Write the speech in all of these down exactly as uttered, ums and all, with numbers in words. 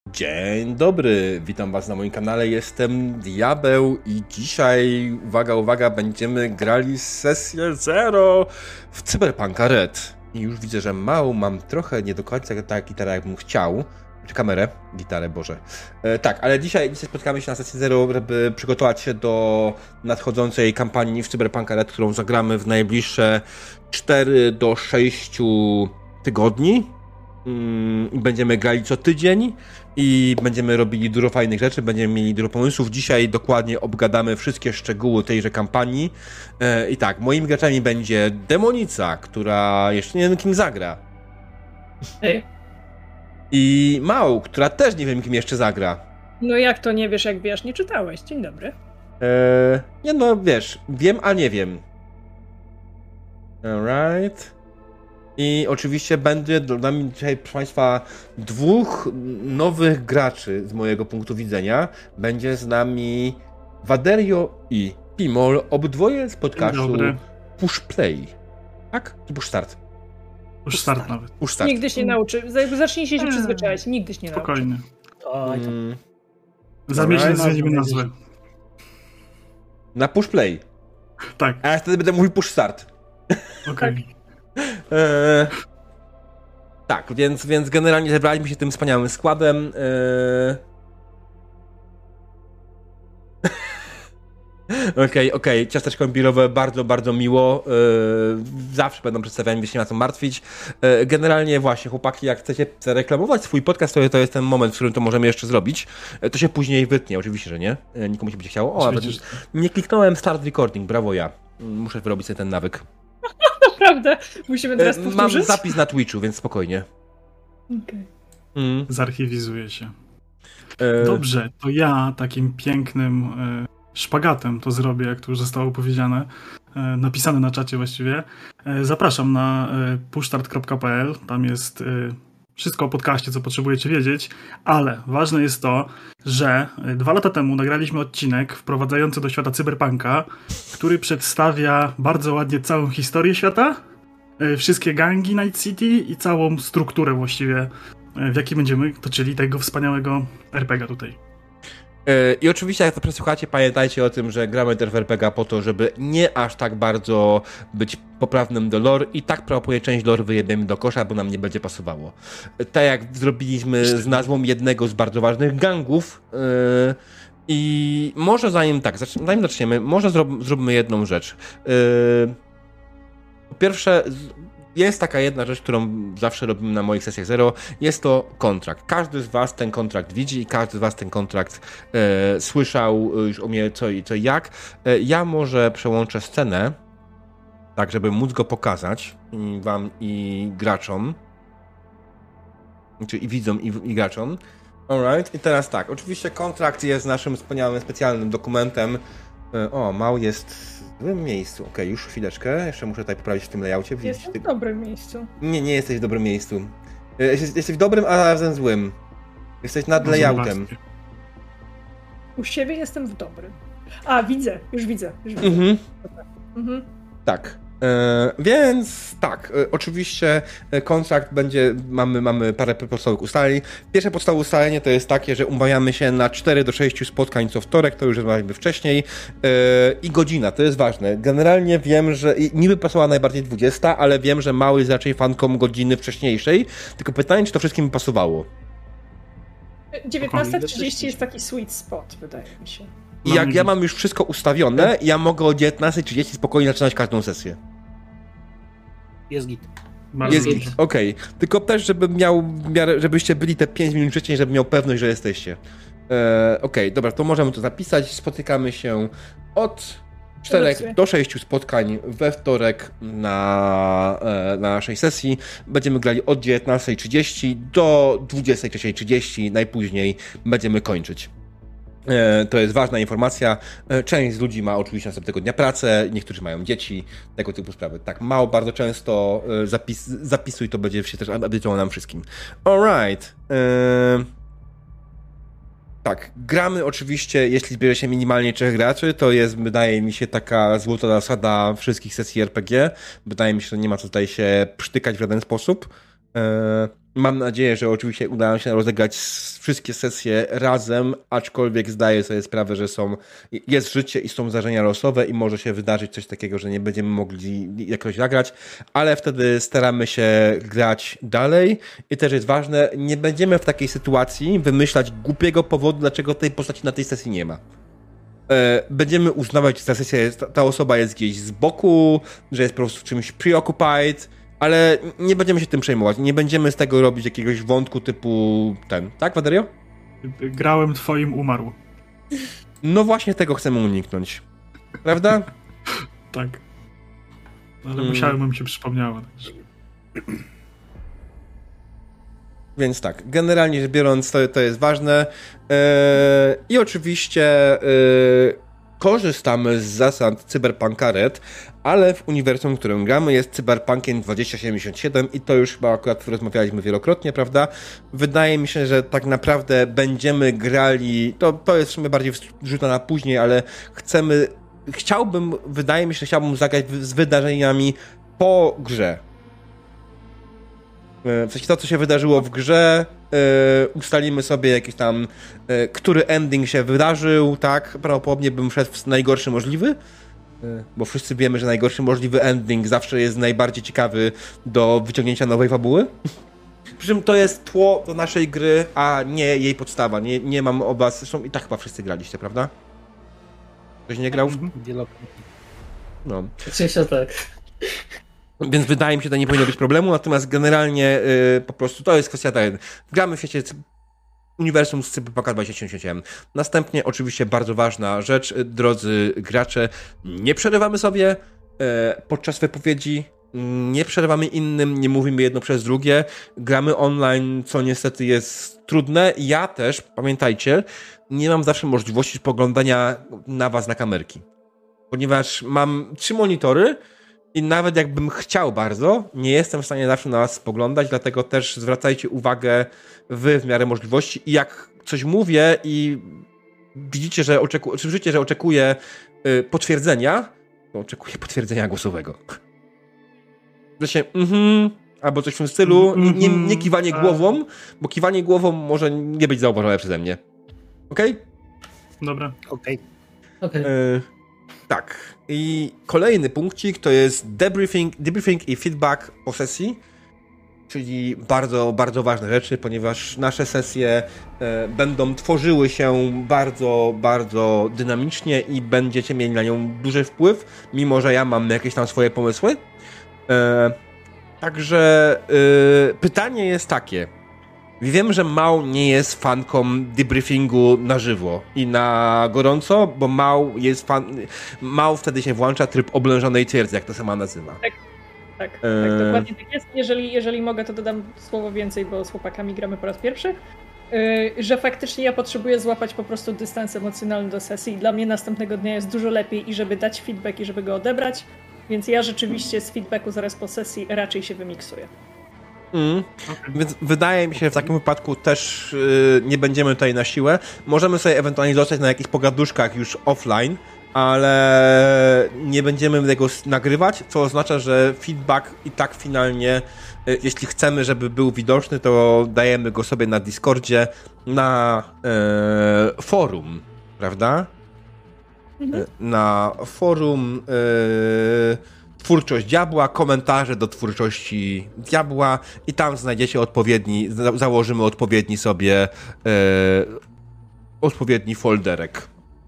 Dzień dobry, witam was na moim kanale, jestem Diabeł i dzisiaj, uwaga, uwaga, będziemy grali sesję zero w Cyberpunka Red. I już widzę, że mało mam trochę nie do końca tak gitarę, jakbym chciał. Czy kamerę? Gitarę, Boże. E, tak, ale dzisiaj, dzisiaj spotkamy się na sesji zero, żeby przygotować się do nadchodzącej kampanii w Cyberpunka Red, którą zagramy w najbliższe cztery do sześciu tygodni. Będziemy grali co tydzień i będziemy robili dużo fajnych rzeczy, będziemy mieli dużo pomysłów. Dzisiaj dokładnie obgadamy wszystkie szczegóły tejże kampanii. I tak, moimi graczami będzie Demonica, która jeszcze nie wiem, kim zagra. Hej. I Mał, która też nie wiem, kim jeszcze zagra. No jak to nie wiesz, jak wiesz? Nie czytałeś. Dzień dobry. Eee, nie no, wiesz, wiem, a nie wiem. Alright. I oczywiście będzie dla nami dzisiaj, proszę Państwa, dwóch nowych graczy z mojego punktu widzenia. Będzie z nami Waderio i Pimol, obydwoje z podcastu Push Play. Tak? Czy Push Start? Push Start, start nawet. Push Start. Nigdy się nie nauczy. Zacznijcie się eee, przyzwyczaić. Nigdy się nie nauczy. Spokojnie. Hmm. Za miesiąc zmienimy nazwę. Na Push Play. Tak. A ja wtedy będę mówił Push Start. Okej. Okay. Eee, tak, więc, więc generalnie zebraliśmy się tym wspaniałym składem. Eee... Okej, okej, okay, ciasteczko imbirowe, bardzo, bardzo miło. Eee, zawsze będą przedstawiani, więc nie ma co martwić. Eee, generalnie właśnie, chłopaki, jak chcecie zareklamować swój podcast, to, to jest ten moment, w którym to możemy jeszcze zrobić. Eee, to się później wytnie, oczywiście, że nie. Eee, nikomu się będzie chciało. O, ale nie kliknąłem start recording, brawo ja. Muszę wyrobić sobie ten nawyk. Naprawdę? Musimy teraz powtórzyć? Mam zapis na Twitchu, więc spokojnie. Okej. Okay. Mm. Zarchiwizuję się. E... Dobrze, to ja takim pięknym e, szpagatem to zrobię, jak to już zostało powiedziane, e, napisane na czacie właściwie. E, zapraszam na e, pushstart kropka p l. Tam jest e, wszystko o podcaście, co potrzebujecie wiedzieć, ale ważne jest to, że dwa lata temu nagraliśmy odcinek wprowadzający do świata cyberpunka, który przedstawia bardzo ładnie całą historię świata, wszystkie gangi Night City i całą strukturę właściwie, w jakiej będziemy toczyli tego wspaniałego er pe ga tutaj. I oczywiście, jak to przesłuchacie, pamiętajcie o tym, że gramy też w er pe ga po to, żeby nie aż tak bardzo być poprawnym do lore i tak prawdopodobnie część lore wyjebiemy do kosza, bo nam nie będzie pasowało. Tak jak zrobiliśmy z nazwą jednego z bardzo ważnych gangów. Yy, I może zanim tak, zanim zaczniemy, może zrob, zróbmy jedną rzecz. Yy, po pierwsze, jest taka jedna rzecz, którą zawsze robimy na moich sesjach zero, jest to kontrakt. Każdy z was ten kontrakt widzi i każdy z was ten kontrakt e, słyszał już o mnie co i co i jak. E, ja może przełączę scenę, tak żeby móc go pokazać i wam i graczom, czyli i widzom i, i graczom. Alright, i teraz tak, oczywiście kontrakt jest naszym wspaniałym, specjalnym dokumentem. E, o, Mał jest w złym miejscu. Okej, okay, już chwileczkę. Jeszcze muszę tutaj poprawić w tym layoutie. Jestem w dobrym miejscu. Nie, nie jesteś w dobrym miejscu. Jesteś, jesteś w dobrym, a razem złym. Jesteś nad no layoutem. U siebie jestem w dobrym. A, widzę. Już widzę. Już widzę. Mhm. Mhm. Tak. E, więc tak, e, oczywiście kontrakt będzie, mamy, mamy parę podstawowych ustaleń. Pierwsze podstawowe ustalenie to jest takie, że umawiamy się na cztery do sześciu spotkań co wtorek, to już rozmawialiśmy wcześniej, e, i godzina, to jest ważne. Generalnie wiem, że niby pasowała najbardziej dwudziesta, ale wiem, że Mały jest raczej fanką godziny wcześniejszej, tylko pytanie, czy to wszystkim by pasowało. dziewiętnasta trzydzieści jest taki sweet spot, wydaje mi się. I jak ja mam już wszystko ustawione, ja mogę o dziewiętnasta trzydzieści spokojnie zaczynać każdą sesję. Jest git. Jest git, okej. Okay. Tylko też, żeby miał, żebyście byli te pięć minut wcześniej, żeby miał pewność, że jesteście. E, okej, okay, dobra, to możemy to zapisać. Spotykamy się od czterech do sześciu spotkań we wtorek na, e, na naszej sesji. Będziemy grali od dziewiętnasta trzydzieści do dwudziesta trzecia trzydzieści. Najpóźniej będziemy kończyć. To jest ważna informacja. Część z ludzi ma oczywiście następnego dnia pracę, niektórzy mają dzieci, tego typu sprawy. Tak, mało bardzo często zapis, zapisuj, to będzie się też update'owało nam wszystkim. Alright. Eee... Tak, gramy oczywiście, jeśli zbierze się minimalnie trzech graczy, to jest, wydaje mi się, taka złota zasada wszystkich sesji er pe gie. Wydaje mi się, że nie ma co tutaj się przytykać w żaden sposób. Eee... Mam nadzieję, że oczywiście uda nam się rozegrać wszystkie sesje razem, aczkolwiek zdaję sobie sprawę, że są, jest życie i są zdarzenia losowe i może się wydarzyć coś takiego, że nie będziemy mogli jakoś zagrać, ale wtedy staramy się grać dalej i też jest ważne, nie będziemy w takiej sytuacji wymyślać głupiego powodu, dlaczego tej postaci na tej sesji nie ma. Będziemy uznawać, że ta sesja jest, ta osoba jest gdzieś z boku, że jest po prostu czymś preoccupied, ale nie będziemy się tym przejmować. Nie będziemy z tego robić jakiegoś wątku typu ten. Tak, Waderio? Grałem twoim umarł. No właśnie tego chcemy uniknąć. Prawda? Tak. Ale hmm. musiałem, bym się przypomniało. Więc tak, generalnie rzecz biorąc, to, to jest ważne. Yy, I oczywiście yy, korzystamy z zasad Cyberpunka Red, ale w uniwersum, w którym gramy, jest Cyberpunkiem dwieście siedemdziesiąt siedem i to już chyba akurat rozmawialiśmy wielokrotnie, prawda? Wydaje mi się, że tak naprawdę będziemy grali, to, to jest w sumie bardziej wrzuta na później, ale chcemy, chciałbym, wydaje mi się, że chciałbym zagrać z wydarzeniami po grze. W sensie to, co się wydarzyło w grze, yy, ustalimy sobie jakiś tam, yy, który ending się wydarzył, tak? Prawdopodobnie bym szedł w najgorszy możliwy, yy, bo wszyscy wiemy, że najgorszy możliwy ending zawsze jest najbardziej ciekawy do wyciągnięcia nowej fabuły. Przy czym to jest tło do naszej gry, a nie jej podstawa. Nie, nie mam o was, zresztą i tak chyba wszyscy graliście, prawda? Ktoś nie grał? Wielokrotnie. No. Oczywiście tak. Więc wydaje mi się, że to nie powinno być problemu, natomiast generalnie yy, po prostu to jest kwestia tak. Gramy w świecie uniwersum z Cyberpunka dwieście siedemdziesiąt siedem. Następnie oczywiście bardzo ważna rzecz, drodzy gracze, nie przerywamy sobie yy, podczas wypowiedzi, nie przerywamy innym, nie mówimy jedno przez drugie, gramy online, co niestety jest trudne. Ja też, pamiętajcie, nie mam zawsze możliwości spoglądania na was na kamerki, ponieważ mam trzy monitory, i nawet jakbym chciał bardzo, nie jestem w stanie zawsze na was spoglądać, dlatego też zwracajcie uwagę wy w miarę możliwości i jak coś mówię i widzicie, że oczekuję, czy życie, że oczekuję y, potwierdzenia, to oczekuję potwierdzenia głosowego. Że się mhm, albo coś w tym stylu, nie, nie, nie kiwanie głową, bo kiwanie głową może nie być zauważone przeze mnie. Okej? Okay? Dobra. Okej. Okay. Okay. Y, tak. I kolejny punkcik to jest debriefing, debriefing i feedback po sesji, czyli bardzo, bardzo ważne rzeczy, ponieważ nasze sesje e, będą tworzyły się bardzo, bardzo dynamicznie i będziecie mieli na nią duży wpływ, mimo że ja mam jakieś tam swoje pomysły. E, także e, pytanie jest takie. Wiem, że Mał nie jest fanką debriefingu na żywo i na gorąco, bo Mał jest fan... Mał wtedy się włącza tryb oblężonej twierdzy, jak to sama nazywa. Tak, tak, e... tak, dokładnie tak jest. Jeżeli, jeżeli mogę, to dodam słowo więcej, bo z chłopakami gramy po raz pierwszy, yy, że faktycznie ja potrzebuję złapać po prostu dystans emocjonalny do sesji i dla mnie następnego dnia jest dużo lepiej i żeby dać feedback i żeby go odebrać, więc ja rzeczywiście z feedbacku zaraz po sesji raczej się wymiksuję. Mm. Okay. Więc wydaje mi się, że w takim wypadku też yy, nie będziemy tutaj na siłę. Możemy sobie ewentualnie zostać na jakichś pogaduszkach już offline, ale nie będziemy tego nagrywać, co oznacza, że feedback i tak finalnie, yy, jeśli chcemy, żeby był widoczny, to dajemy go sobie na Discordzie, na yy, forum, prawda? Mhm. Yy, na forum... Yy, Twórczość Diabła, komentarze do twórczości Diabła i tam znajdziecie odpowiedni, za- założymy odpowiedni sobie e, odpowiedni folderek.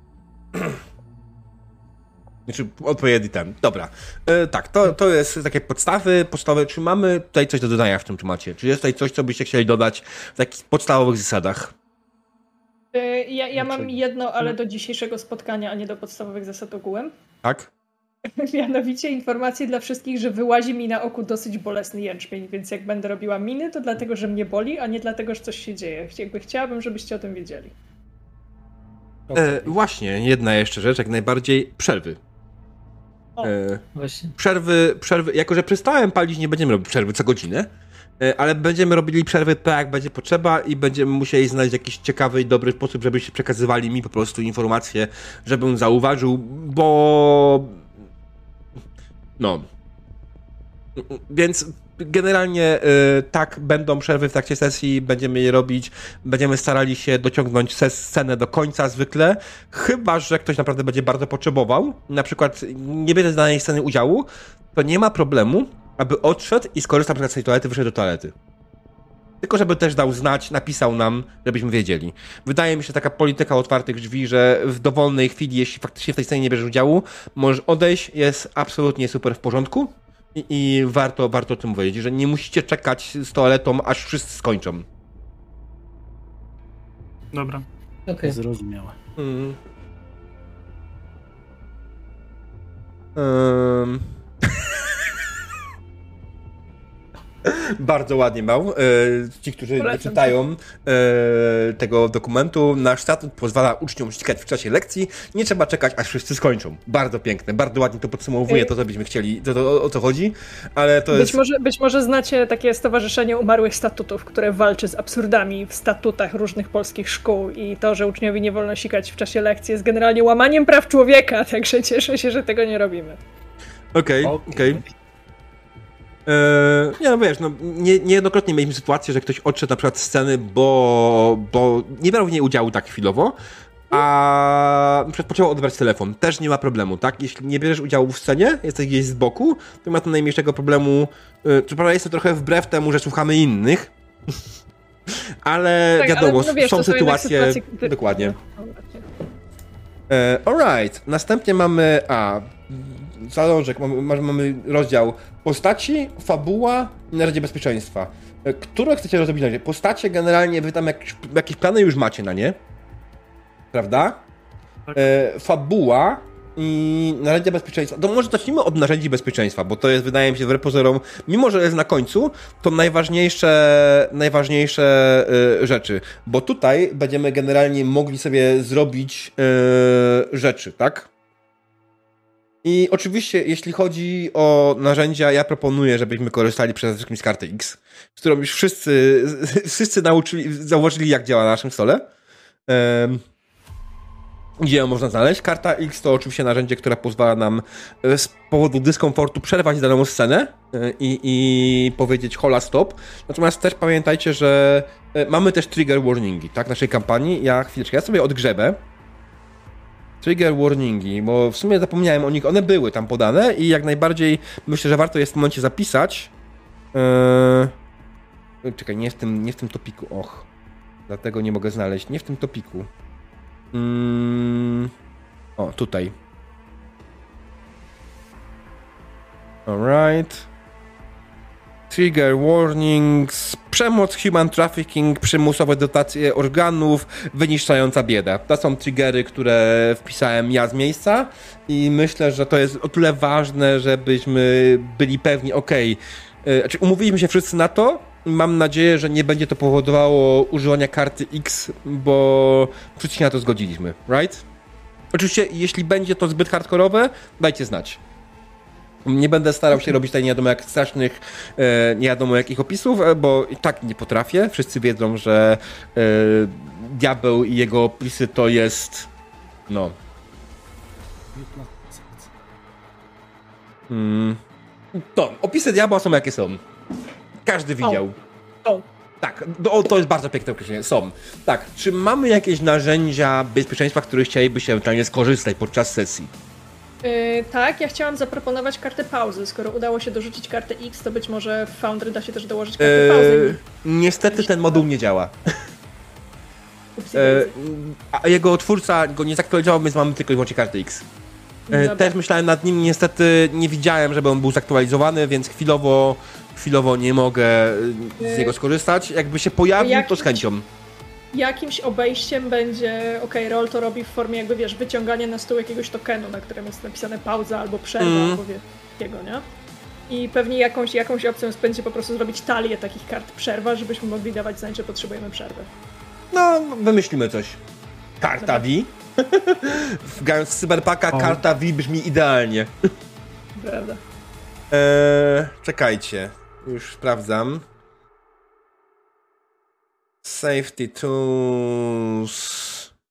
Znaczy odpowiedni ten. Dobra. E, tak, to, to jest takie podstawy, podstawy. Czy mamy tutaj coś do dodania w tym temacie? Czy jest tutaj coś, co byście chcieli dodać w takich podstawowych zasadach? Ja, ja mam jedno, ale do dzisiejszego spotkania, a nie do podstawowych zasad ogółem. Tak? Mianowicie informacje dla wszystkich, że wyłazi mi na oku dosyć bolesny jęczmień, więc jak będę robiła miny, to dlatego, że mnie boli, a nie dlatego, że coś się dzieje. Jakby chciałabym, żebyście o tym wiedzieli. E, właśnie, jedna jeszcze rzecz, jak najbardziej przerwy. O, e, właśnie. Przerwy, przerwy, jako że przestałem palić, nie będziemy robić przerwy co godzinę, e, ale będziemy robili przerwy tak, jak będzie potrzeba i będziemy musieli znaleźć jakiś ciekawy i dobry sposób, żebyście przekazywali mi po prostu informacje, żebym zauważył, bo... No. Więc generalnie y, tak, będą przerwy w trakcie sesji, będziemy je robić, będziemy starali się dociągnąć scenę do końca zwykle, chyba że ktoś naprawdę będzie bardzo potrzebował, na przykład nie bierze z danej sceny udziału, to nie ma problemu, aby odszedł i skorzystał z tej toalety, wyszedł do toalety. Tylko żeby też dał znać, napisał nam, żebyśmy wiedzieli. Wydaje mi się taka polityka otwartych drzwi, że w dowolnej chwili, jeśli faktycznie w tej scenie nie bierzesz udziału, możesz odejść, jest absolutnie super w porządku i, i warto, warto o tym powiedzieć, że nie musicie czekać z toaletą, aż wszyscy skończą. Dobra. Okej, okay. Zrozumiałe. Mm. Um. Bardzo ładnie mał. Ci, którzy nie czytają tego dokumentu, nasz statut pozwala uczniom ścigać w czasie lekcji. Nie trzeba czekać, aż wszyscy skończą. Bardzo piękne, bardzo ładnie to podsumowuje to, co byśmy chcieli, to, to, o co chodzi, ale to być jest... Może, być może znacie takie Stowarzyszenie Umarłych Statutów, które walczy z absurdami w statutach różnych polskich szkół i to, że uczniowi nie wolno sikać w czasie lekcji jest generalnie łamaniem praw człowieka, także cieszę się, że tego nie robimy. Okej, okay, okej. Okay. Eee, nie no wiesz, no, nie, niejednokrotnie mieliśmy sytuację, że ktoś odszedł na przykład z sceny, bo, bo nie brał w niej udziału tak chwilowo, a na przykład potrzebował odebrać telefon. Też nie ma problemu, tak? Jeśli nie bierzesz udziału w scenie, jesteś gdzieś z boku, to nie ma to najmniejszego problemu. Eee, co prawda jest to trochę wbrew temu, że słuchamy innych, ale tak, wiadomo, ale, no wiesz, są sytuacje... sytuacje... Dokładnie. Eee, alright, następnie mamy... A, zalążek, mamy, mamy rozdział postaci, fabuła i narzędzie bezpieczeństwa. Które chcecie rozrobić? Postacie generalnie wy tam jakieś, jakieś plany już macie na nie, prawda? Tak. E, fabuła i narzędzia bezpieczeństwa. To może zacznijmy od narzędzi bezpieczeństwa, bo to jest, wydaje mi się, wbrew pozorom, mimo że jest na końcu, to najważniejsze, najważniejsze y, rzeczy, bo tutaj będziemy generalnie mogli sobie zrobić y, rzeczy, tak? I oczywiście, jeśli chodzi o narzędzia, ja proponuję, żebyśmy korzystali przede wszystkim z karty X, z którą już wszyscy, wszyscy nauczyli, zauważyli, jak działa na naszym stole. Um, gdzie ją można znaleźć. Karta X to oczywiście narzędzie, które pozwala nam z powodu dyskomfortu przerwać daną scenę i, i powiedzieć hola stop. Natomiast też pamiętajcie, że mamy też trigger warningi, tak, naszej kampanii. Ja chwileczkę, ja sobie odgrzebę trigger warningi, bo w sumie zapomniałem o nich, one były tam podane i jak najbardziej myślę, że warto jest w tym momencie zapisać. Eee... Czekaj, nie w tym, nie w tym topiku, och. Dlatego nie mogę znaleźć, nie w tym topiku. Mm... O, tutaj. Alright. Trigger warnings, przemoc, human trafficking, przymusowe dotacje organów, wyniszczająca bieda. To są triggery, które wpisałem ja z miejsca i myślę, że to jest o tyle ważne, żebyśmy byli pewni, okej, okay, znaczy umówiliśmy się wszyscy na to, mam nadzieję, że nie będzie to powodowało używania karty X, bo wszyscy się na to zgodziliśmy, right? Oczywiście, jeśli będzie to zbyt hardkorowe, dajcie znać. Nie będę starał się robić tutaj nie wiadomo jak strasznych, e, nie wiadomo jakich opisów, bo i tak nie potrafię. Wszyscy wiedzą, że e, diabeł i jego opisy to jest no... Hmm. To, opisy diabła są jakie są. Każdy widział. O. O. Tak, to, to jest bardzo piękne określenie. Są. Tak, czy mamy jakieś narzędzia bezpieczeństwa, których chcielibyście ewentualnie skorzystać podczas sesji? Yy, tak, ja chciałam zaproponować kartę pauzy. Skoro udało się dorzucić kartę X, to być może w Foundry da się też dołożyć kartę yy, pauzy. Niestety ten moduł nie działa. Yy, a jego twórca go nie zaktualizował, więc mamy tylko i wyłącznie kartę X. Yy, też myślałem nad nim, niestety nie widziałem, żeby on był zaktualizowany, więc chwilowo, chwilowo nie mogę z niego skorzystać. Jakby się pojawił, jakimś, to z chęcią. Jakimś obejściem będzie, okej, okay, roll to robi w formie jakby, wiesz, wyciągania na stół jakiegoś tokenu, na którym jest napisane pauza albo przerwa, mm. albo wie, takiego, nie? I pewnie jakąś, jakąś opcją będzie po prostu zrobić talię takich kart przerwa, żebyśmy mogli dawać znać, że potrzebujemy przerwy. No, wymyślimy coś. Karta V. Grając z Cyberpunka, karta V brzmi idealnie. Prawda. Eee, czekajcie, już sprawdzam. Safety Tools...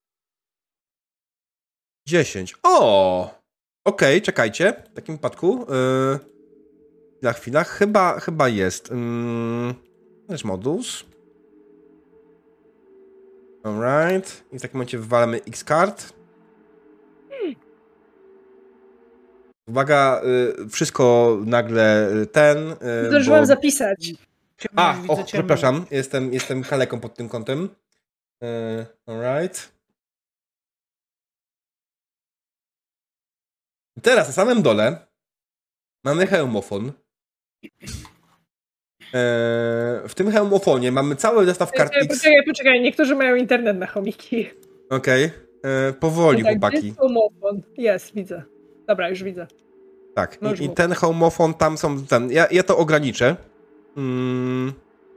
dziesięć. O! Okej, okay, czekajcie. W takim wypadku... Yy... Chwila, chwila. Chyba, chyba jest. Hmm. Jest modules. Alright. I w takim momencie wywalamy X-card. Uwaga, y, wszystko nagle y, ten... Y, Zdążyłam bo... zapisać. A, o, przepraszam. Jestem, jestem kaleką pod tym kątem. Y, alright. Teraz na samym dole mamy hełmofon. W tym hełmofonie mamy cały zestaw kart X. Poczekaj, poczekaj, niektórzy mają internet na chomiki. Okej, okay. Powoli, no tak, chłopaki. Jest hełmofon. Jest, widzę. Dobra, już widzę. Tak, i, i ten hełmofon, tam są... Ten, ja, ja to ograniczę. Hmm.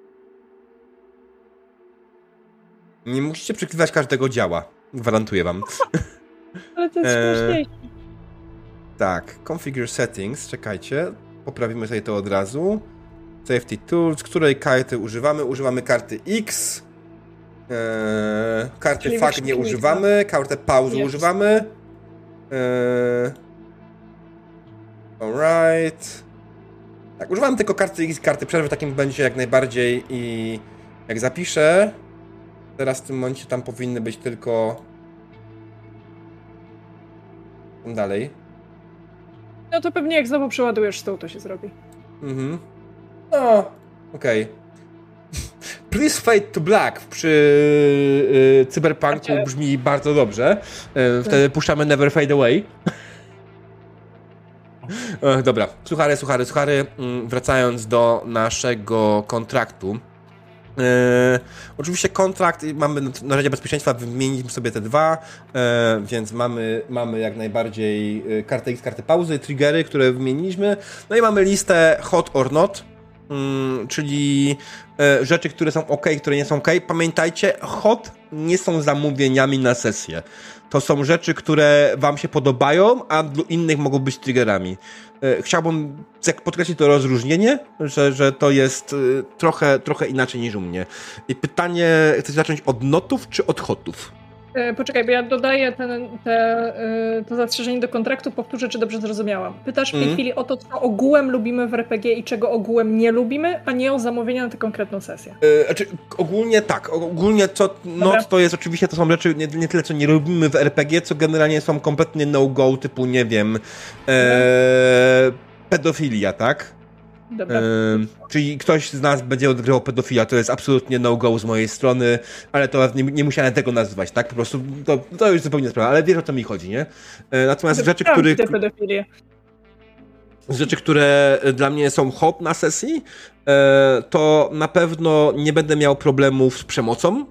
Nie musicie przykrywać każdego działa. Gwarantuję wam. Ale to jest śmieszniejsze. Tak, configure settings, czekajcie. Poprawimy sobie to od razu. Safety tools, której karty używamy? Używamy karty X. Eee, karty Czyli fakt nie używamy. Kartę pauzy yes. używamy. Eee, alright. Tak, używamy tylko karty X, karty przerwy, takim będzie jak najbardziej i jak zapiszę, teraz w tym momencie tam powinny być tylko dalej. No to pewnie jak znowu przeładujesz stół, to się zrobi. Mhm. No, okej. Okay. Please fade to black przy y, cyberpunku brzmi bardzo dobrze. Y, wtedy puszczamy Never Fade Away. e, dobra, suchary, suchary, suchary. Wracając do naszego kontraktu. E, oczywiście kontrakt, mamy narzędzia bezpieczeństwa, wymieniliśmy sobie te dwa, e, więc mamy, mamy jak najbardziej kartę X, kartę pauzy, triggery, które wymieniliśmy. No i mamy listę hot or not. Hmm, czyli e, rzeczy, które są ok, które nie są ok. Pamiętajcie, hot nie są zamówieniami na sesję. To są rzeczy, które wam się podobają, a dla innych mogą być triggerami. E, chciałbym podkreślić to rozróżnienie, że, że to jest e, trochę, trochę inaczej niż u mnie. I pytanie, chcesz zacząć od notów czy od hotów? Poczekaj, bo ja dodaję ten, te, to zastrzeżenie do kontraktu, powtórzę, czy dobrze zrozumiałam. Pytasz w tej mm. chwili o to, co ogółem lubimy w er pe gie i czego ogółem nie lubimy, a nie o zamówienia na tę konkretną sesję. Yy, znaczy, ogólnie tak, ogólnie co not to jest oczywiście, to są rzeczy nie, nie tyle, co nie lubimy w er pe gie, co generalnie są kompletnie no-go, typu, nie wiem, e, pedofilia, tak? Dobra. Yy, czyli ktoś z nas będzie odgrywał pedofila, to jest absolutnie no-go z mojej strony, ale to nie, nie musiałem tego nazywać, tak? Po prostu to, to już zupełnie sprawa, ale wiesz, o co mi chodzi, nie? Yy, natomiast to rzeczy, których... Rzeczy, które dla mnie są hot na sesji, yy, to na pewno nie będę miał problemów z przemocą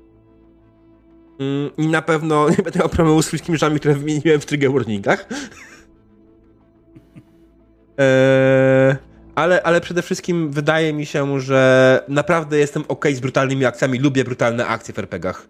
yy, i na pewno nie będę miał problemów z wszystkimi rzeczami, które wymieniłem w trigger warningach. Yy... Ale, ale przede wszystkim wydaje mi się, że naprawdę jestem okej okay z brutalnymi akcjami. Lubię brutalne akcje w er pe gach.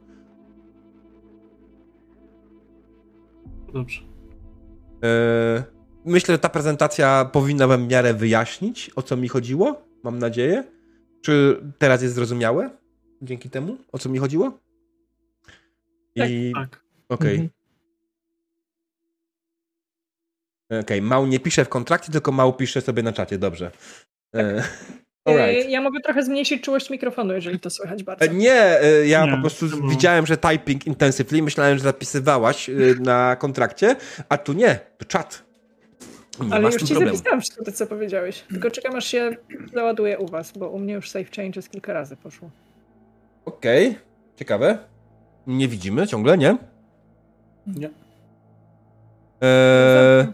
Dobrze. Yy, myślę, że ta prezentacja powinna wam w miarę wyjaśnić, o co mi chodziło. Mam nadzieję. Czy teraz jest zrozumiałe? Dzięki temu, o co mi chodziło? I... Tak, tak. Okej. Okay. Mhm. Okej, okay, Mał nie pisze w kontrakcie, tylko Mał pisze sobie na czacie, dobrze. Tak. Right. Ja mogę trochę zmniejszyć czułość mikrofonu, jeżeli to słychać bardzo. Nie, ja nie, po prostu to widziałem, że typing intensively, myślałem, że zapisywałaś na kontrakcie, a tu nie, to czat. Nie Ale już ci problemu. Zapisałam wszystko to, co powiedziałeś. Tylko czekam, aż się załaduje u was, bo u mnie już save changes kilka razy poszło. Okej, okay. Ciekawe. Nie widzimy ciągle, nie? Nie. Eee,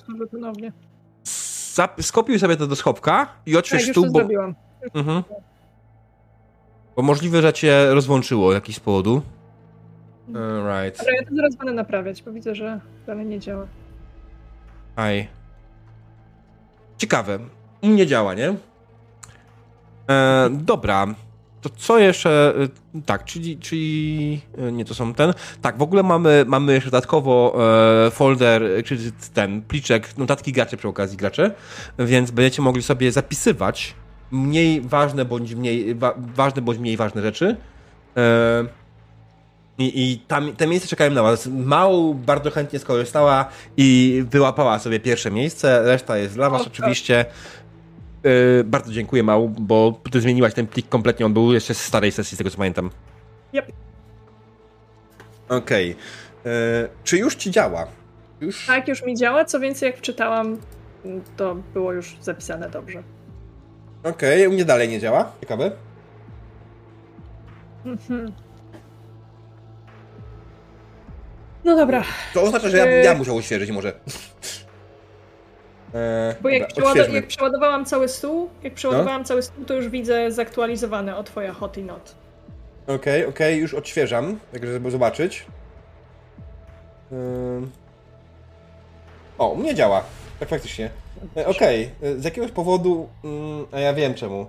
skopiuj sobie to do schowka i odśwież tak, tu, bo... zrobiłam. Mhm. Bo możliwe, że cię rozłączyło jakiś z powodu. Eee, right. Ale ja to zaraz będę naprawiać, bo widzę, że dalej nie działa. Aj. Ciekawe. U mnie działa, nie? Eee, dobra. To co jeszcze... Tak, czyli... czyli nie, to są ten... Tak, w ogóle mamy, mamy jeszcze dodatkowo e, folder, czy ten pliczek, notatki graczy przy okazji graczy, więc będziecie mogli sobie zapisywać mniej ważne bądź mniej, wa, ważne bądź mniej ważne rzeczy. E, I i tam, te miejsca czekają na was. Mał bardzo chętnie skorzystała i wyłapała sobie pierwsze miejsce, reszta jest dla was oczywiście. Yy, bardzo dziękuję, Mał, bo ty zmieniłaś ten plik kompletnie, on był jeszcze z starej sesji, z tego co pamiętam. Yep. Okej. Okay. Yy, czy już ci działa? Już? Tak, już mi działa. Co więcej, jak wczytałam, to było już zapisane dobrze. Okej, okay. U mnie dalej nie działa. Ciekawe. Mhm. No dobra. To oznacza, że ja, ja musiał uświeżyć może. Eee, Bo jak, dobra, przeład- jak przeładowałam cały stół, jak przeładowałam no? cały stół, to już widzę zaktualizowane o twoja hot i not. Okej, okay, okej, okay, już odświeżam, także żeby zobaczyć. Eee... O, u mnie działa. Tak faktycznie. Eee, okej, okay. Z jakiegoś powodu, mm, a ja wiem czemu.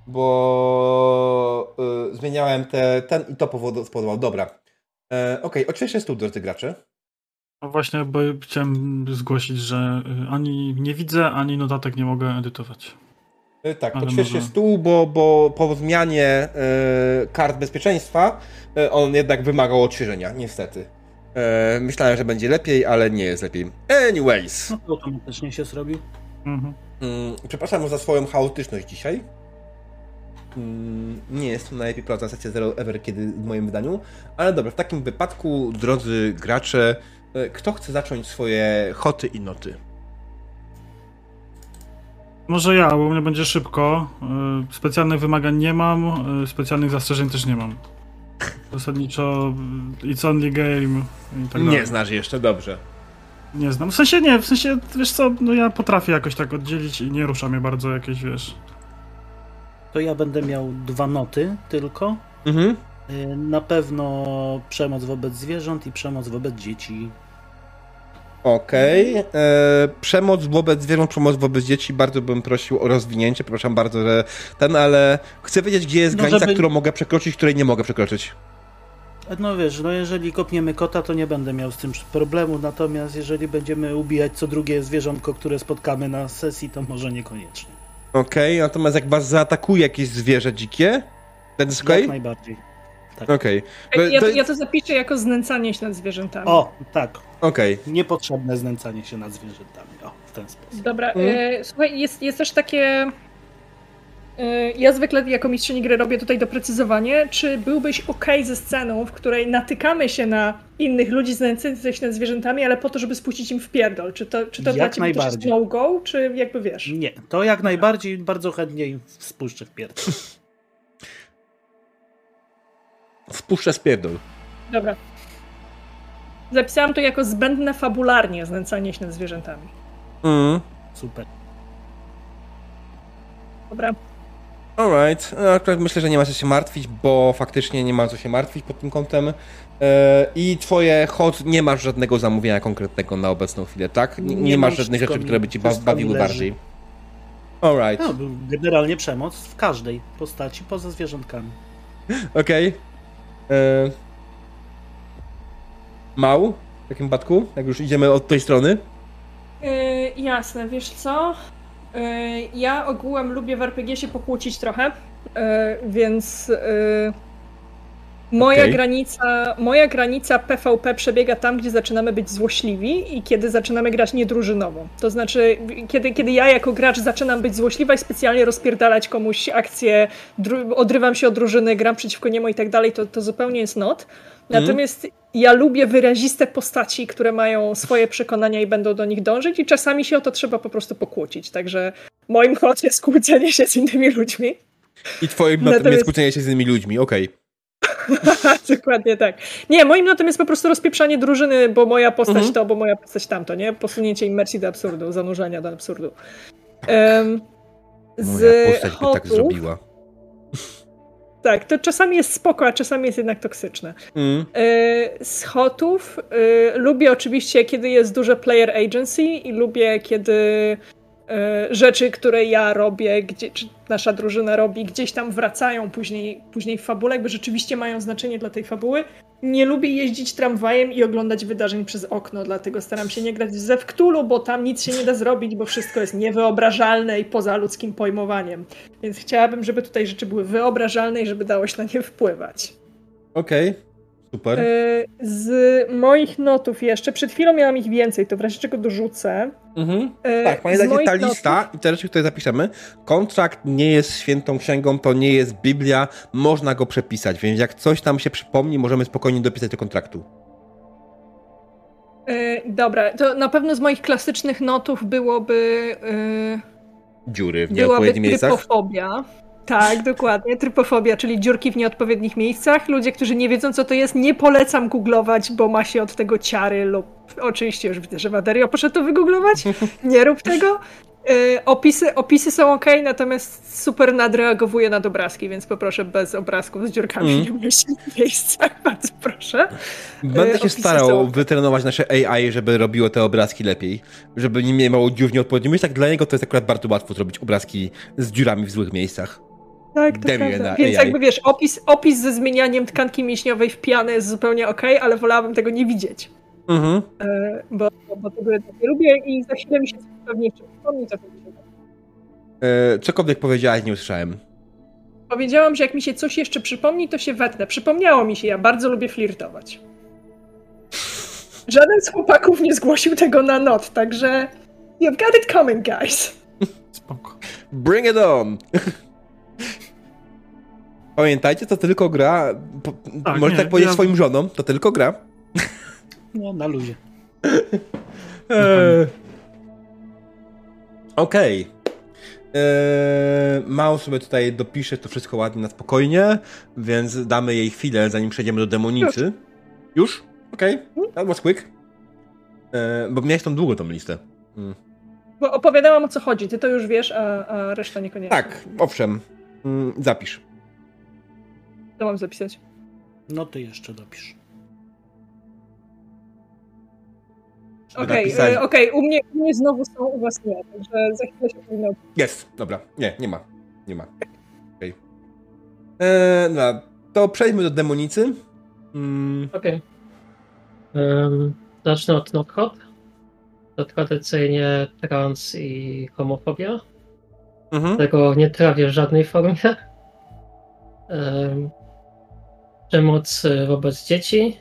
Bo y, zmieniałem te, ten i to powodu spowodował. Dobra. E, Okej, okay. Odświeżę stół, drodzy gracze. No właśnie, bo chciałem zgłosić, że ani nie widzę, ani notatek nie mogę edytować. E, tak, odświeżę może... stół, bo, bo po zmianie e, kart bezpieczeństwa e, on jednak wymagał odświeżenia, niestety. E, myślałem, że będzie lepiej, ale nie jest lepiej. Anyways. No to automatycznie się zrobi. Mhm. Mm, przepraszam za swoją chaotyczność dzisiaj. Nie jest to najlepiej prowadzona sesja Zero Ever kiedy w moim wydaniu, ale dobra, w takim wypadku, drodzy gracze, kto chce zacząć swoje hoty i noty? Może ja, bo u mnie będzie szybko. Specjalnych wymagań nie mam, specjalnych zastrzeżeń też nie mam. Zasadniczo it's only game i tak dalej. Nie znasz jeszcze, dobrze. Nie znam, w sensie nie, w sensie, wiesz co, no ja potrafię jakoś tak oddzielić i nie rusza mnie bardzo jakieś, wiesz... To ja będę miał dwa noty tylko. Mhm. Na pewno przemoc wobec zwierząt i przemoc wobec dzieci. Okej. Okay. Przemoc wobec zwierząt, przemoc wobec dzieci. Bardzo bym prosił o rozwinięcie. Przepraszam bardzo, że ten, ale chcę wiedzieć, gdzie jest no, granica, żeby... którą mogę przekroczyć, której nie mogę przekroczyć. No wiesz, no jeżeli kopniemy kota, to nie będę miał z tym problemu, natomiast jeżeli będziemy ubijać co drugie zwierzątko, które spotkamy na sesji, to może niekoniecznie. Okej, okay, natomiast jak was zaatakuje jakieś zwierzę dzikie, to jest okej? Jak najbardziej. Tak. Okej. Okay. Ja, ja to zapiszę jako znęcanie się nad zwierzętami. O, tak. Okej. Okay. Niepotrzebne znęcanie się nad zwierzętami. O, w ten sposób. Dobra, mm. e, słuchaj, jest, jest też takie... E, ja zwykle jako mistrzyni gry robię tutaj doprecyzowanie, czy byłbyś okej ze sceną, w której natykamy się na innych ludzi znęcających się nad zwierzętami, ale po to, żeby spuścić im w pierdol. Czy to, czy to dla ciebie też jest no-go, czy jakby wiesz? Nie, to jak najbardziej, bardzo chętnie im spuszczę w pierdol. Wpuszczę spierdol. Dobra. Zapisałam to jako zbędne fabularnie znęcanie się nad zwierzętami. Mm. Super. Dobra. Alright. Akurat myślę, że nie ma co się martwić, bo faktycznie nie ma co się martwić pod tym kątem. I twoje hot nie masz żadnego zamówienia konkretnego na obecną chwilę, tak? Nie, nie, nie masz żadnych rzeczy, które by ci bawiły bardziej. Alright. No, generalnie przemoc w każdej postaci poza zwierzątkami. Okej. Okay. Eee... Mał? W takim wypadku? Jak już idziemy od tej strony? Yy, jasne, wiesz co? Yy, ja ogółem lubię w er pe gie się pokłócić trochę, yy, więc yy, moja, okay. granica, moja granica pe ve pe przebiega tam, gdzie zaczynamy być złośliwi i kiedy zaczynamy grać niedrużynowo. To znaczy, kiedy, kiedy ja jako gracz zaczynam być złośliwa i specjalnie rozpierdalać komuś akcję, dru- odrywam się od drużyny, gram przeciwko niemu i tak dalej, to, to zupełnie jest not. Natomiast mm. ja lubię wyraziste postaci, które mają swoje przekonania i będą do nich dążyć i czasami się o to trzeba po prostu pokłócić. Także moim hot jest kłócenie się z innymi ludźmi. I twoim notem jest kłócenie się z innymi ludźmi, okej. Okay. Dokładnie tak. Nie, moim notem jest po prostu rozpieprzanie drużyny, bo moja postać mm-hmm. to, bo moja postać tamto, nie? Posunięcie imersji do absurdu, zanurzenia do absurdu. Um, z moja postać hotów, by tak zrobiła. Tak, to czasami jest spoko, a czasami jest jednak toksyczne. Mm. Z hotów y, lubię oczywiście, kiedy jest duże player agency i lubię, kiedy y, rzeczy, które ja robię, gdzie, czy nasza drużyna robi, gdzieś tam wracają później, później w fabule, jakby rzeczywiście mają znaczenie dla tej fabuły. Nie lubię jeździć tramwajem i oglądać wydarzeń przez okno, dlatego staram się nie grać w Ze w Cthulhu, bo tam nic się nie da zrobić, bo wszystko jest niewyobrażalne i poza ludzkim pojmowaniem. Więc chciałabym, żeby tutaj rzeczy były wyobrażalne i żeby dało się na nie wpływać. Okej. Okay. Super. Z moich notów jeszcze, przed chwilą miałam ich więcej, to w razie czego dorzucę. Mhm. Tak, pamiętajcie, ta lista notów... i te rzeczy, które zapiszemy, kontrakt nie jest świętą księgą, to nie jest Biblia, można go przepisać, więc jak coś tam się przypomni, możemy spokojnie dopisać do kontraktu. Yy, dobra, to na pewno z moich klasycznych notów byłoby... Yy, Dziury w byłaby nieodpowiednich miejscach. Trypofobia. Tak, dokładnie. Trypofobia, czyli dziurki w nieodpowiednich miejscach. Ludzie, którzy nie wiedzą, co to jest, nie polecam googlować, bo ma się od tego ciary lub... Oczywiście już widzę, że Waderio poszedł to wygooglować. Nie rób tego. Yy, opisy, opisy są ok, natomiast super nadreagowuje na obrazki, więc poproszę bez obrazków z dziurkami mm. w nieodpowiednich miejscach. Bardzo proszę. Będę yy, się starał są... wytrenować nasze A I, żeby robiło te obrazki lepiej. Żeby nie miało dziur w nieodpowiednich miejscach. Dla niego to jest akurat bardzo łatwo zrobić obrazki z dziurami w złych miejscach. Tak, to prawda. Więc jakby wiesz, opis, opis ze zmienianiem tkanki mięśniowej w pianę jest zupełnie okej, ale wolałabym tego nie widzieć. Mhm. E, bo, bo tego nie lubię i za chwilę mi się pewnie jeszcze przypomni, to e, cokolwiek powiedziałaś, nie usłyszałem. Powiedziałam, że jak mi się coś jeszcze przypomni, to się wetnę. Przypomniało mi się, ja bardzo lubię flirtować. Żaden z chłopaków nie zgłosił tego na not, także you've got it coming, guys. Spoko. Bring it on! Pamiętajcie, to tylko gra. Po, tak, możecie tak powiedzieć ja... swoim żonom, to tylko gra. No, na luzie. eee. Okej. Okay. Eee, Mał sobie tutaj dopisze to wszystko ładnie na spokojnie, więc damy jej chwilę, zanim przejdziemy do demonicy. Już? Już? Okej. Okay. That was quick. Eee, bo miałeś tą długo tą listę. Hmm. Bo opowiadałam, o co chodzi. Ty to już wiesz, a, a reszta niekoniecznie. Tak, owszem. Mm, zapisz. Co mam zapisać? No ty jeszcze dopisz. Okej, okay, yy, okay. u, mnie, u mnie znowu są, u was nie, także za chwilę się powinno... Jest, dobra. Nie, nie ma. Nie ma. Okej. Okay. Eee, no, to przejdźmy do demonicy. Mm. Okej. Okay. Um, zacznę od Knockhop. To tradycyjnie trans i homofobia. Mhm. Tego nie trawię w żadnej formie. Um, przemoc wobec dzieci.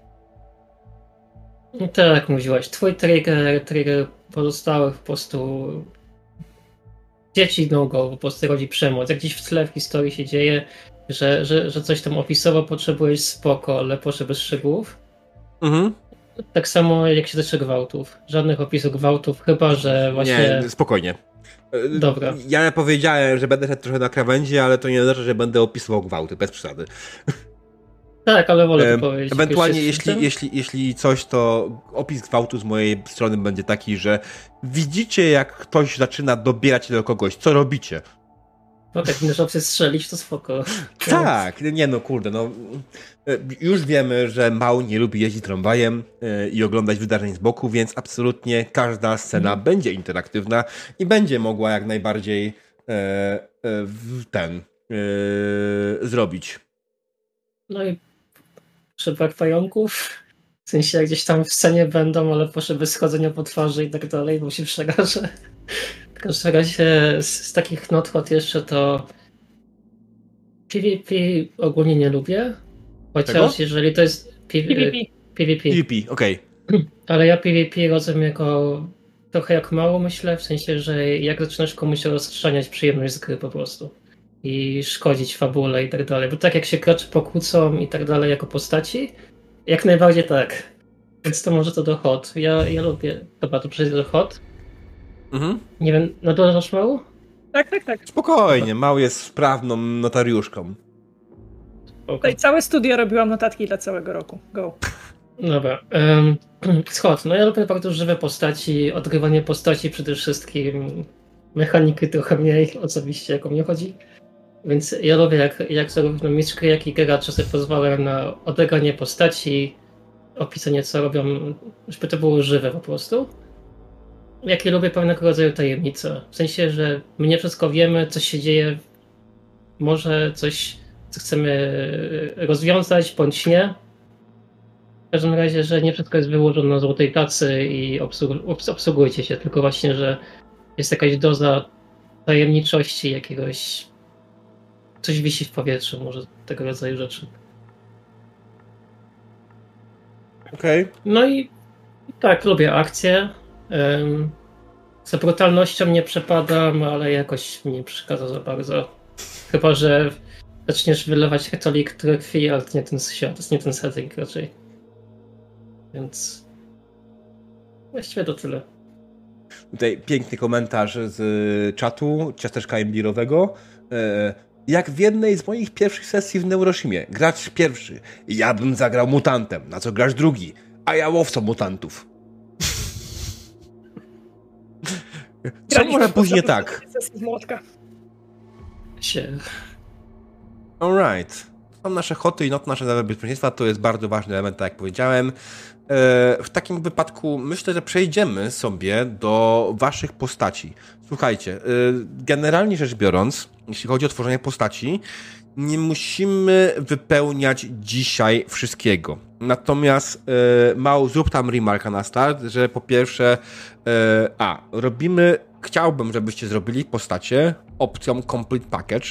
I tak jak mówiłaś, twój trigger, trigger pozostałych po prostu dzieci no-go, po prostu rodzi przemoc. Jak gdzieś w tle w historii się dzieje, że, że, że coś tam opisowo potrzebujesz, spoko, ale proszę bez szczegółów. Mhm. Tak samo jak się tyczy gwałtów. Żadnych opisów gwałtów, chyba że właśnie... Nie, spokojnie. Dobra. Ja powiedziałem, że będę szedł trochę na krawędzi, ale to nie znaczy, że będę opisywał gwałty, bez przesady. Tak, ale wolę to powiedzieć. Ewentualnie jeśli, jeśli, jeśli coś, to opis gwałtu z mojej strony będzie taki, że widzicie, jak ktoś zaczyna dobierać do kogoś, co robicie? No tak, nie żeby strzelić, to spoko. Tak, nie no kurde, no już wiemy, że Mał nie lubi jeździć tramwajem yy, i oglądać wydarzeń z boku, więc absolutnie każda scena hmm. będzie interaktywna i będzie mogła jak najbardziej yy, yy, ten yy, zrobić. No i przyprak pająków, w sensie jak gdzieś tam w scenie będą, ale potrzeby schodzenia po twarzy i tak dalej, bo się przerażę. W każdym razie z, z takich nothot jeszcze to PvP ogólnie nie lubię, chociaż Tego? jeżeli to jest PvP. PvP, PvP okej. Okay. Ale ja PvP rozumiem jako trochę jak mało myślę, w sensie, że jak zaczynasz komuś rozstrzaniać przyjemność z gry po prostu i szkodzić fabule i tak dalej, bo tak jak się gracze pokłócą i tak dalej jako postaci, jak najbardziej tak. Więc to może to do hot. Ja, ja lubię, dobra, to przejdę do hot. Mhm. Nie wiem, nadążasz Mał? Tak, tak, tak. Spokojnie, Mał jest sprawną notariuszką. Tutaj całe studio robiłam notatki dla całego roku. Go. Dobra. Um, Scott, no ja lubię bardzo żywe postaci, odgrywanie postaci przede wszystkim, mechaniki trochę mniej, osobiście jak o mnie chodzi. Więc ja lubię jak, jak zarówno mistrz gry, jak i gracze sobie pozwalają na odegranie postaci, opisanie co robią, żeby to było żywe po prostu. Jak i lubię pewnego rodzaju tajemnice. W sensie, że my nie wszystko wiemy, co się dzieje, może coś, co chcemy rozwiązać, bądź nie. W każdym razie, że nie wszystko jest wyłożone na złotej tacy i obsług- obsługujcie się, tylko właśnie, że jest jakaś doza tajemniczości, jakiegoś coś wisi w powietrzu, może tego rodzaju rzeczy. Okej. Okay. No i tak, lubię akcję. Um, za brutalnością nie przepadam, ale jakoś mi nie przeszkadza za bardzo. Chyba że zaczniesz wylewać tolik krwi, ale to nie ten świat, to jest nie ten setting raczej. Więc właściwie to tyle. Tutaj piękny komentarz z czatu ciasteczka imbirowego. Jak w jednej z moich pierwszych sesji w Neuroshimie. Gracz pierwszy. Ja bym zagrał mutantem, na co gracz drugi. A ja łowcą mutantów. Co może później tak? Się. Alright. Są nasze hoty i not nasze bezpieczeństwa. To jest bardzo ważny element, tak jak powiedziałem. W takim wypadku myślę, że przejdziemy sobie do waszych postaci. Słuchajcie, generalnie rzecz biorąc, jeśli chodzi o tworzenie postaci, nie musimy wypełniać dzisiaj wszystkiego. Natomiast Mał, zrób tam remarka na start, że po pierwsze a, robimy, chciałbym, żebyście zrobili postacie opcją Complete Package.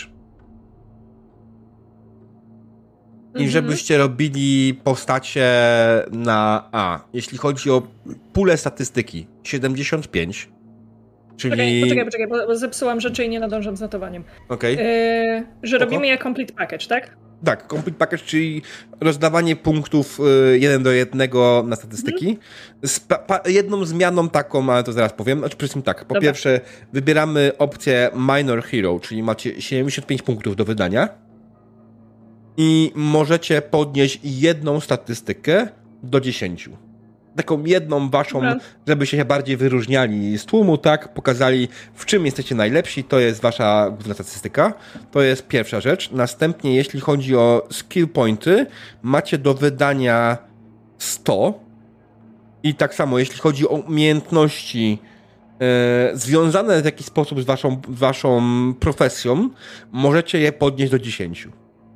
I żebyście robili postacie na A. Jeśli chodzi o pulę statystyki, siedemdziesiąt pięć. Czyli... Poczekaj, poczekaj, poczekaj, bo zepsułam rzeczy i nie nadążam z notowaniem. Okej. Okay. Yy, że Spoko. Robimy je Complete Package, tak? Tak, Complete Package, czyli rozdawanie punktów y, jeden do jednego na statystyki. Mm. Z pa, pa, jedną zmianą taką, ale to zaraz powiem. Znaczy, przede wszystkim tak. Po Dobra. pierwsze, wybieramy opcję Minor Hero, czyli macie siedemdziesiąt pięć punktów do wydania. I możecie podnieść jedną statystykę do dziesięciu. Taką jedną waszą, Dobra. żeby się bardziej wyróżniali z tłumu, tak? Pokazali, w czym jesteście najlepsi, to jest wasza główna statystyka. To jest pierwsza rzecz. Następnie, jeśli chodzi o skill pointy, macie do wydania sto. I tak samo, jeśli chodzi o umiejętności e, związane w jakiś sposób z waszą, waszą profesją, możecie je podnieść do dziesięciu.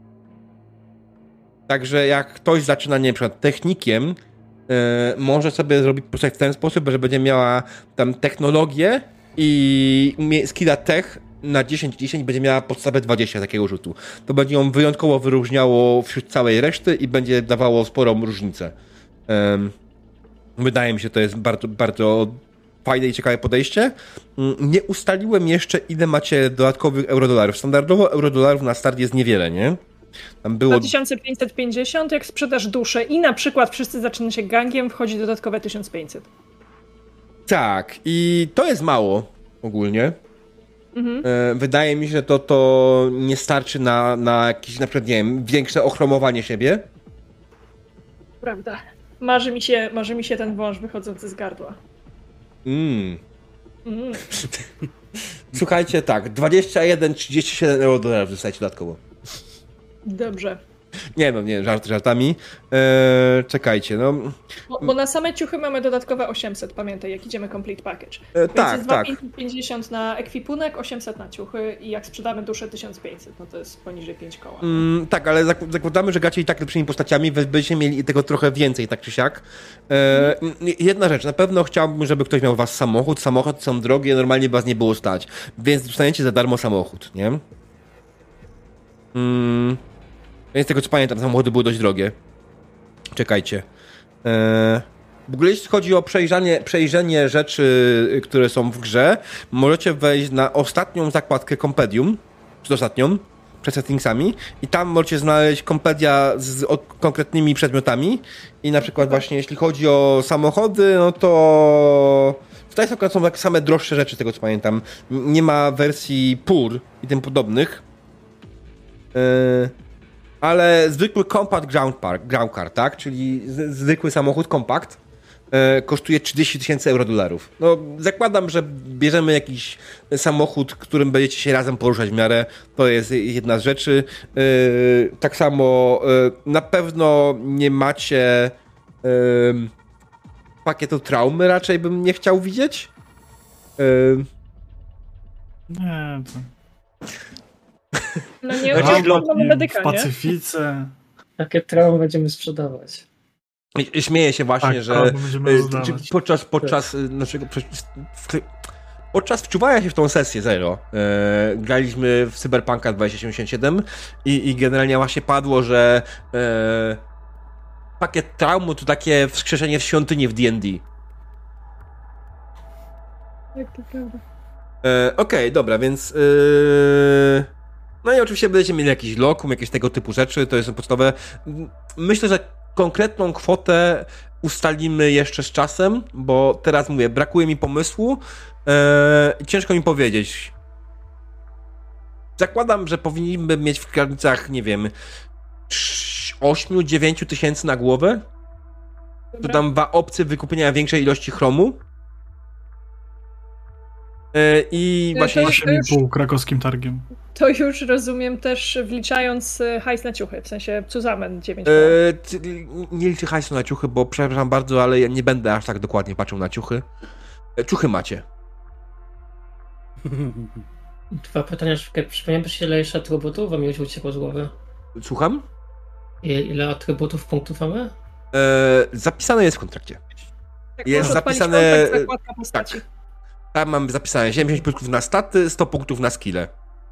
Także jak ktoś zaczyna, nie wiem, przykład technikiem, yy, może sobie zrobić postać w ten sposób, że będzie miała tam technologię i skilla tech na dziesięć dziesięć będzie miała podstawę dwadzieścia takiego rzutu. To będzie ją wyjątkowo wyróżniało wśród całej reszty i będzie dawało sporą różnicę. Yy, wydaje mi się, to jest bardzo, bardzo fajne i ciekawe podejście. Yy, nie ustaliłem jeszcze, ile macie dodatkowych eurodolarów. Standardowo eurodolarów na start jest niewiele, nie? Tam było... dwa tysiące pięćset pięćdziesiąt, jak sprzedasz duszę i na przykład wszyscy zaczynają się gangiem, wchodzi dodatkowe tysiąc pięćset. Tak, i to jest mało ogólnie. Mhm. Wydaje mi się, że to, to nie starczy na, na jakieś, na przykład, nie wiem, większe ochromowanie siebie. Prawda. Marzy mi się, marzy mi się ten wąż wychodzący z gardła. Mm. Mm. Słuchajcie, tak, dwadzieścia jeden trzydzieści siedem euro dolarów dostajecie dodatkowo. Dobrze. Nie no, nie, żart żartami. Eee, czekajcie, no. Bo, bo na same ciuchy mamy dodatkowe osiemset, pamiętaj, jak idziemy Complete Package. Eee, tak, jest tak. pięćset pięćdziesiąt na ekwipunek, osiemset na ciuchy i jak sprzedamy duszę tysiąc pięćset, no to jest poniżej pięć koła. Mm, tak, ale zakładamy, że gracie i tak lepszymi postaciami, wy będziecie mieli tego trochę więcej, tak czy siak. Eee, mm. Jedna rzecz, na pewno chciałbym, żeby ktoś miał was samochód. Samochody są drogie, normalnie was nie było stać, więc dostaniecie za darmo samochód, nie? Mm. Ja z tego co pamiętam, samochody były dość drogie. Czekajcie. Eee, w ogóle jeśli chodzi o przejrzenie, przejrzenie rzeczy, które są w grze, możecie wejść na ostatnią zakładkę Compendium, przedostatnią, przed settingsami i tam możecie znaleźć kompedia z o, konkretnymi przedmiotami i na przykład właśnie jeśli chodzi o samochody, no to tutaj są, są takie same droższe rzeczy, z tego co pamiętam. Nie ma wersji pur i tym podobnych. Eee, ale zwykły Compact Ground, Park, ground Car, tak? Czyli z, zwykły samochód Compact e, kosztuje trzydzieści tysięcy euro dolarów. No, zakładam, że bierzemy jakiś samochód, którym będziecie się razem poruszać w miarę. To jest jedna z rzeczy. E, tak samo e, na pewno nie macie e, pakietu traumy, raczej bym nie chciał widzieć. E, nie, to... No nie, mamy medyka, w Pacyfice. Takie traumy będziemy sprzedawać. Śmieję się właśnie, tak, że podczas, podczas naszego podczas wczuwania się w tą sesję Zero e, graliśmy w Cyberpunka dwa tysiące siedemdziesiąt siedem i, i generalnie właśnie padło, że e, pakiet traumu to takie wskrzeszenie w świątyni w D and D. Tak, to prawda. E, Okej, okay, dobra, więc... Yy... No i oczywiście będziecie mieli jakiś lokum, jakieś tego typu rzeczy, to jest podstawowe. Myślę, że konkretną kwotę ustalimy jeszcze z czasem, bo teraz mówię, brakuje mi pomysłu i yy, ciężko mi powiedzieć. Zakładam, że powinniśmy mieć w granicach, nie wiem, osiem dziewięć tysięcy na głowę. To dam dwa opcje wykupienia większej ilości chromu. Yy, I To właśnie... osiem i pół krakowskim targiem. To już rozumiem też wliczając hajs na ciuchy, w sensie Cuzamen dziewięć. Yy, nie liczę hajsu na ciuchy, bo przepraszam bardzo, ale ja nie będę aż tak dokładnie patrzył na ciuchy. Ciuchy macie. Dwa pytania szybkie. Przypomniałbyś, ile jeszcze atrybutów wam już uciekło z głowy? Słucham? I ile atrybutów punktów mamy? Yy, zapisane jest w kontrakcie. Tak, jest zapisane... Kontakt, zakładka postaci. Tak. Tam mam zapisane siedemdziesiąt punktów na staty, sto punktów na skille.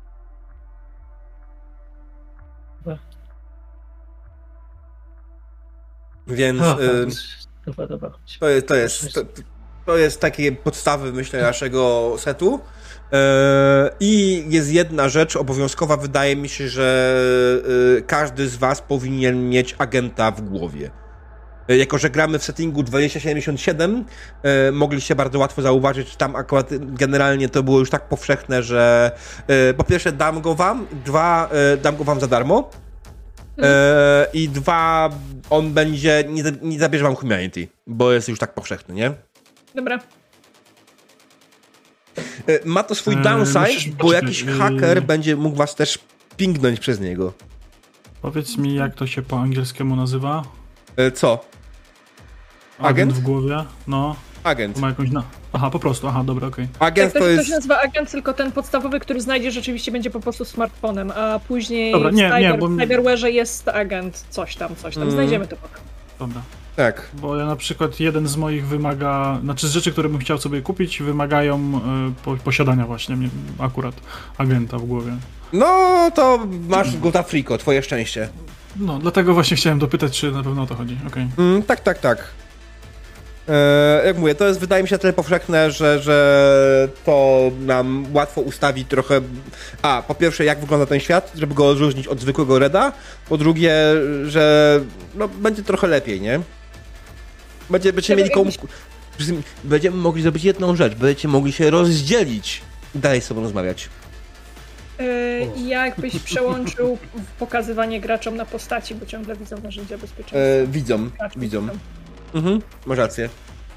Więc O, y, dobra, dobra. to jest, to jest, to, to jest takie podstawy, myślę, naszego setu. Yy, I jest jedna rzecz obowiązkowa, wydaje mi się, że yy, każdy z was powinien mieć agenta w głowie. Yy, jako, że gramy w settingu dwadzieścia siedemdziesiąt siedem, yy, mogliście bardzo łatwo zauważyć, że tam akurat generalnie to było już tak powszechne, że yy, po pierwsze dam go wam, dwa, yy, dam go wam za darmo. Eee, I dwa, on będzie, nie, nie zabierze wam community, bo jest już tak powszechny, nie? Dobra. Eee, ma to swój downside, eee, bo jakiś eee, haker będzie mógł was też pingnąć przez niego. Powiedz mi, jak to się po angielskiemu nazywa? Eee, co? Agent? Agent w głowie? No. Agent. To ma jakąś na... Aha, po prostu, aha, dobra, okej. Okay. Agent tak, to, to jest... To się nazywa agent, tylko ten podstawowy, który znajdziesz, rzeczywiście będzie po prostu smartfonem, a później dobra, nie, w, cyber, nie, bo... w Cyberware'ze jest agent coś tam, coś tam. Mm. Znajdziemy to potem. Dobra. Tak. Bo ja na przykład jeden z moich wymaga, znaczy z rzeczy, które bym chciał sobie kupić, wymagają y, po, posiadania właśnie akurat agenta w głowie. No, to masz Gota Frico, twoje szczęście. No, dlatego właśnie chciałem dopytać, czy na pewno o to chodzi. Okay. Mm, tak, tak, tak. Eee, jak mówię, to jest, wydaje mi się, na tyle powszechne, że, że to nam łatwo ustawi trochę... A, po pierwsze, jak wygląda ten świat, żeby go odróżnić od zwykłego Reda. Po drugie, że no, będzie trochę lepiej, nie? Będzie, będziecie mieli komu... Będziemy mogli zrobić jedną rzecz. Będziecie mogli się rozdzielić i dalej z sobą rozmawiać. Yy, jakbyś przełączył pokazywanie graczom na postaci, bo ciągle widzą narzędzia bezpieczeństwa. Eee, widzą, widzą. Mhm, masz rację.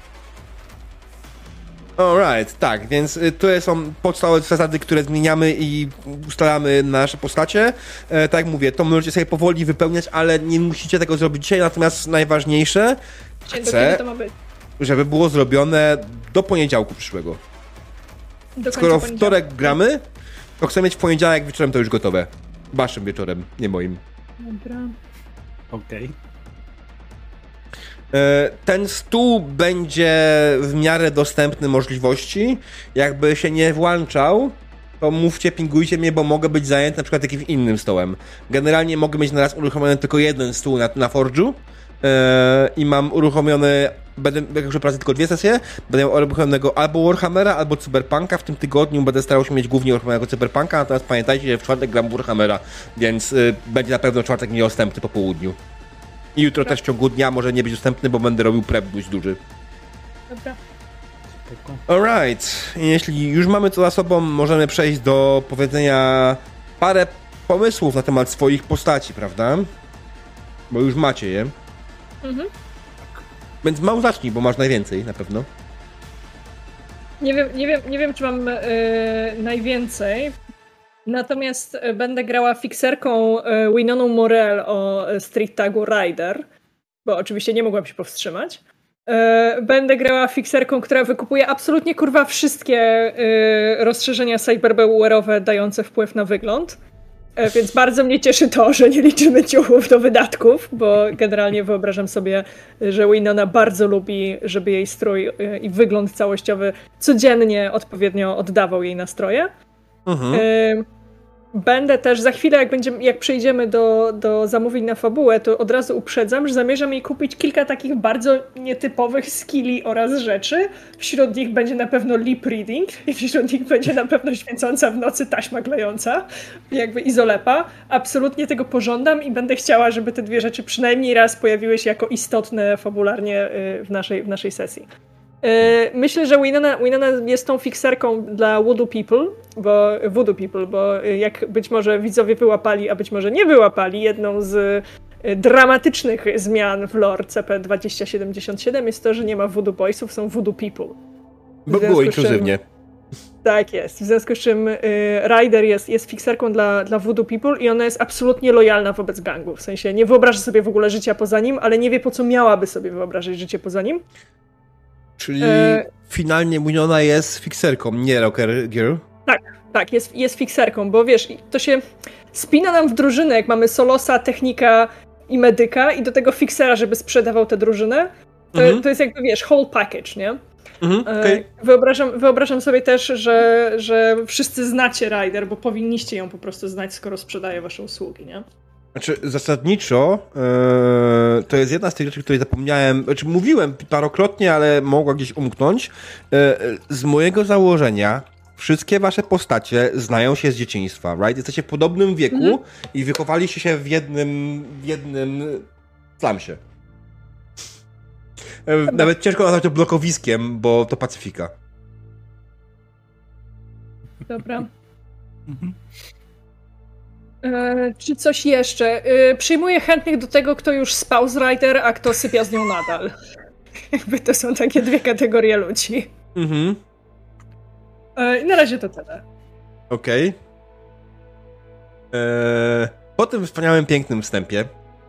Alright, tak, więc y, to są podstawowe zasady, które zmieniamy i ustalamy nasze postacie. E, tak jak mówię, to możecie sobie powoli wypełniać, ale nie musicie tego zrobić dzisiaj, natomiast najważniejsze, Dzień chcę, to ma być. żeby było zrobione do poniedziałku przyszłego. Do Skoro w wtorek gramy, to chcę mieć w poniedziałek wieczorem to już gotowe. Waszym wieczorem, nie moim. Dobra. Okej. Okay. Ten stół będzie w miarę dostępny możliwości. Jakby się nie włączał, to mówcie, pingujcie mnie, bo mogę być zajęty na przykład jakimś innym stołem. Generalnie mogę mieć na raz uruchomiony tylko jeden stół na, na Forge'u yy, i mam uruchomiony, będę, jak już pracę tylko dwie sesje, będę miał uruchomionego albo Warhammera, albo Cyberpunka. W tym tygodniu będę starał się mieć głównie uruchomionego Cyberpunka, natomiast pamiętajcie, że w czwartek gram Warhammera, więc yy, będzie na pewno czwartek niedostępny po południu. I jutro też w ciągu dnia może nie być dostępny, bo będę robił prep dość duży. Dobra. Alright. Jeśli już mamy to za sobą, możemy przejść do powiedzenia parę pomysłów na temat swoich postaci, prawda? Bo już macie je. Mhm. Więc Mał zacznij, bo masz najwięcej na pewno. Nie wiem, nie wiem, nie wiem czy mam yy, najwięcej. Natomiast będę grała fikserką Winoną Morel o street tagu Rider, bo oczywiście nie mogłam się powstrzymać. Będę grała fikserką, która wykupuje absolutnie kurwa wszystkie rozszerzenia cyberware'owe dające wpływ na wygląd. Więc bardzo mnie cieszy to, że nie liczymy ciuchów do wydatków, bo generalnie wyobrażam sobie, że Winona bardzo lubi, żeby jej strój i wygląd całościowy codziennie odpowiednio oddawał jej nastroje. Mhm. Będę też, za chwilę jak, będziemy, jak przejdziemy do, do zamówień na fabułę, to od razu uprzedzam, że zamierzam jej kupić kilka takich bardzo nietypowych skilli oraz rzeczy. Wśród nich będzie na pewno lip reading i wśród nich będzie na pewno świecąca w nocy taśma klejąca, jakby izolepa. Absolutnie tego pożądam i będę chciała, żeby te dwie rzeczy przynajmniej raz pojawiły się jako istotne fabularnie w naszej, w naszej sesji. Myślę, że Winona, Winona jest tą fikserką dla Voodoo People, bo Voodoo People, bo jak być może widzowie wyłapali, a być może nie wyłapali, jedną z dramatycznych zmian w lore C P dwadzieścia siedemdziesiąt siedem jest to, że nie ma Voodoo Boysów, są Voodoo People. Bo było inkluzywnie. Tak jest, w związku z czym y, Ryder jest, jest fikserką dla, dla Voodoo People i ona jest absolutnie lojalna wobec gangu, w sensie nie wyobraża sobie w ogóle życia poza nim, ale nie wie po co miałaby sobie wyobrażać życie poza nim. Czyli e... finalnie Winona jest fikserką, nie rocker girl? Tak, tak, jest, jest fikserką, bo wiesz, to się spina nam w drużynę, jak mamy Solosa, Technika i Medyka i do tego fiksera, żeby sprzedawał tę drużynę, to, mhm. to jest jakby, wiesz, whole package, nie? Mhm, okay. Wyobrażam, wyobrażam sobie też, że, że wszyscy znacie Ryder, bo powinniście ją po prostu znać, skoro sprzedaje wasze usługi, nie? Znaczy, zasadniczo yy, to jest jedna z tych rzeczy, której zapomniałem, znaczy mówiłem parokrotnie, ale mogła gdzieś umknąć. Yy, z mojego założenia wszystkie wasze postacie znają się z dzieciństwa, right? Jesteście w podobnym wieku mhm. i wychowaliście się w jednym, w jednym slamsie. Yy, nawet ciężko nazwać to blokowiskiem, bo to Pacyfika. Dobra. Mhm. E, czy coś jeszcze? E, przyjmuję chętnych do tego, kto już spał z Ryder, a kto sypia z nią nadal. Jakby to są takie dwie kategorie ludzi. Mhm. E, I na razie to tyle. Okej. Okay. Po tym wspaniałym, pięknym wstępie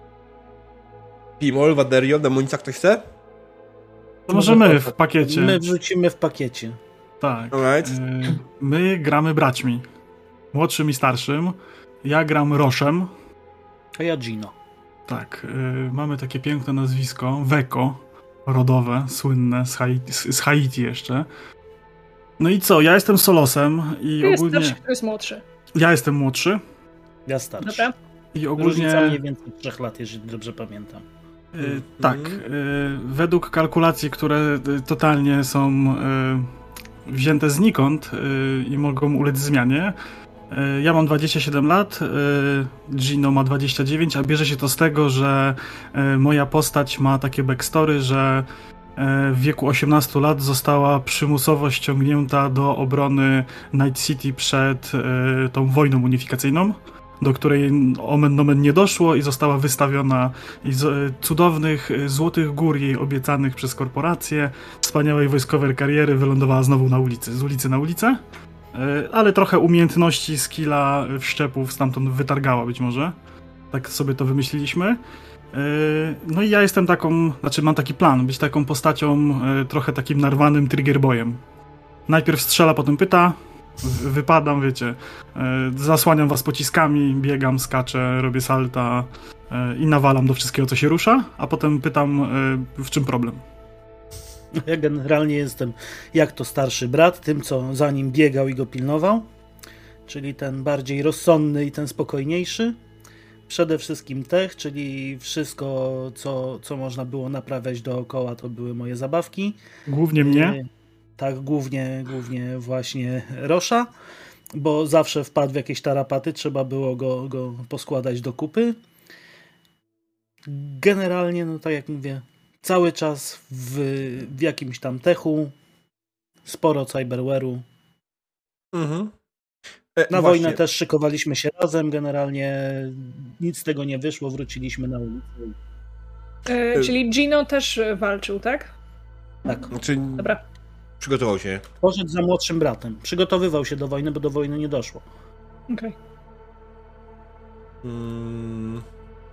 Pimol, Waderio, Demonica, ktoś chce? To może my w pakiecie. My wrzucimy w pakiecie. Tak. Alright. E, my gramy braćmi. Młodszym i starszym. Ja gram Roszem. A ja Gino. Tak. Y, mamy takie piękne nazwisko. Weko. Rodowe, słynne, z Haiti, z Haiti jeszcze. No i co? Ja jestem Solosem i Ty ogólnie... jest starszy, kto jest młodszy? Ja jestem młodszy. Ja starszy. Dobra. I ogólnie... Różnica mniej więcej trzech lat, jeżeli dobrze pamiętam. Y, mm. Tak. Y, według kalkulacji, które totalnie są y, wzięte znikąd y, i mogą ulec zmianie, ja mam dwadzieścia siedem lat, Gino ma dwadzieścia dziewięć, a bierze się to z tego, że moja postać ma takie backstory, że w wieku osiemnastu lat została przymusowo ściągnięta do obrony Night City przed tą wojną unifikacyjną, do której omen nomen nie doszło i została wystawiona z cudownych złotych gór jej obiecanych przez korporację, wspaniałej wojskowej kariery wylądowała znowu na ulicy, z ulicy na ulicę. Ale trochę umiejętności, skilla, wszczepów stamtąd wytargała być może. Tak sobie to wymyśliliśmy. No i ja jestem taką, znaczy mam taki plan, być taką postacią trochę takim narwanym triggerboyem. Najpierw strzela, potem pyta, wypadam, wiecie, zasłaniam was pociskami, biegam, skaczę, robię salta i nawalam do wszystkiego, co się rusza, a potem pytam, w czym problem. Ja generalnie jestem jak to starszy brat, tym co za nim biegał i go pilnował, czyli ten bardziej rozsądny i ten spokojniejszy. Przede wszystkim tech, czyli wszystko co, co można było naprawiać dookoła, to były moje zabawki. Głównie mnie? Tak, głównie, głównie właśnie Rosza, bo zawsze wpadł w jakieś tarapaty, trzeba było go, go poskładać do kupy. Generalnie, no tak jak mówię, cały czas w, w jakimś tam techu, sporo cyberware'u. Mhm. E, na właśnie. Wojnę też szykowaliśmy się razem, generalnie nic z tego nie wyszło, wróciliśmy na ulicę. E, czyli Gino też walczył, tak? Tak. Znaczy, dobra. Przygotował się. Poszedł za młodszym bratem. Przygotowywał się do wojny, bo do wojny nie doszło. Okej. Okay. Hmm.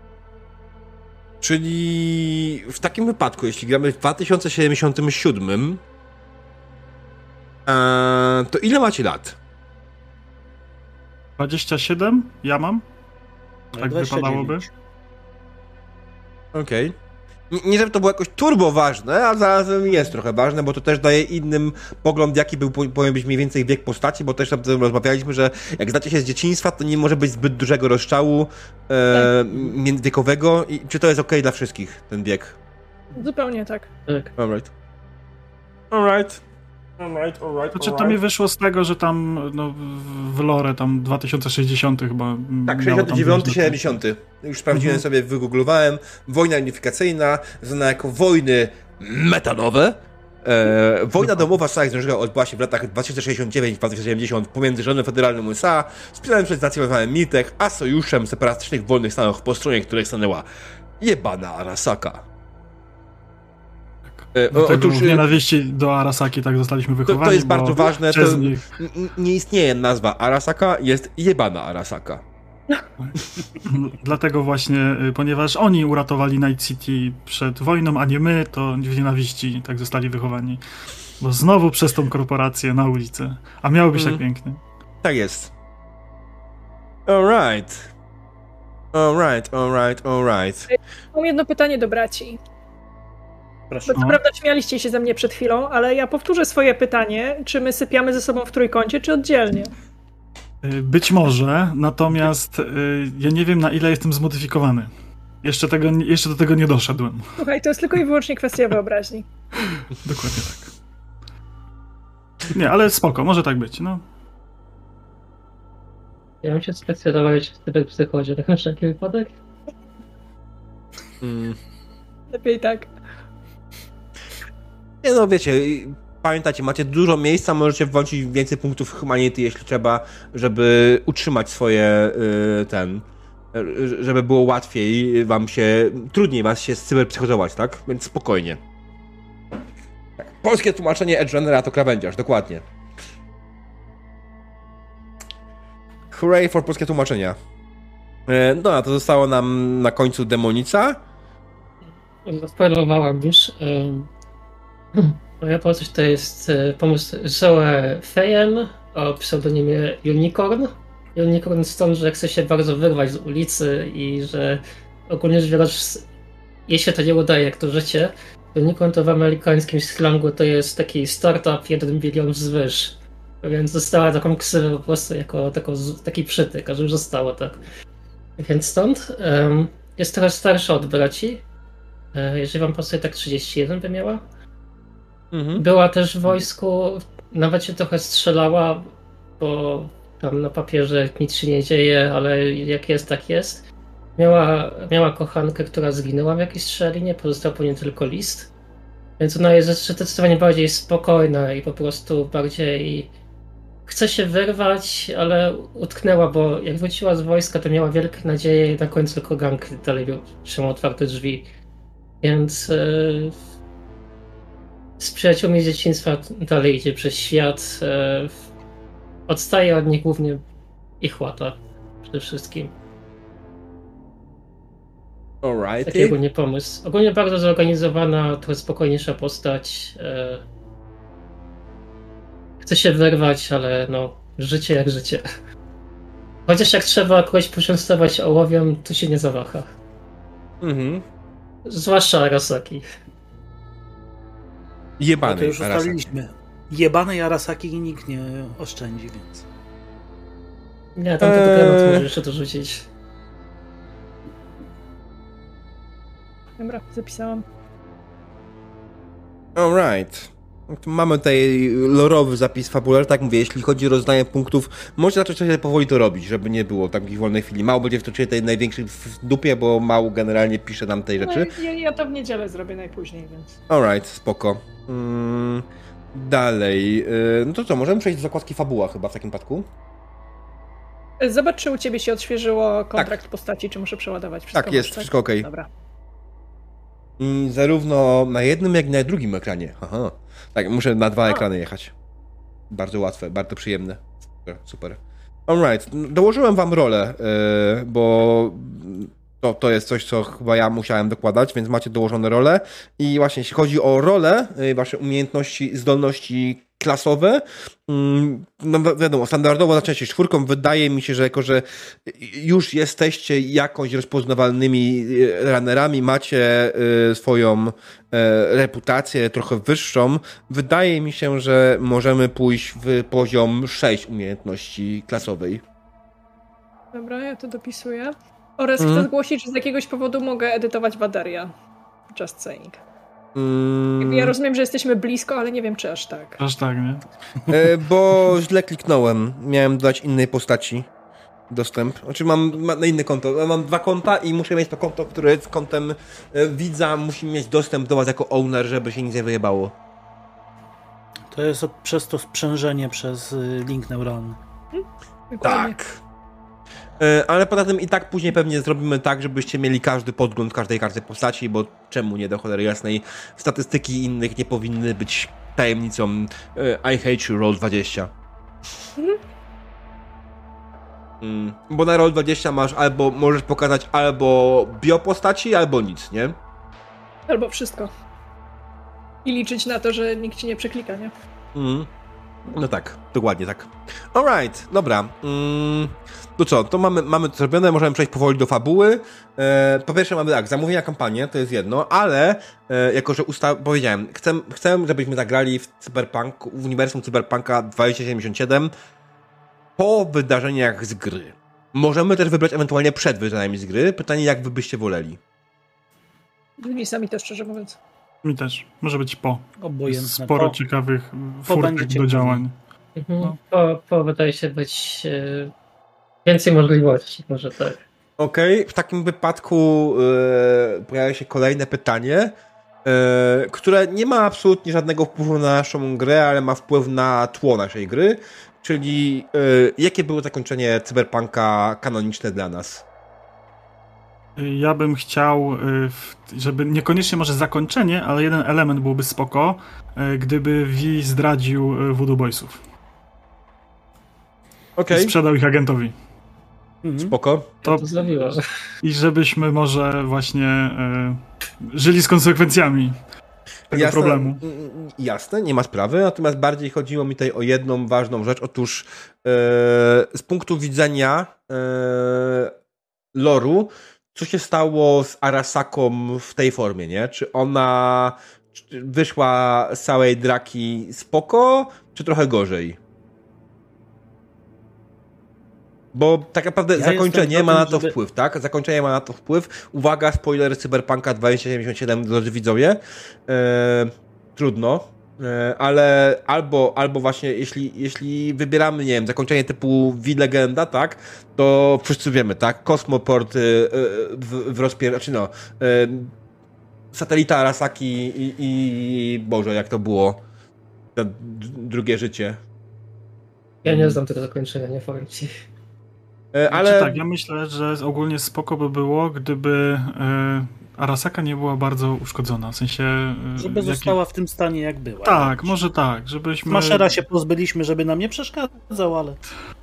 Czyli w takim wypadku, jeśli gramy w dwa tysiące siedemdziesiątym siódmym, e, to ile macie lat? dwadzieścia siedem? Ja mam? Tak dwadzieścia dziewięć. wypadałoby. Okej. Okay. Nie, żeby to było jakoś turbo ważne, a zarazem jest trochę ważne, bo to też daje innym pogląd, jaki był, powinien być mniej więcej wiek postaci, bo też tam rozmawialiśmy, że jak znacie się z dzieciństwa, to nie może być zbyt dużego rozstrzału e, międzywiekowego. I czy to jest okej dla wszystkich, ten wiek? Zupełnie tak. Tak. Alright. Alright. Alright, alright, Znaczy to mi wyszło z tego, że tam no, w lore tam dwa tysiące sześćdziesiąty chyba. Tak, sześćdziesiąty dziewiąty siedemdziesiąty. Już sprawdziłem mhm. sobie, wygooglowałem. Wojna unifikacyjna, znana jako wojny metanowe. E, wojna domowa Stanów Zjednoczonych odbyła się w latach dwa tysiące sześćdziesiąt dziewięć do dwa tysiące siedemdziesiąt pomiędzy rządem federalnym U S A, wspieranym przez nacjonalny Mitek, a sojuszem separatystycznych wolnych Stanów, po stronie której stanęła jebana Arasaka. E, otóż w nienawiści do Arasaki tak zostaliśmy wychowani. To, to jest bardzo ważne. To nich... nie istnieje nazwa Arasaka, jest jebana Arasaka. Dlatego właśnie, ponieważ oni uratowali Night City przed wojną, a nie my, to w nienawiści tak zostali wychowani. Bo znowu przez tą korporację na ulicę. A miało być mm. tak pięknie. Tak jest. Alright. Alright, alright, alright. Mam jedno pytanie do braci. Proszę. Bo co prawda śmialiście się ze mnie przed chwilą, ale ja powtórzę swoje pytanie. Czy my sypiamy ze sobą w trójkącie, czy oddzielnie? Być może, natomiast ja nie wiem, na ile jestem zmodyfikowany. Jeszcze, tego, jeszcze do tego nie doszedłem. Słuchaj, to jest tylko i wyłącznie kwestia wyobraźni. Dokładnie tak. Nie, ale spoko, może tak być, no. Ja bym się specjalizować w cyberpsychozie, tak na wszelki wypadek. Mm. Lepiej tak. Nie no, wiecie, pamiętajcie, macie dużo miejsca, możecie włączyć więcej punktów humanity, jeśli trzeba, żeby utrzymać swoje, yy, ten, yy, żeby było łatwiej wam się, trudniej was się cyberpsychozować, tak? Więc spokojnie. Polskie tłumaczenie Edgerunnera to krawędziarz, dokładnie. Hooray for polskie tłumaczenia. Yy, no, to zostało nam na końcu Demonica. Zaspoilowałam już. Moja postać to jest pomysł Zoe Feyen o pseudonimie Unicorn. Unicorn stąd, że chce się bardzo wyrwać z ulicy i że ogólnie rzecz biorąc, jej się to nie udaje jak to życie. Unicorn to w amerykańskim slangu to jest taki startup jeden bilion wzwyż. Więc została taką ksywę po prostu jako taką, taki przytyk, a że już zostało tak. Więc stąd um, jest trochę starsza od braci. Jeżeli wam postać tak trzydzieści jeden by miała. Mhm. Była też w wojsku, nawet się trochę strzelała, bo tam na papierze nic się nie dzieje, ale jak jest, tak jest. Miała, miała kochankę, która zginęła w jakiejś strzelinie, pozostał po niej tylko list. Więc ona jest zdecydowanie bardziej spokojna i po prostu bardziej chce się wyrwać, ale utknęła, bo jak wróciła z wojska, to miała wielkie nadzieje i na końcu tylko gang dalej trzymał otwarte drzwi. Więc yy, z przyjaciółmi z dzieciństwa dalej idzie przez świat. Yy, odstaje od nich głównie ich łata przede wszystkim. Alright. Taki ogólnie pomysł. Ogólnie bardzo zorganizowana, trochę spokojniejsza postać. Yy, chce się wyrwać, ale no, życie jak życie. Chociaż jak trzeba kogoś poczęstować ołowiem, to się nie zawaha. Mhm. Zwłaszcza Arasaki. Jebany no to już Arasaki. ustaliliśmy. Jebanej Arasaki nikt nie oszczędzi, więc... Nie, tam to eee... temat może jeszcze dorzucić. Dobra, zapisałam. Alright. Mamy tutaj lorowy zapis fabularny, tak mówię, jeśli chodzi o rozdanie punktów, możecie zacząć sobie powoli to robić, żeby nie było takich wolnej chwili. Mało będzie wtoczył tej największej w dupie, bo mało generalnie pisze nam tej rzeczy. No, ja, ja to w niedzielę zrobię najpóźniej, więc... Alright, spoko. Mm, dalej. Yy, no to co, możemy przejść do zakładki fabuła chyba w takim przypadku? Zobacz, czy u ciebie się odświeżyło kontrakt tak. postaci, czy muszę przeładować wszystko. Tak, jest, tak? wszystko okej. Okay. Dobra. I zarówno na jednym, jak i na drugim ekranie. Aha. Tak, muszę na dwa ekrany jechać. Bardzo łatwe, bardzo przyjemne. Super, super. Alright, dołożyłem wam rolę, yy, bo to, to jest coś, co chyba ja musiałem dokładać, więc macie dołożone role. I właśnie jeśli chodzi o rolę, yy, wasze umiejętności, zdolności klasowe. No wiadomo, standardowo zaczynacie czwórką. Wydaje mi się, że jako, że już jesteście jakoś rozpoznawalnymi runnerami, macie swoją reputację trochę wyższą, wydaje mi się, że możemy pójść w poziom sześć umiejętności klasowej. Dobra, ja to dopisuję. Oraz mm. chcę zgłosić, że z jakiegoś powodu mogę edytować Waderia. Just saying. Mm. Ja rozumiem, że jesteśmy blisko, ale nie wiem, czy aż tak. Aż tak, nie? E, bo źle kliknąłem. Miałem dodać innej postaci dostęp. Znaczy mam, mam na inne konto. Mam dwa konta i muszę mieć to konto, które jest kontem widza. Musi mieć dostęp do was jako owner, żeby się nic nie wyjebało. To jest od, przez to sprzężenie przez link neuralny. Hmm? Tak. Ale poza tym i tak później pewnie zrobimy tak, żebyście mieli każdy podgląd każdej karty postaci, bo czemu nie, do cholery jasnej. Statystyki innych nie powinny być tajemnicą I hate you roll dwadzieścia. Mhm. Mm, bo na roll dwadzieścia masz albo, możesz pokazać albo biopostaci, albo nic, nie? Albo wszystko. I liczyć na to, że nikt ci nie przeklika, nie? Mm. No tak, dokładnie tak. Alright, dobra. Mm, to co, to mamy, mamy to zrobione, możemy przejść powoli do fabuły. E, po pierwsze mamy tak, zamówienia kampanię, to jest jedno, ale e, jako, że usta- powiedziałem, chcę, chcę, żebyśmy zagrali w Cyberpunk, w uniwersum Cyberpunka dwa tysiące siedemdziesiąt siedem po wydarzeniach z gry. Możemy też wybrać ewentualnie przed wydarzeniami z gry. Pytanie, jak wy byście woleli? Mi sami też, szczerze mówiąc. Mi też. Może być po. Obojętne. Sporo po, ciekawych furtek do działań. Mhm. No. Po, po wydaje się być e, więcej możliwości, może tak. Okej, okay. W takim wypadku e, pojawia się kolejne pytanie, e, które nie ma absolutnie żadnego wpływu na naszą grę, ale ma wpływ na tło naszej gry, czyli e, jakie było zakończenie Cyberpunka kanoniczne dla nas? Ja bym chciał, żeby niekoniecznie może zakończenie, ale jeden element byłby spoko, gdyby V zdradził Voodoo Boysów. Okay. I sprzedał ich agentowi. Mhm. Spoko. To, to zrobiło. I żebyśmy może właśnie e, żyli z konsekwencjami tego jasne, problemu. Jasne, nie ma sprawy, natomiast bardziej chodziło mi tutaj o jedną ważną rzecz. Otóż e, z punktu widzenia e, loru, co się stało z Arasaką w tej formie, nie? Czy ona wyszła z całej draki spoko, czy trochę gorzej? Bo tak naprawdę ja zakończenie ma na to żeby... wpływ, tak? Zakończenie ma na to wpływ. Uwaga, spoiler Cyberpunka dwa tysiące siedemdziesiąt siedem, drodzy widzowie. Eee, trudno. Eee, ale albo, albo właśnie jeśli, jeśli wybieramy, nie wiem, zakończenie typu V-Legenda, tak? To wszyscy wiemy, tak? Kosmoport yy, w, w rozpier... Znaczy no... Yy, satelita Arasaki i, i... Boże, jak to było? To d- drugie życie. Ja nie znam tego zakończenia, nie powiem ci. Ale... Znaczy tak, ja myślę, że ogólnie spoko by było, gdyby e, Arasaka nie była bardzo uszkodzona, w sensie... E, żeby jaki... została w tym stanie, jak była. Tak, może tak, żebyśmy... Maszera się pozbyliśmy, żeby nam nie przeszkadzał, ale...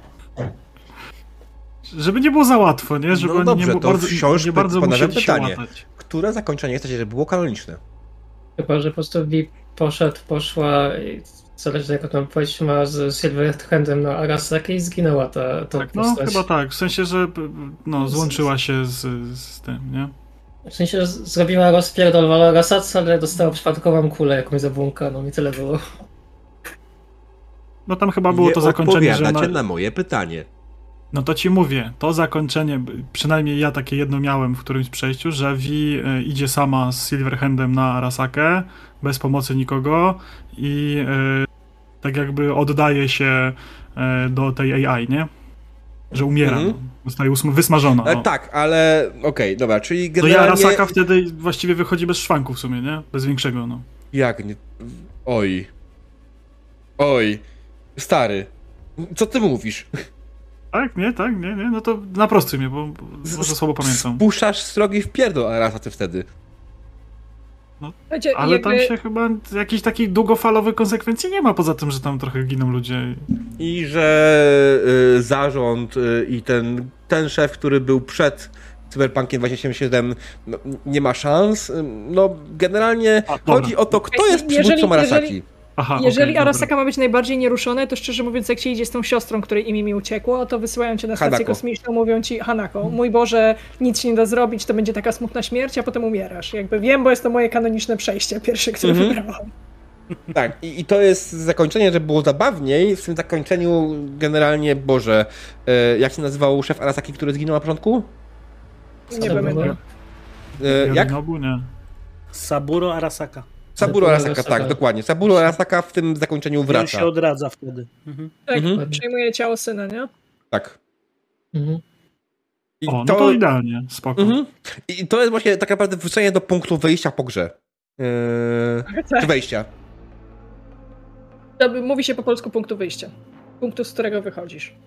Żeby nie było za łatwo, nie? Żeby no dobrze, nie, to bardzo, wciąż nie bardzo musieli pytanie. się łatać. Które zakończenie chcecie, żeby było kanoniczne? Chyba, że po prostu V poszedł, poszła... Zależy jak to mam powiedzieć, ma z Silverhandem na Arasakę i zginęła ta, ta tak, postać. No chyba tak, w sensie, że no, złączyła się z, z tym, nie? W sensie, że zrobiła rozpierdol w Arasace, ale dostała przypadkową kulę jakąś zabłąkaną i tyle było. No tam chyba było nie to zakończenie, że... Na... na moje pytanie. No to ci mówię, to zakończenie, przynajmniej ja takie jedno miałem w którymś przejściu, że V idzie sama z Silverhandem na Arasakę, bez pomocy nikogo i e, tak jakby oddaje się e, do tej A I, nie? Że umiera, mm-hmm. zostaje usm- wysmażona. E, tak, ale okej, okay, dobra, czyli generalnie... To ja Arasaka wtedy właściwie wychodzi bez szwanku w sumie, nie? Bez większego, no. Jak nie... Oj. Oj. Stary. Co ty mówisz? Tak, nie, tak, nie, nie, no to naprostuj mnie, bo może słabo pamiętam. Spuszczasz srogi w pierdol Arasaty wtedy. No, ale jakby... tam się chyba jakiejś takiej długofalowej konsekwencji nie ma, poza tym, że tam trochę giną ludzie. I że y, zarząd y, i ten, ten szef, który był przed Cyberpunkiem dwa tysiące siedemdziesiąt siedem, no, nie ma szans. No generalnie A, chodzi o to, kto jest przywódcą Arasaki. Jeżeli... Aha, Jeżeli okay, Arasaka dobra. ma być najbardziej nieruszone, to szczerze mówiąc, jak się idzie z tą siostrą, której imię mi uciekło, to wysyłają cię na stację Hanako. kosmiczną, mówią ci Hanako, mój Boże, nic się nie da zrobić, to będzie taka smutna śmierć, a potem umierasz. Jakby wiem, bo jest to moje kanoniczne przejście, pierwsze, które Mhm. wybrałam. Tak, i, i to jest zakończenie, że było zabawniej. W tym zakończeniu generalnie, Boże, e, jak się nazywał szef Arasaki, który zginął na początku? Nie Saburo. pamiętam. E, jak? Yorinobu, nie. Saburo Arasaka. Saburo Arasaka, Arasaka. tak, dokładnie. Saburo Arasaka w tym zakończeniu I on wraca. się odradza wtedy. Mhm. Tak, Mhm. przejmuje ciało syna, nie? Tak. Mhm. I O, no to idealnie, spoko. Mhm. I to jest właśnie tak naprawdę wrócenie do punktu wyjścia po grze. Yy, Tak. czy wejścia. To by- mówi się po polsku punktu wyjścia. Punktu, z którego wychodzisz.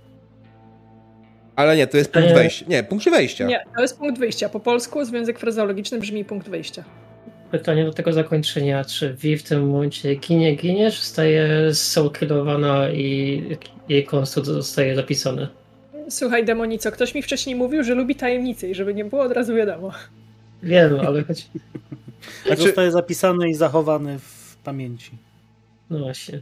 Ale nie, to jest punkt Nie. wejścia. Nie, punkt wejścia. Nie, to jest punkt wyjścia. Po polsku związek frazeologiczny brzmi punkt wyjścia. Pytanie do tego zakończenia, czy Vi w tym momencie ginie, ginie, czy zostaje soulkillowana i jej konstrukt zostaje zapisany? Słuchaj, demonico, ktoś mi wcześniej mówił, że lubi tajemnice i żeby nie było od razu wiadomo. Wiem, ale choć... Znaczy, Zostaje zapisany i zachowany w pamięci. No właśnie.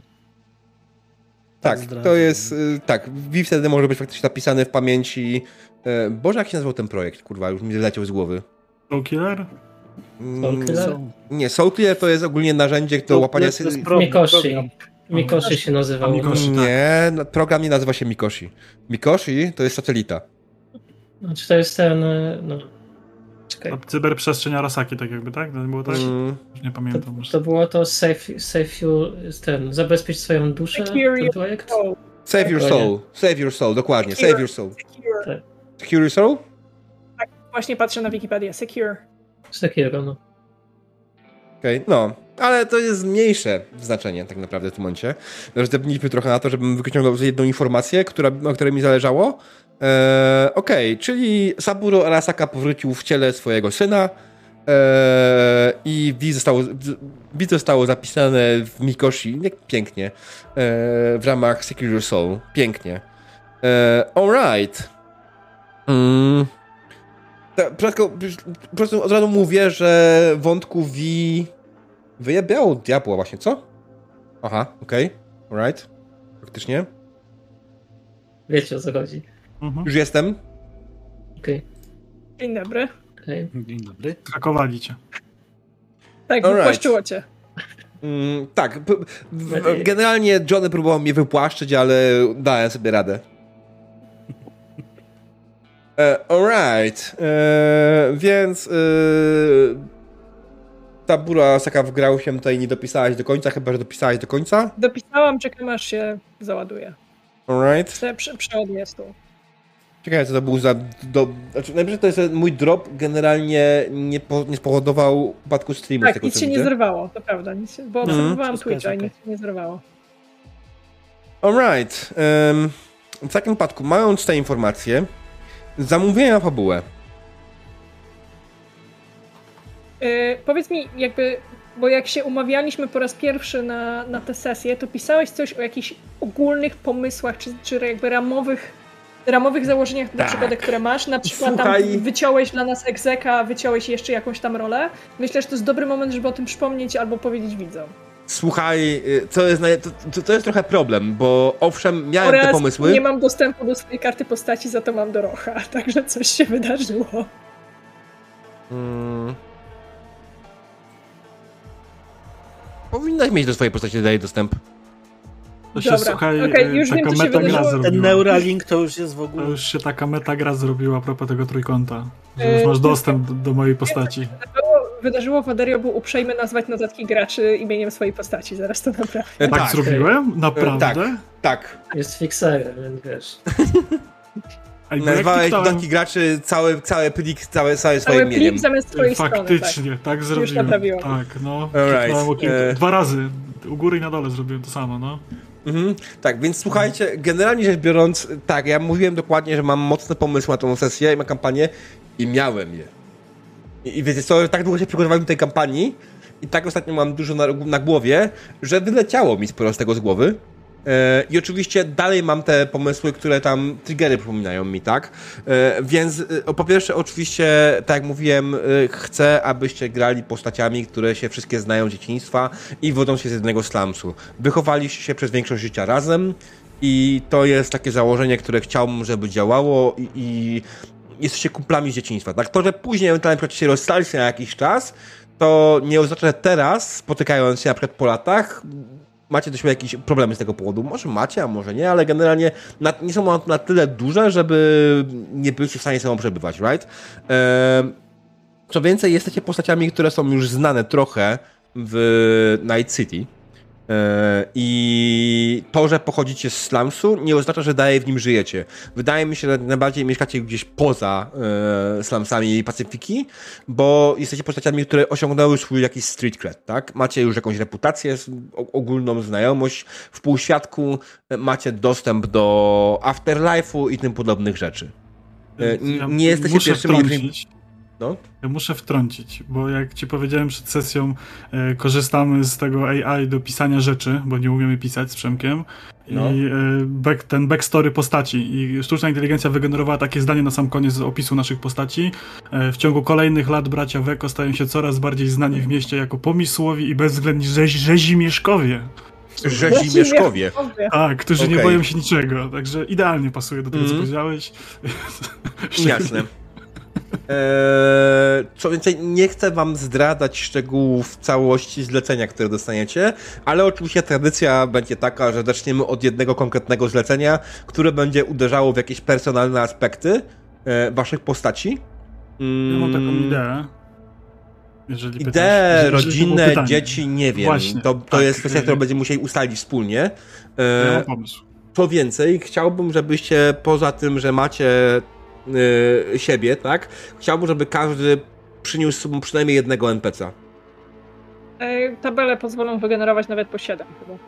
tak, zdradzę. to jest. y, Tak, V wtedy może być faktycznie napisany w pamięci. y, Boże, jak się nazywał ten projekt? Kurwa, już mi wyleciał z głowy. Soul Killer? Mm, Soulkiller? Są- Nie, Soulclear to jest ogólnie narzędzie do To- łapania. to jest sy- pro- Mikoshi. program. Mikoshi się nazywał. Mikoshi. Nie, no, program nie nazywa się Mikoshi. Mikoshi to jest satelita. Znaczy to jest ten... No... Czekaj. A cyberprzestrzeń Arasaki, tak jakby, tak? To było tak? Mm, Już nie pamiętam. To, już. to było to save, save you, ten, zabezpiecz swoją duszę, Secure ten projekt? Oh, save your soul. Save your soul, dokładnie. Save your soul. secure. Secure your soul? Właśnie patrzę na Wikipedię. Secure. Coś takiego, no. Okej, no. Ale to jest mniejsze znaczenie tak naprawdę w tym momencie. Zdebniliśmy trochę na to, żebym wyciągnął jedną informację, która, o której mi zależało. Eee, Okej, okay, czyli Saburo Arasaka powrócił w ciele swojego syna eee, i V zostało, V zostało zapisane w Mikoshi, jak pięknie, eee, w ramach Secure Your Soul. Pięknie. Eee, Alright. Mm. Tak, po prostu- po prostu od razu mówię, że wątku V wyjebiało diabła właśnie, co? Aha, okej, okay. Alright. Faktycznie. Wiecie o co chodzi. Mhm. Już jestem. Okej, Dzień dobry. okej. Dzień dobry. Hakowali cię. Tak, Alright. wypłaszczyło cię. Mm, tak, p- w, generalnie Johnny próbował mnie wypłaszczyć, ale dałem sobie radę. E, alright, e, więc e, Saburo Arasaka wgrał się tutaj, nie dopisałaś do końca, chyba że dopisałaś do końca. Dopisałam, czekam aż się załaduje. Alright. Prze- prze- Przeładuję stół. Ciekawe, co to był za... Do... Znaczy, najpierw to jest że mój drop generalnie nie, po, nie spowodował upadku streamu. z Tak, tego, nic co się nie widzę. zerwało, to prawda. Nic się, bo Mhm. obserwowałam Wszystko jest Twitcha i okej. nic się nie zerwało. Alright. Um, w takim wypadku, mając te informacje, zamówienia na fabułę. Yy, powiedz mi, jakby, bo jak się umawialiśmy po raz pierwszy na, na tę sesję, to pisałeś coś o jakichś ogólnych pomysłach, czy, czy jakby ramowych, ramowych założeniach na Tak. przykład, które masz. Na przykład Słuchaj. tam wyciąłeś dla nas egzeka, wyciąłeś jeszcze jakąś tam rolę. Myślę, że to jest dobry moment, żeby o tym przypomnieć albo powiedzieć widzom. Słuchaj, y, co jest, naj- to, to, to jest trochę problem, bo owszem, miałem te Oraz pomysły. nie mam dostępu do swojej karty postaci, za to mam Dorocha, także coś się wydarzyło. Hmm. Powinnaś mieć do swojej postaci daje dostęp. To się, Dobra, słuchaj, okej, e, już wiem, taka co się metagra wydarzyło. zrobiła. Ten Neuralink to już jest w To ogóle... już się taka metagra zrobiła a propos tego trójkąta. Że E, już masz dostęp do, do mojej postaci. Wydarzyło, wydarzyło Waderio był uprzejmy nazwać notatki graczy imieniem swojej postaci, zaraz to naprawdę. E, Tak, zrobiłem? Naprawdę? tak, tak. Jest fixerem, więc wiesz. Ej, bo jak Nazwałeś kliknąłem- dodatki graczy cały, cały plik, całe, całe swoim Cały imieniem. plik zamiast twojej strony, tak. Faktycznie, tak, zrobiłem. naprawiłam. Tak, no. Alright, Kliknąłem o kilku, e. Dwa razy. U góry i na dole zrobiłem to samo, no. Mhm. Tak, więc słuchajcie, generalnie rzecz biorąc, tak, ja mówiłem dokładnie, że mam mocny pomysł na tą sesję i na kampanię i miałem je. I, i wiecie co, że tak długo się przygotowałem do tej kampanii i tak ostatnio mam dużo na, na głowie, że wyleciało mi sporo z tego z głowy. I oczywiście dalej mam te pomysły, które tam triggery przypominają mi, tak? Więc po pierwsze oczywiście, tak jak mówiłem, chcę, abyście grali postaciami, które się wszystkie znają z dzieciństwa i wodzą się z jednego slumsu. Wychowaliście się przez większość życia razem i to jest takie założenie, które chciałbym, żeby działało i, i jesteście kumplami z dzieciństwa, tak? To, że później ewentualnie się rozstaliście na jakiś czas, to nie oznacza, że teraz, spotykając się na przykład po latach, macie do siebie jakieś problemy z tego powodu. Może macie, a może nie, ale generalnie na, nie są na tyle duże, żeby nie byliście w stanie sobą przebywać, right? Eee, co więcej, jesteście postaciami, które są już znane trochę w Night City. I to, że pochodzicie z slumsu, nie oznacza, że dalej w nim żyjecie. Wydaje mi się, że najbardziej mieszkacie gdzieś poza e, slumsami Pacyfiki, bo jesteście postaciami, które osiągnęły swój jakiś street cred, tak? Macie już jakąś reputację, ogólną znajomość w półświadku, macie dostęp do afterlife'u i tym podobnych rzeczy. E, ja nie jesteście pierwszymi... No? Ja muszę wtrącić, bo jak ci powiedziałem przed sesją, e, korzystamy z tego A I do pisania rzeczy, bo nie umiemy pisać z Przemkiem. No. I e, back, ten backstory postaci. I sztuczna inteligencja wygenerowała takie zdanie na sam koniec opisu naszych postaci. E, w ciągu kolejnych lat bracia Weko stają się coraz bardziej znani w mieście jako pomysłowi i bezwzględni rzezi, rzezimieszkowie. Rzezimieszkowie. Tak, którzy okay. nie boją się niczego. Także idealnie pasuje do tego, mm. co powiedziałeś. Jasne. Eee, co więcej, nie chcę wam zdradzać szczegółów całości zlecenia, które dostaniecie, ale oczywiście tradycja będzie taka, że zaczniemy od jednego konkretnego zlecenia, które będzie uderzało w jakieś personalne aspekty e, waszych postaci. Mm, ja mam taką ideę. Jeżeli Ideę, pytasz, rodzinę, dzieci, nie wiem. Właśnie, to to tak, jest kwestia, którą będziemy musieli ustalić wspólnie. E, ja mam pomysł. Co więcej, chciałbym, żebyście poza tym, że macie Yy, siebie, tak? Chciałbym, żeby każdy przyniósł z sobą przynajmniej jednego en pe ce a. Yy, tabele pozwolą wygenerować nawet po siedem chyba.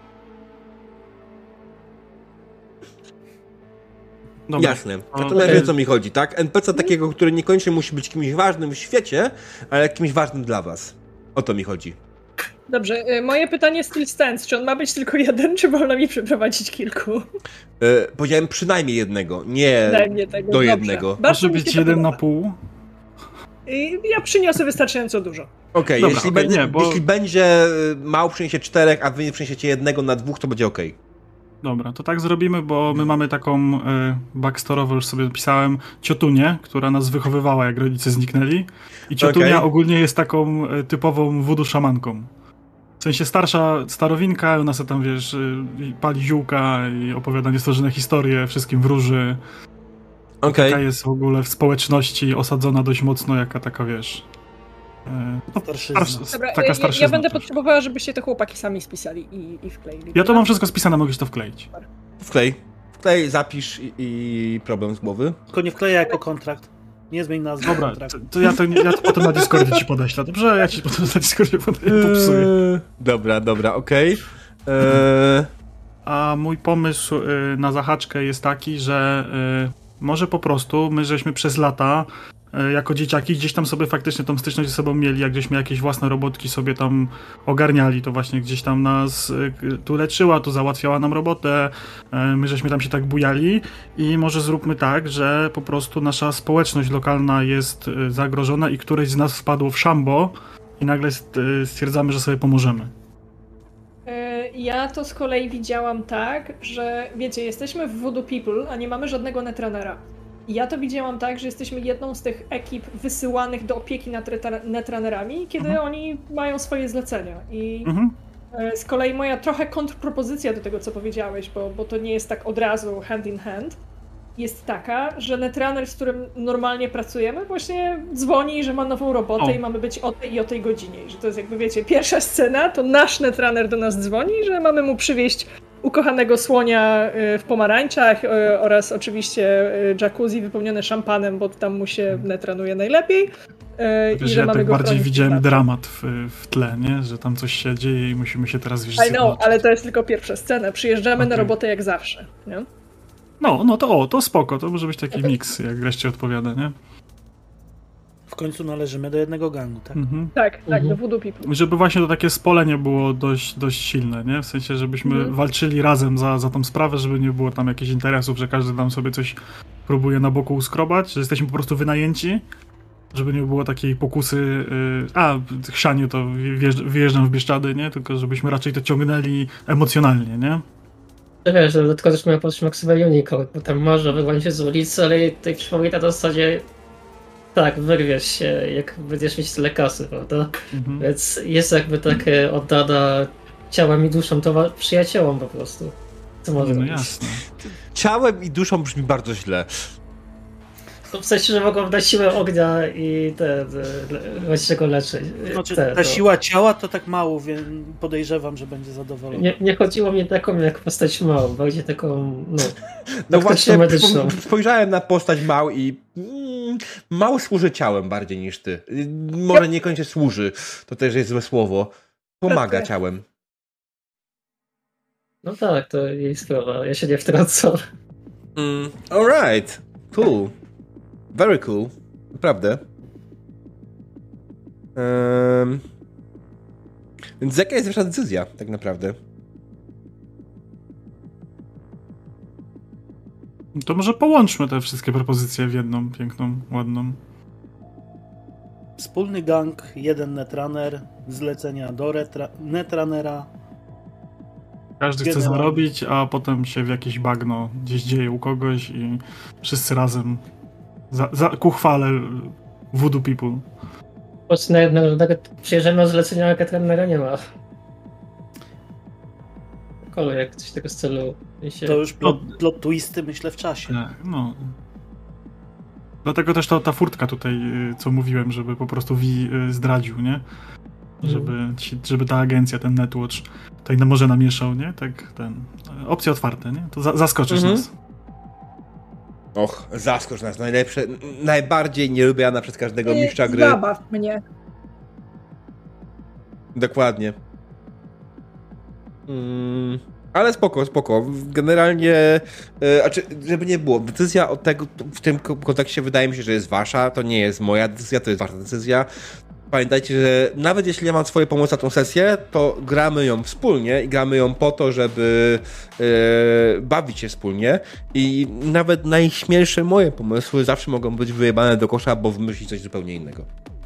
Dobra. Jasne. Natomiast okay. Wie, co mi chodzi, tak? en pe ce a takiego, który niekoniecznie musi być kimś ważnym w świecie, ale kimś ważnym dla was. O to mi chodzi. Dobrze, yy, moje pytanie still stands. Czy on ma być tylko jeden, czy można mi przeprowadzić kilku? Yy, powiedziałem przynajmniej jednego, nie tego. do Dobrze. jednego. Może być jeden podoba. na pół? Yy, ja przyniosę wystarczająco dużo. Okej, okay, jeśli, okay, będzie, bo... jeśli będzie mało przyniesie czterech, a wy przyniesiecie jednego na dwóch, to będzie okej. Okay. Dobra, to tak zrobimy, bo my mamy taką y, backstorową, już sobie pisałem, ciotunię, która nas wychowywała, jak rodzice zniknęli. I ciotunia okay. ogólnie jest taką y, typową voodoo szamanką. W sensie starsza starowinka, ona sobie tam, wiesz, y, pali ziółka i opowiada niestworzone historie, wszystkim wróży. Okay. Taka jest w ogóle w społeczności osadzona dość mocno, jaka taka, wiesz... No, starszy, Dobra, taka ja, ja będę potrzebowała, żebyście te chłopaki sami spisali i, i wkleili. Ja to mam wszystko spisane, mogę to wkleić. Wklej. Wklej, zapisz i, i problem z głowy. Tylko nie wkleję jako kontrakt. Nie zmień nazwy. Dobra, to, to, ja to ja to potem na Discordzie ci podeślę. Dobrze? Ja ci potem na Discordzie podeślę, popsuję. Eee, dobra, dobra, okej. Okay. Eee. A mój pomysł y, na zahaczkę jest taki, że y, może po prostu my żeśmy przez lata jako dzieciaki gdzieś tam sobie faktycznie tą styczność ze sobą mieli, jak gdzieśmy jakieś własne robotki sobie tam ogarniali, to właśnie gdzieś tam nas tu leczyła, tu załatwiała nam robotę, my żeśmy tam się tak bujali i może zróbmy tak, że po prostu nasza społeczność lokalna jest zagrożona i któreś z nas wpadło w szambo i nagle stwierdzamy, że sobie pomożemy. Ja to z kolei widziałam tak, że wiecie, jesteśmy w Voodoo People, a nie mamy żadnego netrunnera. Ja to widziałam tak, że jesteśmy jedną z tych ekip wysyłanych do opieki nad netrunnerami, kiedy mhm. oni mają swoje zlecenia. I mhm. z kolei moja trochę kontrpropozycja do tego, co powiedziałeś, bo, bo to nie jest tak od razu hand in hand, jest taka, że netrunner, z którym normalnie pracujemy, właśnie dzwoni, że ma nową robotę o. i mamy być o tej i o tej godzinie. I że to jest jakby, wiecie, pierwsza scena, to nasz netrunner do nas dzwoni, że mamy mu przywieźć ukochanego słonia w pomarańczach oraz oczywiście jacuzzi wypełnione szampanem, bo tam mu się netranuje najlepiej. Wiesz, I że ja mamy tak go bardziej widziałem dramat w, w tle, nie? Że tam coś się dzieje i musimy się teraz wiesz, I know, ale to jest tylko pierwsza scena. Przyjeżdżamy okay. na robotę jak zawsze, nie? No, no to o, to spoko, to może być taki okay. miks, jak wreszcie odpowiada, nie? W końcu należymy do jednego gangu, tak? Mhm. Tak, tak, Mhm. do Voodoo People. Żeby właśnie to takie spolenie było dość, dość silne, nie? W sensie, żebyśmy Mhm. walczyli razem za, za tą sprawę, żeby nie było tam jakichś interesów, że każdy tam sobie coś próbuje na boku uskrobać, że jesteśmy po prostu wynajęci, żeby nie było takiej pokusy, yy, a, chrzanie to wjeżdż, wyjeżdżam w Bieszczady, nie? Tylko żebyśmy raczej to ciągnęli emocjonalnie, nie? Wiesz, że dodatkowo też miał patrzeć Maxwell Unicorn, bo tam może wyrwać się z ulicy, ale tej przypomina na zasadzie tak, wyrwiesz się, jak będziesz mieć tyle kasy, prawda? Mhm. Więc jest jakby takie oddana ciałem i duszą towa- przyjaciołom po prostu. Co może No robić? jasne. Ciałem i duszą brzmi bardzo źle. To w sensie, że mogą dać siłę ognia i te, właściwie go leczyć. Znaczy, Te, ta to- siła ciała to tak mało, więc podejrzewam, że będzie zadowolony. Nie, nie chodziło mi taką jak postać małą, bardziej taką, no, No właśnie, medyczną. spo- spojrzałem na postać Mał i mm, Mał służy ciałem bardziej niż ty. Y, Może niekoniecznie służy, to też jest złe słowo. Pomaga Pracuję. ciałem. No tak, to jej sprawa, ja się nie wtrącam. Mm, alright, cool. Very cool. Naprawdę. Um, więc jaka jest wasza decyzja, tak naprawdę? To może połączmy te wszystkie propozycje w jedną piękną, ładną. Wspólny gang, jeden netrunner, zlecenia do retra- netrunnera. Każdy chce Generalnie. zarobić, a potem się w jakieś bagno gdzieś dzieje u kogoś i wszyscy razem za, za, ku chwale Voodoo People. Po prostu na jedno, nawet przyjeżdżamy o zlecenia, ale trenera nie ma. Cokolwiek, coś tego stylu. Się... To już plot, plot twisty, myślę, w czasie. Tak, no. Dlatego też to, ta furtka tutaj, y, co mówiłem, żeby po prostu Wi y, zdradził, nie? Żeby, ci, żeby ta agencja, ten Netwatch tutaj na może namieszał, nie? Tak, ten... Opcje otwarte, nie? To za, zaskoczysz Mhm. nas. Och, zaskocz nas. Najlepsze, n- najbardziej nielubiana przez każdego mistrza gry. Zabaw mnie. Dokładnie. Mm, ale spoko, spoko. Generalnie, e, a czy, żeby nie było, decyzja od tego, w tym ko- kontekście wydaje mi się, że jest wasza, to nie jest moja decyzja, to jest wasza decyzja. Pamiętajcie, że nawet jeśli ja mam swoje pomysły na tą sesję, to gramy ją wspólnie i gramy ją po to, żeby e, bawić się wspólnie i nawet najśmielsze moje pomysły zawsze mogą być wyjebane do kosza, bo wymyślić coś zupełnie innego.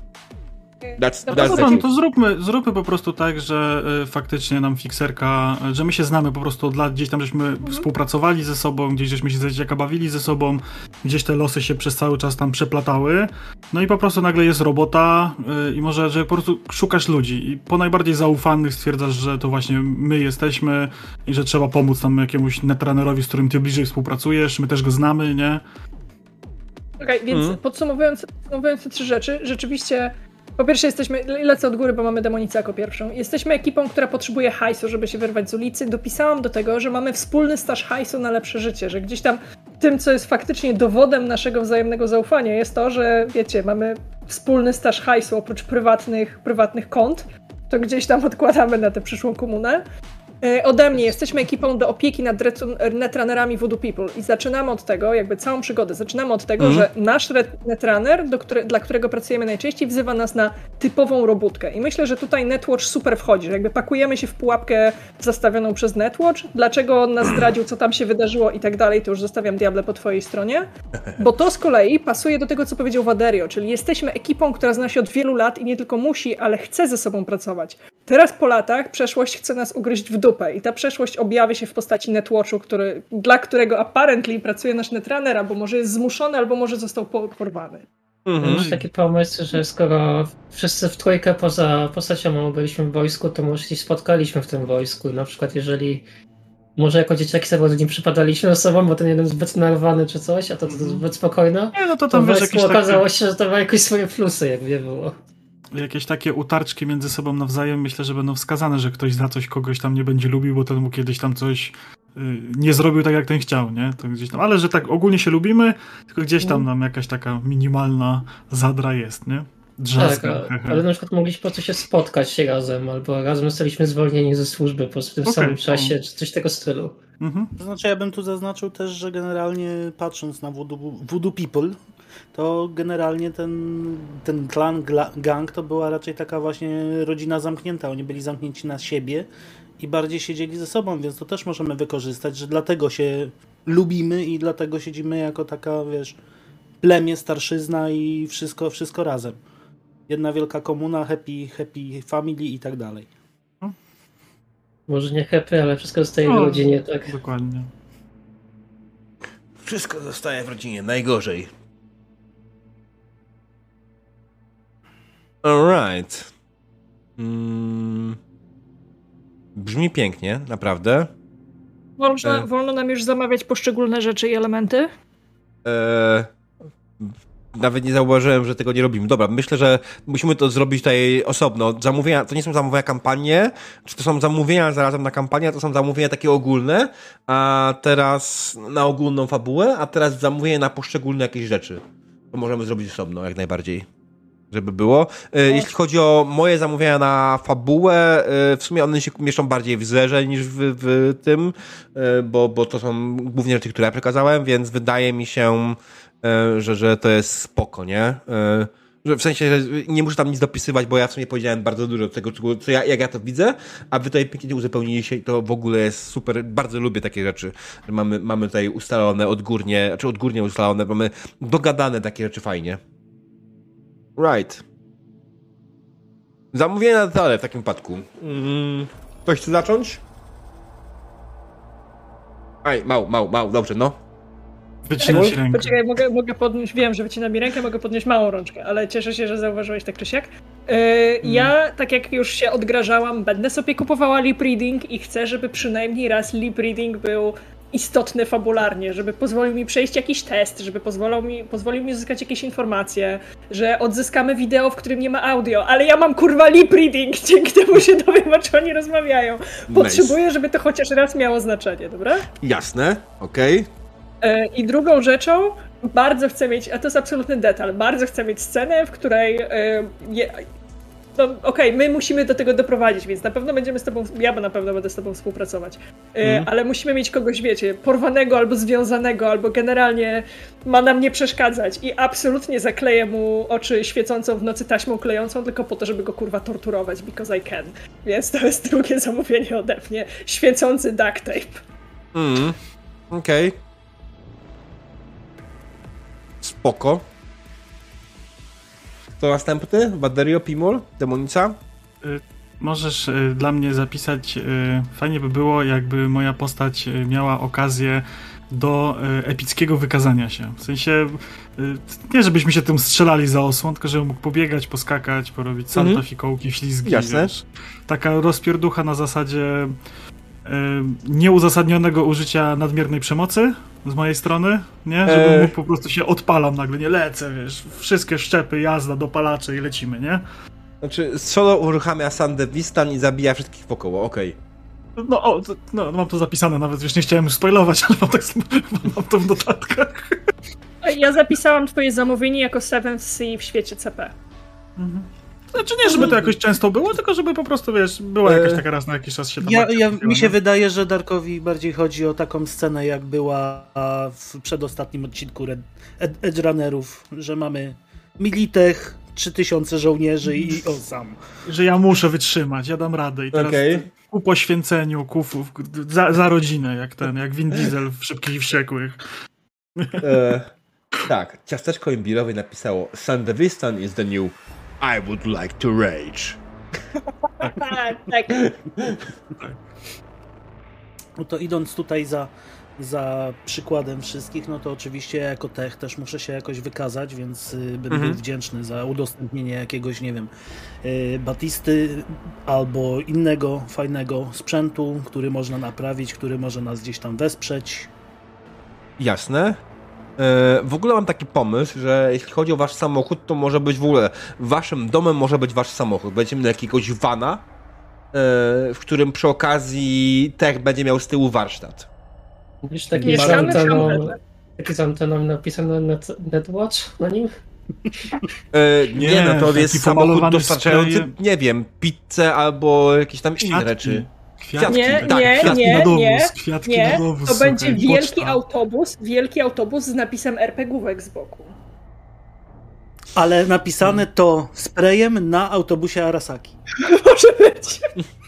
That's, No that's No the to, truth. to zróbmy, zróbmy po prostu tak, że y, faktycznie nam fikserka, y, że my się znamy po prostu od lat, gdzieś tam żeśmy Mhm. współpracowali ze sobą, gdzieś żeśmy się zadziaka bawili ze sobą, gdzieś te losy się przez cały czas tam przeplatały, no i po prostu nagle jest robota y, i może, że po prostu szukasz ludzi i po najbardziej zaufanych stwierdzasz, że to właśnie my jesteśmy i że trzeba pomóc tam jakiemuś netrunnerowi, z którym ty bliżej współpracujesz, my też go znamy, nie? Okej, więc Mhm. podsumowując, podsumowując te trzy rzeczy, rzeczywiście po pierwsze jesteśmy, lecę od góry, bo mamy demonicę jako pierwszą. Jesteśmy ekipą, która potrzebuje hajsu, żeby się wyrwać z ulicy. Dopisałam do tego, że mamy wspólny staż hajsu na lepsze życie, że gdzieś tam tym, co jest faktycznie dowodem naszego wzajemnego zaufania, jest to, że wiecie, mamy wspólny staż hajsu oprócz prywatnych, prywatnych kont, to gdzieś tam odkładamy na tę przyszłą komunę. E, Ode mnie jesteśmy ekipą do opieki nad retru- netrunnerami Voodoo People i zaczynamy od tego, jakby całą przygodę, zaczynamy od tego, Mhm. że nasz ret- netrunner, do które, dla którego pracujemy najczęściej, wzywa nas na typową robótkę i myślę, że tutaj Netwatch super wchodzi, że jakby pakujemy się w pułapkę zastawioną przez Netwatch, dlaczego on nas zdradził, co tam się wydarzyło i tak dalej, to już zostawiam diable po twojej stronie, bo to z kolei pasuje do tego, co powiedział Waderio, czyli jesteśmy ekipą, która zna się od wielu lat i nie tylko musi, ale chce ze sobą pracować. Teraz po latach przeszłość chce nas ugryźć w dupę i ta przeszłość objawia się w postaci Netwatchu, który, dla którego apparently pracuje nasz netrunner, albo może jest zmuszony, albo może został po- porwany. Mhm. Masz taki pomysł, że skoro wszyscy w trójkę poza postacią byliśmy w wojsku, to może się spotkaliśmy w tym wojsku. Na przykład jeżeli może jako dzieciaki sobie od nim przypadaliśmy ze sobą, bo ten jeden zbyt nerwowany czy coś, a to, to zbyt spokojno, Nie, no to to tam w wiesz, wojsku jakieś okazało takie, się, że to ma jakieś swoje plusy, jakby nie było. jakieś takie utarczki między sobą nawzajem, myślę, że będą wskazane, że ktoś za coś kogoś tam nie będzie lubił, bo ten mu kiedyś tam coś y, nie zrobił tak, jak ten chciał, nie? To gdzieś tam, ale że tak ogólnie się lubimy, tylko gdzieś tam nam jakaś taka minimalna zadra jest, nie? Drzaska. Tak, a, ale na przykład mogliśmy po prostu się spotkać razem, albo razem zostaliśmy zwolnieni ze służby po w tym Okej, samym czasie, no. czy coś tego stylu. Mhm. To znaczy, ja bym tu zaznaczył też, że generalnie patrząc na Voodoo, voodoo People, to generalnie ten, ten klan, gang to była raczej taka właśnie rodzina zamknięta. Oni byli zamknięci na siebie i bardziej siedzieli ze sobą, więc to też możemy wykorzystać, że dlatego się lubimy i dlatego siedzimy jako taka, wiesz, plemię, starszyzna i wszystko, wszystko razem. Jedna wielka komuna, happy, happy family i tak dalej. Może nie happy, ale wszystko zostaje w rodzinie, tak? Dokładnie. Wszystko zostaje w rodzinie, najgorzej. Alright. Mm. Brzmi pięknie, naprawdę. Wolno, e... wolno nam już zamawiać poszczególne rzeczy i elementy? E... Nawet nie zauważyłem, że tego nie robimy. Dobra, myślę, że musimy to zrobić tutaj osobno. Zamówienia, to nie są zamówienia kampanie, czy to są zamówienia zarazem na kampanię, to są zamówienia takie ogólne, a teraz na ogólną fabułę, a teraz zamówienie na poszczególne jakieś rzeczy. To możemy zrobić osobno, jak najbardziej. Żeby było. Jeśli chodzi o moje zamówienia na fabułę, w sumie one się mieszczą bardziej w zerze niż w, w tym, bo, bo to są głównie rzeczy, które ja przekazałem, więc wydaje mi się, że, że to jest spoko, nie? Że w sensie, że nie muszę tam nic dopisywać, bo ja w sumie powiedziałem bardzo dużo tego, co ja, jak ja to widzę, a wy tutaj pięknie uzupełniliście i to w ogóle jest super. Bardzo lubię takie rzeczy, że mamy, mamy tutaj ustalone odgórnie, znaczy odgórnie ustalone, mamy dogadane takie rzeczy fajnie. Right. Zamówienie na detale w takim wypadku. Mm, ktoś chce zacząć? Aj, mał, mał, mał, dobrze, no. Wycinać rękę. Poczekaj, mogę, mogę podnieść, wiem, że wycinam mi rękę, mogę podnieść małą rączkę, ale cieszę się, że zauważyłeś tak czy siak. Yy, hmm. Ja, tak jak już się odgrażałam, będę sobie kupowała lip reading i chcę, żeby przynajmniej raz lip reading był istotny fabularnie, żeby pozwolił mi przejść jakiś test, żeby pozwolił mi, pozwolił mi uzyskać jakieś informacje, że odzyskamy wideo, w którym nie ma audio, ale ja mam kurwa lip reading, dzięki temu się dowiem, o czym oni rozmawiają. Potrzebuję, nice. Żeby to chociaż raz miało znaczenie, dobra? Jasne, okej. Okay. I drugą rzeczą, bardzo chcę mieć, a to jest absolutny detal, bardzo chcę mieć scenę, w której je, no okej, okay, my musimy do tego doprowadzić, więc na pewno będziemy z tobą, ja na pewno będę z tobą współpracować, mm. ale musimy mieć kogoś, wiecie, porwanego albo związanego, albo generalnie ma nam nie przeszkadzać i absolutnie zakleję mu oczy świecącą w nocy taśmą klejącą tylko po to, żeby go kurwa torturować, because I can. Więc to jest drugie zamówienie ode mnie, świecący duct tape. Mm. Okej. Okay. Spoko. To następny? Baderio, Pimol, Demonica? Y, możesz y, dla mnie zapisać, y, fajnie by było, jakby moja postać y, miała okazję do y, epickiego wykazania się. W sensie, y, nie żebyśmy się tym strzelali za osłon, tylko żeby mógł pobiegać, poskakać, porobić salta, mm-hmm. fikołki, ślizgi. Jasne. Wiesz. Taka rozpierducha na zasadzie y, nieuzasadnionego użycia nadmiernej przemocy z mojej strony, nie? Żebym eee. mógł po prostu się odpalam nagle, nie lecę, wiesz, wszystkie szczepy, jazda, dopalacze i lecimy, nie? Znaczy, Solo uruchamia Sandevistan i zabija wszystkich wokoło, okej. Okay. No, o, to, no, mam to zapisane nawet, już nie chciałem spoilować, ale mam, tak, mam to w notatkach. Ja zapisałam twoje zamówienie jako Seventh Sea w świecie C P. Mhm. Znaczy nie, żeby to jakoś często było, tylko żeby po prostu, wiesz, była jakaś taka raz na jakiś czas się tam... Ja, ja, mi się wydaje, że Darkowi bardziej chodzi o taką scenę, jak była w przedostatnim odcinku Red, Ed, Edge Runnerów, że mamy Militech, trzy tysiące żołnierzy i o sam. Że ja muszę wytrzymać, ja dam radę i teraz okay. ku poświęceniu, ku, za, za rodzinę, jak ten, jak Vin Diesel w Szybkich i Wściekłych. E, tak, ciasteczko imbirowe napisało Sandevistan is the new I would like to rage. Tak. No to idąc tutaj za, za przykładem wszystkich, no to oczywiście ja jako tech też muszę się jakoś wykazać, więc y, bym mhm. był wdzięczny za udostępnienie jakiegoś, nie wiem, y, batisty albo innego fajnego sprzętu, który można naprawić, który może nas gdzieś tam wesprzeć. Jasne. W ogóle mam taki pomysł, że jeśli chodzi o wasz samochód, to może być w ogóle waszym domem może być wasz samochód. Będziemy mieli jakiegoś vana, w którym przy okazji tech będzie miał z tyłu warsztat. Wiesz, taki z anteną, taki z anteną napisane net, Netwatch na nim? E, nie, nie, no to jest samochód dostarczający, spray... nie wiem, pizzę albo jakieś tam inne rzeczy. Kwiatki, nie, tak, nie, kwiatki nie, na dowóz, nie, kwiatki nie. na dowóz, to będzie okay, wielki poczta. autobus, wielki autobus z napisem er pe gie ówek z boku. Ale napisane to sprayem na autobusie Arasaki. Może być.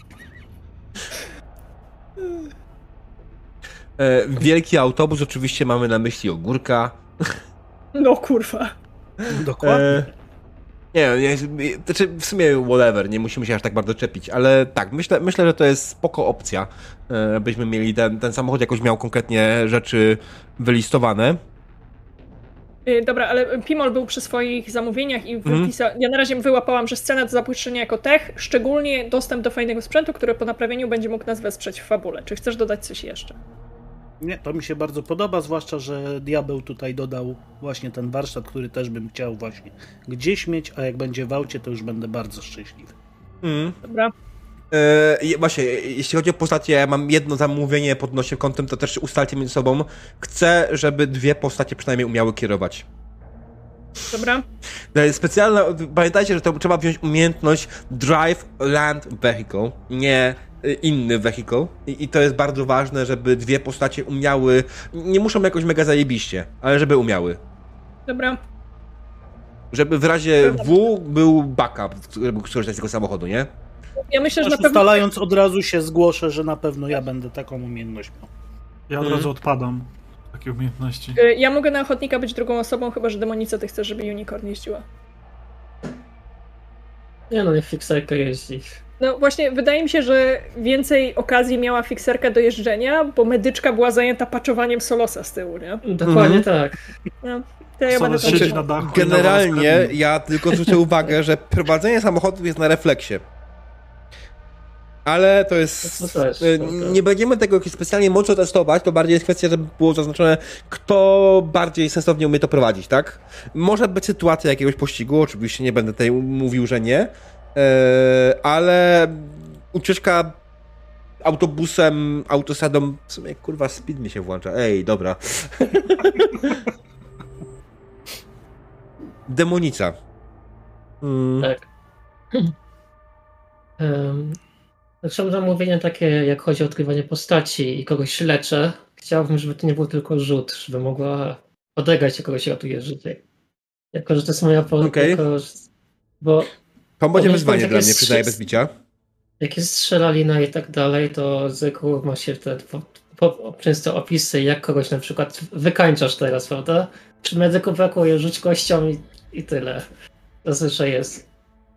E, wielki autobus, oczywiście mamy na myśli ogórka. No kurwa. Dokładnie. E, nie, nie, znaczy w sumie whatever, nie musimy się aż tak bardzo czepić, ale tak, myślę, myślę że to jest spoko opcja, e, byśmy mieli ten, ten samochód jakoś miał konkretnie rzeczy wylistowane. Yy, dobra, ale Pimol był przy swoich zamówieniach i wypisał... Mm. Ja na razie wyłapałam, że scena do zapuszczenia jako tech, szczególnie dostęp do fajnego sprzętu, który po naprawieniu będzie mógł nas wesprzeć w fabule. Czy chcesz dodać coś jeszcze? Nie, to mi się bardzo podoba, zwłaszcza, że Diabeł tutaj dodał właśnie ten warsztat, który też bym chciał właśnie gdzieś mieć, a jak będzie w aucie, to już będę bardzo szczęśliwy. Mm. Dobra. E, właśnie, jeśli chodzi o postacie, ja mam jedno zamówienie pod naszym kątem, to też ustalcie między sobą. Chcę, żeby dwie postacie przynajmniej umiały kierować. Dobra. Specjalna, pamiętajcie, że to trzeba wziąć umiejętność Drive Land Vehicle, nie inny vehicle. I, I to jest bardzo ważne, żeby dwie postacie umiały, nie muszą jakoś mega zajebiście, ale żeby umiały. Dobra. Żeby w razie W był backup, żeby mógł skorzystać z tego samochodu, nie? Ja myślę, że na pewno... pewno... Ustalając od razu się zgłoszę, że na pewno ja będę taką umiejętność miał. Ja od hmm. razu odpadam takie umiejętności. Ja mogę na ochotnika być drugą osobą, chyba że Demonica ty chcesz, żeby Unicorn jeździła. Nie no, niech Fixerka jeździ. No właśnie, wydaje mi się, że więcej okazji miała Fixerka do jeżdżenia, bo medyczka była zajęta paczowaniem Solosa z tyłu, nie? Dokładnie mm. tak. No, to ja Solos będę siedzi na dachu. Generalnie ja tylko zwrócę uwagę, że prowadzenie samochodów jest na refleksie. Ale to jest... To też, to nie będziemy tego jakoś specjalnie mocno testować, to bardziej jest kwestia, żeby było zaznaczone, kto bardziej sensownie umie to prowadzić, tak? Może być sytuacja jakiegoś pościgu, oczywiście nie będę tutaj mówił, że nie, ale ucieczka autobusem, autostradą, w sumie kurwa speed mi się włącza, ej, dobra. Demonica. Mm. Tak. um. Zresztą zamówienia takie, jak chodzi o odkrywanie postaci i kogoś śleczę, chciałbym, żeby to nie był tylko rzut, żeby mogła odegrać, jak kogoś ratuje życie. Jako, że to jest moja... Po... Okay. Jako, bo... To będzie wyzwanie dla mnie, przyznaję bez bicia. Jak jest strzelalina i tak dalej, to z reguły ma się te po, po, często opisy, jak kogoś na przykład wykańczasz teraz, prawda? Przy medyku brakuje, rzuć kością i, i tyle. Zazwyczaj jest.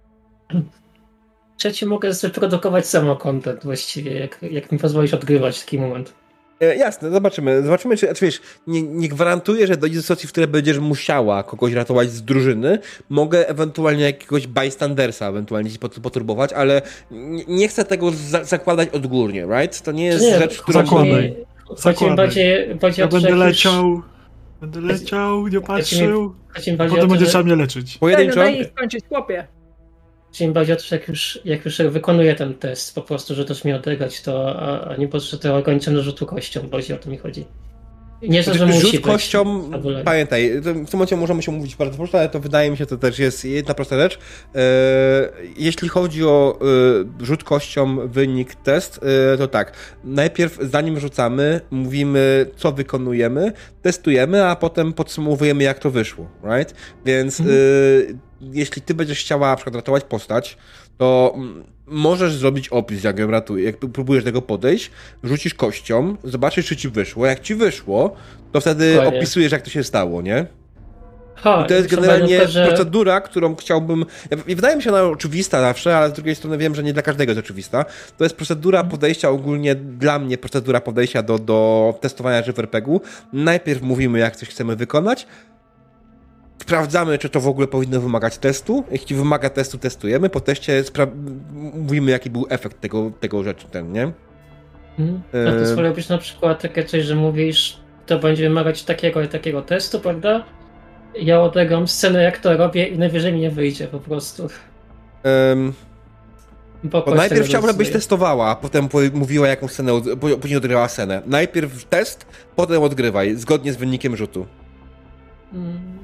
Trzeci mogę wyprodukować samo content właściwie, jak, jak mi pozwolisz odgrywać taki moment. E, jasne, zobaczymy. Zobaczymy, czy, czy wiesz, nie, nie gwarantuję, że dojdzie do sytuacji, w której będziesz musiała kogoś ratować z drużyny. Mogę ewentualnie jakiegoś bystandersa ewentualnie ci poturbować, ale nie, nie chcę tego za zakładać odgórnie, right? To nie jest nie, rzecz, którą... Zakładaj. Chodzi mi bardziej, bardziej ja o to, będę leciał, już... będę leciał, nie patrzył, potem będzie trzeba mnie leczyć. Pojedynczo? Daj jej skończyć, chłopie. Czyli bardziej o to, że jak już, jak już wykonuję ten test, po prostu, że też mi odegrać, to a, a nie po prostu to ograniczone rzutu kością, bardziej o to mi chodzi. Nie, że, że musi rzut kością, pamiętaj, w tym momencie możemy się mówić bardzo prosto, ale to wydaje mi się, to też jest jedna prosta rzecz. Jeśli chodzi o rzut kością, wynik, test, to tak, najpierw zanim rzucamy, mówimy, co wykonujemy, testujemy, a potem podsumowujemy, jak to wyszło, right? Więc mhm. jeśli ty będziesz chciała na przykład ratować postać, to możesz zrobić opis, jak ją ratuje, jak próbujesz do tego podejść, rzucisz kością, zobaczysz, czy ci wyszło. Jak ci wyszło, to wtedy Fajnie. opisujesz, jak to się stało, nie? Ha, I to jest generalnie to, że... procedura, którą chciałbym... Wydaje mi się ona oczywista zawsze, ale z drugiej strony wiem, że nie dla każdego jest oczywista. To jest procedura podejścia ogólnie, dla mnie procedura podejścia do, do testowania J V R P G-u. Najpierw mówimy, jak coś chcemy wykonać, sprawdzamy, czy to w ogóle powinno wymagać testu. Jeśli wymaga testu, testujemy. Po teście mówimy, jaki był efekt tego, tego rzeczy, ten, nie? Hmm. A to sprawdzisz na przykład takie coś, że mówisz, to będzie wymagać takiego i takiego testu, prawda? Ja odegram scenę, jak to robię i najwyżej mi nie wyjdzie po prostu. Um, bo bo najpierw chciałbym, żebyś testowała, a potem mówiła, jaką scenę, później odgrywała scenę. Najpierw test, potem odgrywaj, zgodnie z wynikiem rzutu. Hmm.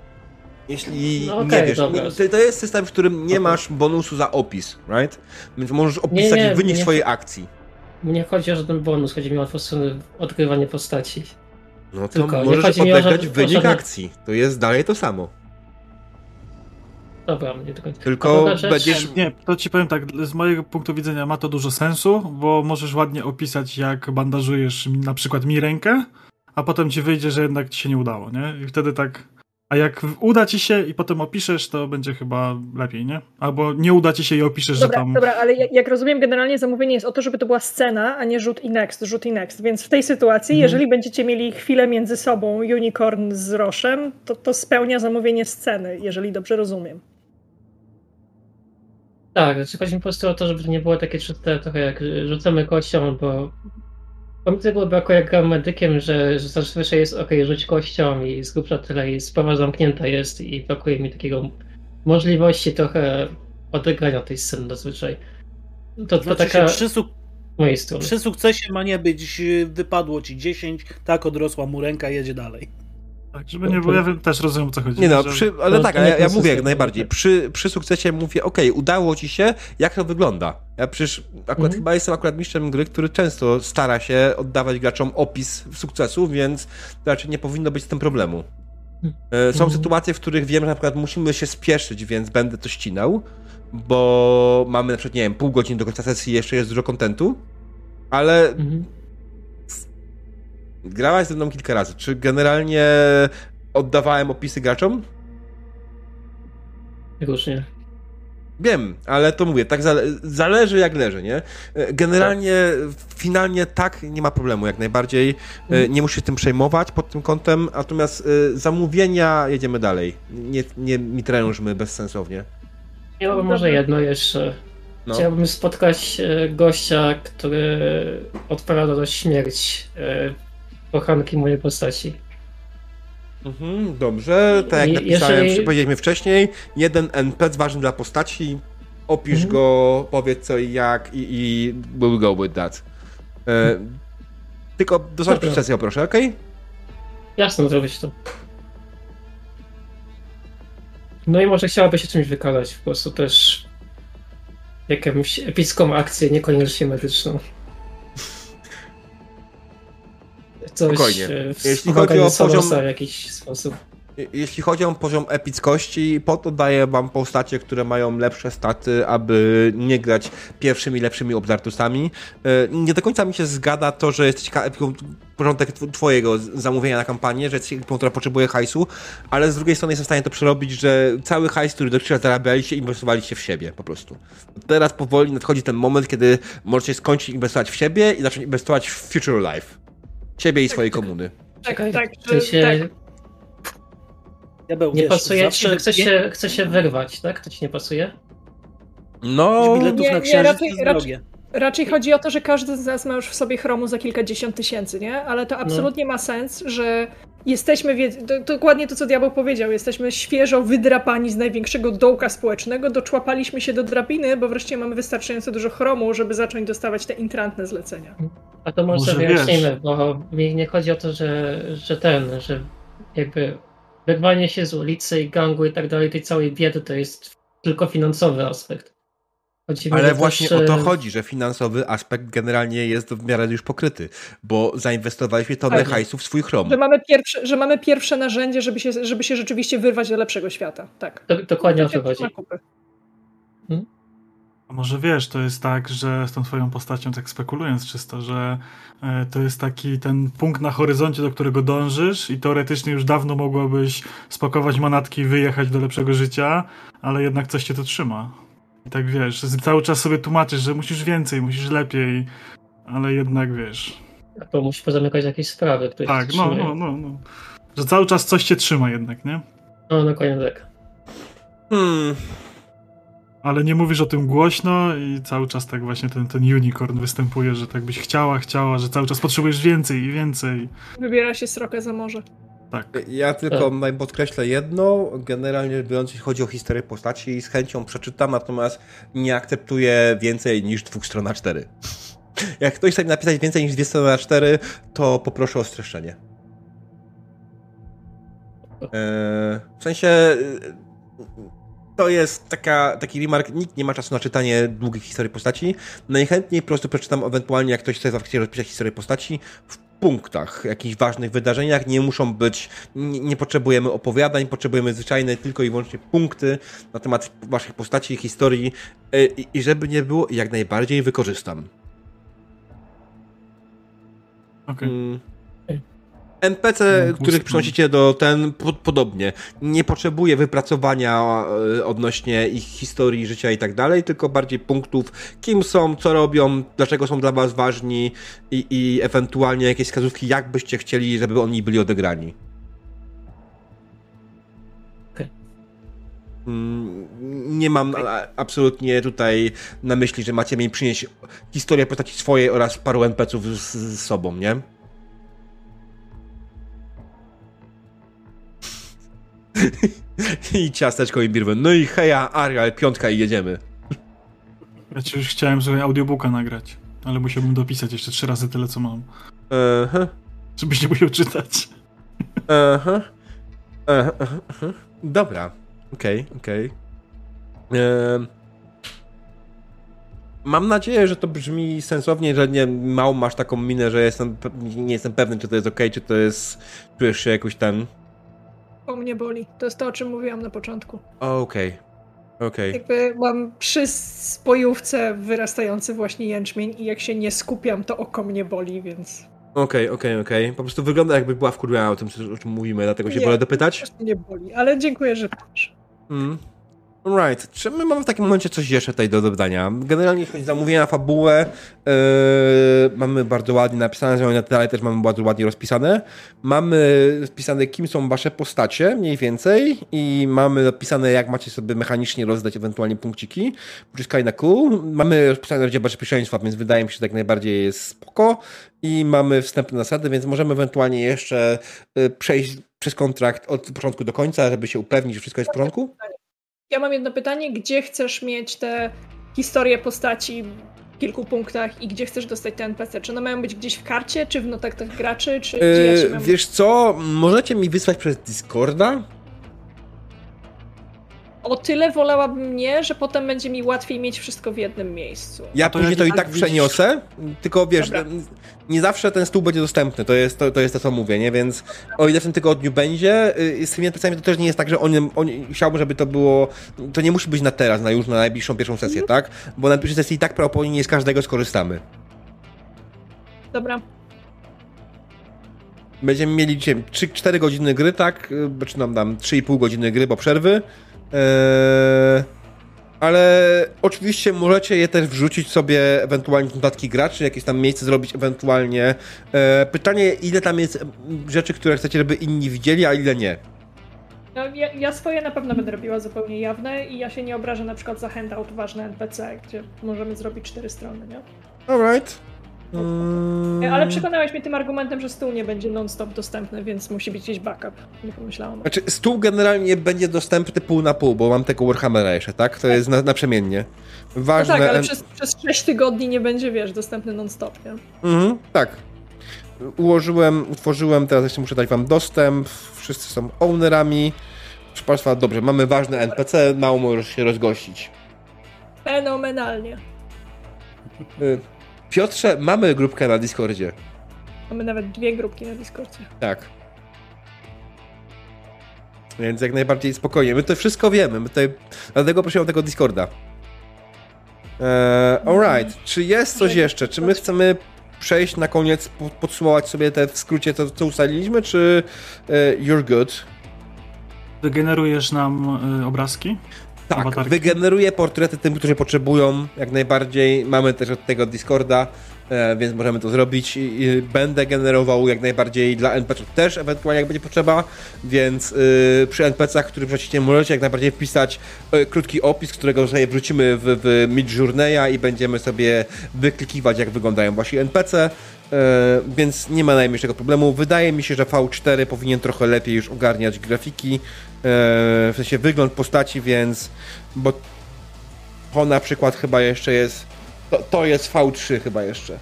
Jeśli no okay, nie wiesz, to, to jest system, w którym nie okay. masz bonusu za opis, right? Więc możesz opisać nie, nie, wynik nie, swojej akcji. Mnie chodzi o żaden bonus, chodzi mi o odgrywanie postaci. No to Tylko, możesz odegrać wynik żaden, akcji. To jest dalej to samo. Dobra, nie do końca. Tylko będziesz... Nie, to ci powiem tak, z mojego punktu widzenia ma to dużo sensu, bo możesz ładnie opisać, jak bandażujesz na przykład mi rękę, a potem ci wyjdzie, że jednak ci się nie udało, nie? I wtedy tak... A jak uda ci się i potem opiszesz, to będzie chyba lepiej, nie? Albo nie uda ci się i opiszesz, dobra, że tam... Dobra, ale jak, jak rozumiem, generalnie zamówienie jest o to, żeby to była scena, a nie rzut i next, rzut i next. Więc w tej sytuacji, mhm. jeżeli będziecie mieli chwilę między sobą Unicorn z Roszem, to to spełnia zamówienie sceny, jeżeli dobrze rozumiem. Tak, znaczy chodzi mi po prostu o to, żeby to nie było takie czyste trochę jak rzucamy kością, bo pomysł byłoby jako jak gram medykiem, że, że zazwyczaj jest ok, rzuć kością i z grubsza tyle i sprawa zamknięta jest i brakuje mi takiego możliwości trochę odegrania tej sceny zazwyczaj. To, to znaczy taka przy, suk- mojej strony. przy sukcesie ma nie być, wypadło ci dziesięć, tak odrosła mu ręka, jedzie dalej. Tak, żeby nie było, ja też rozumiem, o co chodzi. Nie no, że... przy, ale to, tak, to ja, ja mówię jak tak. najbardziej. Przy, przy sukcesie mówię, okej, okay, udało ci się, jak to wygląda? Ja przecież akurat Mhm. chyba jestem akurat mistrzem gry, który często stara się oddawać graczom opis sukcesu, więc to raczej nie powinno być z tym problemu. E, Są Mhm. sytuacje, w których wiem, że na przykład musimy się spieszyć, więc będę to ścinał, bo mamy na przykład, nie wiem, pół godziny do końca sesji i jeszcze jest dużo kontentu, ale Mhm. grałaś ze mną kilka razy. Czy generalnie oddawałem opisy graczom? Różnie. Wiem, ale to mówię, tak zale- zależy jak leży, nie? Generalnie, tak. finalnie tak, nie ma problemu, jak najbardziej. Mhm. Nie musisz się tym przejmować pod tym kątem, natomiast y, zamówienia jedziemy dalej. Nie, nie mitrężmy bezsensownie. Ja mam może jedno jeszcze. No. Chciałbym spotkać e, gościa, który odpowiada za śmierć e, kochanki mojej postaci. Mhm, dobrze, tak jak I napisałem, jeżeli... powiedzieliśmy wcześniej, jeden en pe ce ważny dla postaci, opisz mhm. go, powiedz co i jak i, i we'll go with that. E, tylko dosłać sesję, proszę, okej? Okay? Jasno, zrobić to. No i może chciałaby się czymś wykazać, po prostu też jakąś epicką akcję, niekoniecznie medyczną. Coś Spokojnie. w Jeśli chodzi o poziom... w jakiś sposób. Jeśli chodzi o poziom epickości, po to daję wam postacie, które mają lepsze staty, aby nie grać pierwszymi, lepszymi obdartusami. Nie do końca mi się zgada to, że jesteś epiką, porządek twojego zamówienia na kampanię, że jesteś epicą, która potrzebuje hajsu, ale z drugiej strony jestem w stanie to przerobić, że cały hajs, który dotychczas zarabialiście, inwestowaliście w siebie po prostu. Teraz powoli nadchodzi ten moment, kiedy możecie skończyć inwestować w siebie i zacząć inwestować w future life. Siebie i swojej komuny. Tak, tak, tak. W sensie... tak. Diabeł, nie wiesz, pasuje ci, że chce się, chce się wyrwać, tak? To ci nie pasuje? No, biletów nie, na nie, raczej, jest raczej, raczej chodzi o to, że każdy z nas ma już w sobie chromu za kilkadziesiąt tysięcy, nie? Ale to absolutnie no. ma sens, że jesteśmy, to, dokładnie to, co Diabeł powiedział, jesteśmy świeżo wydrapani z największego dołka społecznego, doczłapaliśmy się do drabiny, bo wreszcie mamy wystarczająco dużo chromu, żeby zacząć dostawać te intrantne zlecenia. A to może, może wyjaśnijmy, bo mi nie chodzi o to, że, że ten, że jakby wyrwanie się z ulicy i gangu i tak dalej, tej całej biedy to jest tylko finansowy aspekt. Chodzi Ale właśnie też, o to chodzi, że finansowy aspekt generalnie jest w miarę już pokryty, bo zainwestowaliśmy tonę tak, hajsu w swój chrom. Że mamy pierwsze, że mamy pierwsze narzędzie, żeby się, żeby się rzeczywiście wyrwać do lepszego świata. Tak. Do, dokładnie o to chodzi. Hmm? A może wiesz, to jest tak, że z tą twoją postacią, tak spekulując czysto, że e, to jest taki ten punkt na horyzoncie, do którego dążysz i teoretycznie już dawno mogłabyś spakować manatki i wyjechać do lepszego życia, ale jednak coś cię to trzyma. I tak wiesz, cały czas sobie tłumaczysz, że musisz więcej, musisz lepiej, ale jednak wiesz... Bo musisz pozamykać jakieś sprawy, które tak, no, no, no, no. Że cały czas coś cię trzyma jednak, nie? No, dokładnie tak. Hmm... Ale nie mówisz o tym głośno i cały czas tak właśnie ten, ten unicorn występuje, że tak byś chciała, chciała, że cały czas potrzebujesz więcej i więcej. Wybiera się srokę za morze. Tak. Ja tylko tak. podkreślę jedno, generalnie biorąc, jeśli chodzi o historię postaci, z chęcią przeczytam, natomiast nie akceptuję więcej niż dwóch stron A cztery. Jak ktoś chce mi napisać więcej niż dwie strony A cztery, to poproszę o streszczenie. Eee, w sensie... To jest taka, taki remark, nikt nie ma czasu na czytanie długich historii postaci. Najchętniej po prostu przeczytam ewentualnie, jak ktoś chce faktycznie rozpisać historię postaci. punktach, jakichś ważnych wydarzeniach. Nie muszą być, nie, nie potrzebujemy opowiadań, potrzebujemy zwyczajne tylko i wyłącznie punkty na temat waszych postaci i historii i, i żeby nie było, jak najbardziej wykorzystam. Okej. Mm. en pe ce, No, których przynosicie do ten, po, podobnie. Nie potrzebuje wypracowania e, odnośnie ich historii, życia i tak dalej, tylko bardziej punktów, kim są, co robią, dlaczego są dla was ważni i, i ewentualnie jakieś wskazówki, jak byście chcieli, żeby oni byli odegrani. Okay. Mm, nie mam a, absolutnie tutaj na myśli, że macie mi przynieść historię postaci swojej oraz paru en pe ców z, z sobą, nie? I ciasteczko i birwę. No i heja, Arial, piątka i jedziemy. Ja ci już chciałem sobie audiobooka nagrać, ale musiałbym dopisać jeszcze trzy razy tyle, co mam. Aha. Żebyś nie musiał czytać. Aha. Aha, aha, aha. Dobra. Okej, okay, okej. Okay. Ehm. Mam nadzieję, że to brzmi sensownie, że nie mało masz taką minę, że jestem, nie jestem pewny, czy to jest okej, okay, czy to jest, czujesz się jakoś ten... O mnie boli. To jest to, o czym mówiłam na początku. Okej. Okay. Okej. Okay. Jakby mam przy spojówce wyrastający właśnie jęczmień i jak się nie skupiam, to oko mnie boli, więc... Okej, okay, okej, okay, okej. Okay. Po prostu wygląda, jakby była wkurwiona o tym, o czym mówimy, dlatego się nie, wolę dopytać. Nie, nie boli, ale dziękuję, że pytasz. Mm. Right. Czy my mamy w takim momencie coś jeszcze tutaj do dodania? Generalnie jeśli chodzi o zamówienia, fabułę, yy, mamy bardzo ładnie napisane, na dalej też mamy bardzo ładnie rozpisane. Mamy rozpisane, kim są wasze postacie, mniej więcej, i mamy napisane, jak macie sobie mechanicznie rozdać ewentualnie punkciki. Plus na cool. Mamy rozpisane rodzaj bezpieczeństwa, więc wydaje mi się, że tak najbardziej jest spoko. I mamy wstępne zasady, więc możemy ewentualnie jeszcze yy, przejść przez kontrakt od początku do końca, żeby się upewnić, że wszystko jest w porządku. Ja mam jedno pytanie, gdzie chcesz mieć te historie postaci w kilku punktach i gdzie chcesz dostać te en pe ce? Czy one mają być gdzieś w karcie, czy w notatkach graczy, czy gdzie ja się mam... Wiesz co, możecie mi wysłać przez Discorda? O tyle wolałabym nie, że potem będzie mi łatwiej mieć wszystko w jednym miejscu. Ja to później to i tak widzisz... przeniosę, tylko wiesz, Dobra. nie zawsze ten stół będzie dostępny, to jest to, to jest to, co mówię, nie? Więc o ile w tym tygodniu będzie, z tymi en pe cami to też nie jest tak, że oni, oni chciałbym, żeby to było, to nie musi być na teraz, na już na najbliższą pierwszą sesję, mm. tak? Bo na pierwszej sesji i tak prawdopodobnie nie z każdego skorzystamy. Dobra. Będziemy mieli dzisiaj trzy cztery godziny gry, tak? Czy nam dam trzy i pół godziny gry, bo przerwy. Eee, ale oczywiście możecie je też wrzucić sobie ewentualnie notatki graczy, jakieś tam miejsce zrobić ewentualnie. Eee, pytanie, ile tam jest rzeczy, które chcecie, żeby inni widzieli, a ile nie? No, ja, ja swoje na pewno będę robiła zupełnie jawne i ja się nie obrażę na przykład za handout ważne en pe ce, gdzie możemy zrobić cztery strony, nie? Alright. Hmm. Ale przekonałeś mnie tym argumentem, że stół nie będzie non-stop dostępny, więc musi być gdzieś backup. Nie pomyślałam. Znaczy, stół generalnie będzie dostępny pół na pół, bo mam tego Warhammera jeszcze, tak? To jest na, naprzemiennie. Ważne... No tak, ale przez, przez sześć tygodni nie będzie, wiesz, dostępny non-stop, nie? Mhm, tak. Ułożyłem, utworzyłem, teraz jeszcze muszę dać wam dostęp. Wszyscy są ownerami. Proszę Państwa, dobrze, mamy ważne en pe ce, mało możesz się rozgościć. Fenomenalnie. Y Piotrze, mamy grupkę na Discordzie. Mamy nawet dwie grupki na Discordzie. Tak. Więc jak najbardziej spokojnie. My to wszystko wiemy. My tutaj... Dlatego prosiłem o tego Discorda. Eee, alright. Czy jest coś jeszcze? Czy my chcemy przejść na koniec, podsumować sobie te w skrócie to, co ustaliliśmy, czy e, you're good? Wygenerujesz nam y, obrazki? Tak, Awatarki. wygeneruję portrety tym, którzy potrzebują, jak najbardziej. Mamy też od tego Discorda, e, więc możemy to zrobić. I, i będę generował jak najbardziej dla en pe ce ów też, ewentualnie jak będzie potrzeba, więc y, przy en pe cach, które wrzucicie, możecie jak najbardziej wpisać y, krótki opis, którego sobie wrzucimy w, w Midjourneya i będziemy sobie wyklikiwać, jak wyglądają wasi en pe ce. E, więc nie ma najmniejszego problemu. Wydaje mi się, że V cztery powinien trochę lepiej już ogarniać grafiki, e, w sensie wygląd postaci, więc bo to na przykład chyba jeszcze jest to, to jest V trzy chyba jeszcze.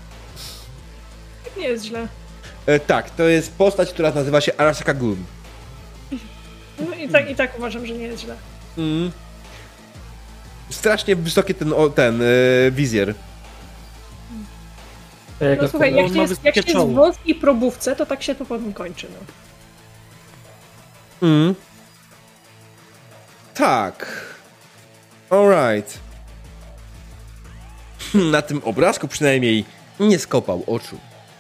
Nie jest źle. E, tak, to jest postać, która nazywa się Arasaka Gun. No i tak, i tak uważam, że nie jest źle. Mm. Strasznie wysoki ten, o, ten e, wizjer. No słuchaj, jak się jest, jak się jest w wąskiej probówce, to tak się to potem kończy. No. Mm. Tak. Alright. Na tym obrazku przynajmniej nie skopał oczu.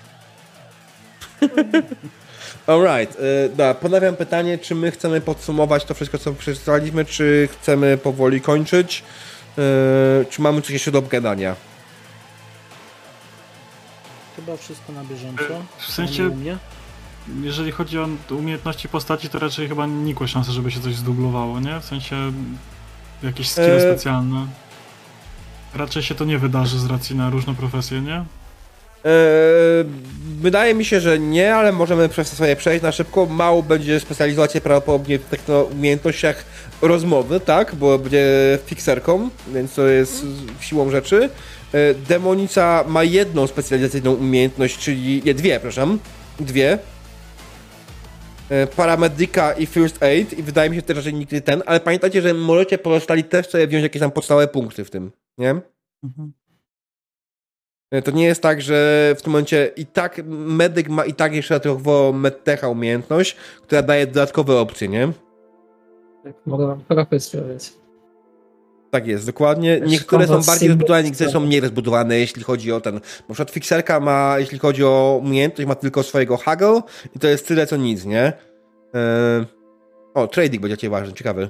Alright. Da, ponawiam pytanie, czy my chcemy podsumować to wszystko, co przeczytaliśmy, czy chcemy powoli kończyć, yy, czy mamy coś jeszcze do obgadania? Chyba wszystko na bieżąco. W sensie, jeżeli chodzi o umiejętności postaci, to raczej chyba nikłe szanse, żeby się coś zdublowało, nie? W sensie jakieś skille e... specjalne. Raczej się to nie wydarzy z racji na różne profesje, nie? Eee, wydaje mi się, że nie, ale możemy przez to sobie przejść na szybko. Mało będzie specjalizować się prawdopodobnie w techno- umiejętnościach rozmowy, tak? Bo będzie fixerką, więc to jest siłą rzeczy. Eee, Demonica ma jedną specjalizacyjną umiejętność, czyli... Nie, dwie, przepraszam. Dwie. Eee, Paramedyka i First Aid i wydaje mi się też, że nigdy ten, ale pamiętajcie, że możecie pozostali też sobie wziąć jakieś tam podstawowe punkty w tym, nie? Mhm. To nie jest tak, że w tym momencie i tak medyk ma i tak jeszcze dodatkowo medtecha umiejętność, która daje dodatkowe opcje, nie? Tak, mogę wam trochę sprawiać. Tak jest, dokładnie. Niektóre są bardziej rozbudowane, niektóre są mniej rozbudowane, jeśli chodzi o ten... Na przykład fixerka ma, jeśli chodzi o umiejętność, ma tylko swojego haggle i to jest tyle co nic, nie? Eee... O, trading będzie cię ważny, ciekawy.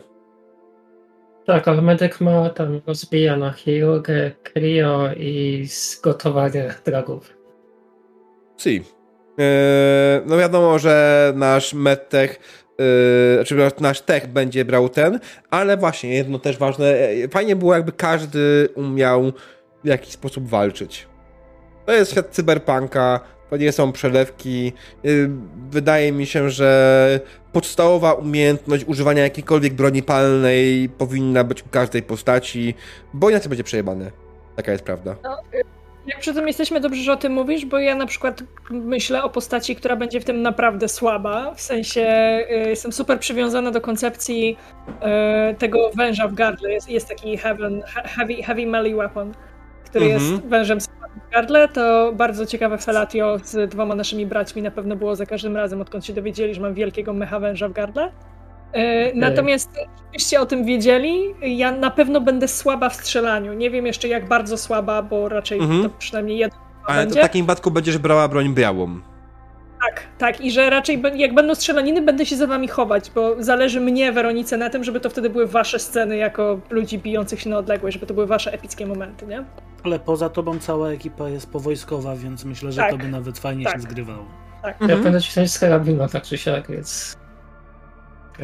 Tak, ale medyk ma tam rozbijana chirurgę, cryo i zgotowanie dragów. Si. Eee, no wiadomo, że nasz medtech, eee, znaczy nasz tech będzie brał ten, ale właśnie jedno też ważne, fajnie było jakby każdy umiał w jakiś sposób walczyć. To jest świat cyberpunka, to nie są przelewki. Wydaje mi się, że podstawowa umiejętność używania jakiejkolwiek broni palnej powinna być u każdej postaci, bo inaczej będzie przejebane. Taka jest prawda. No, jak przy tym jesteśmy, dobrze, że o tym mówisz, bo ja na przykład myślę o postaci, która będzie w tym naprawdę słaba. W sensie y, jestem super przywiązana do koncepcji y, tego węża w gardle. Jest, jest taki heaven, heavy, heavy melee weapon, który mhm. jest wężem w gardle. To bardzo ciekawe felatio z dwoma naszymi braćmi na pewno było za każdym razem, odkąd się dowiedzieli, że mam wielkiego mecha węża w gardle. Yy, natomiast żebyście o tym wiedzieli, ja na pewno będę słaba w strzelaniu. Nie wiem jeszcze jak bardzo słaba, bo raczej mhm. to przynajmniej jeden Ale będzie. to w takim wypadku będziesz brała broń białą. Tak, tak. I że raczej jak będą strzelaniny, będę się za wami chować, bo zależy mnie, Weronice, na tym, żeby to wtedy były wasze sceny jako ludzi bijących się na odległość, żeby to były wasze epickie momenty, nie? Ale poza tobą cała ekipa jest powojskowa, więc myślę, że tak. to by nawet fajnie tak. się zgrywało. Tak. Ja mhm. będę cisnąć z karabinu, tak czy siak, więc... Okay.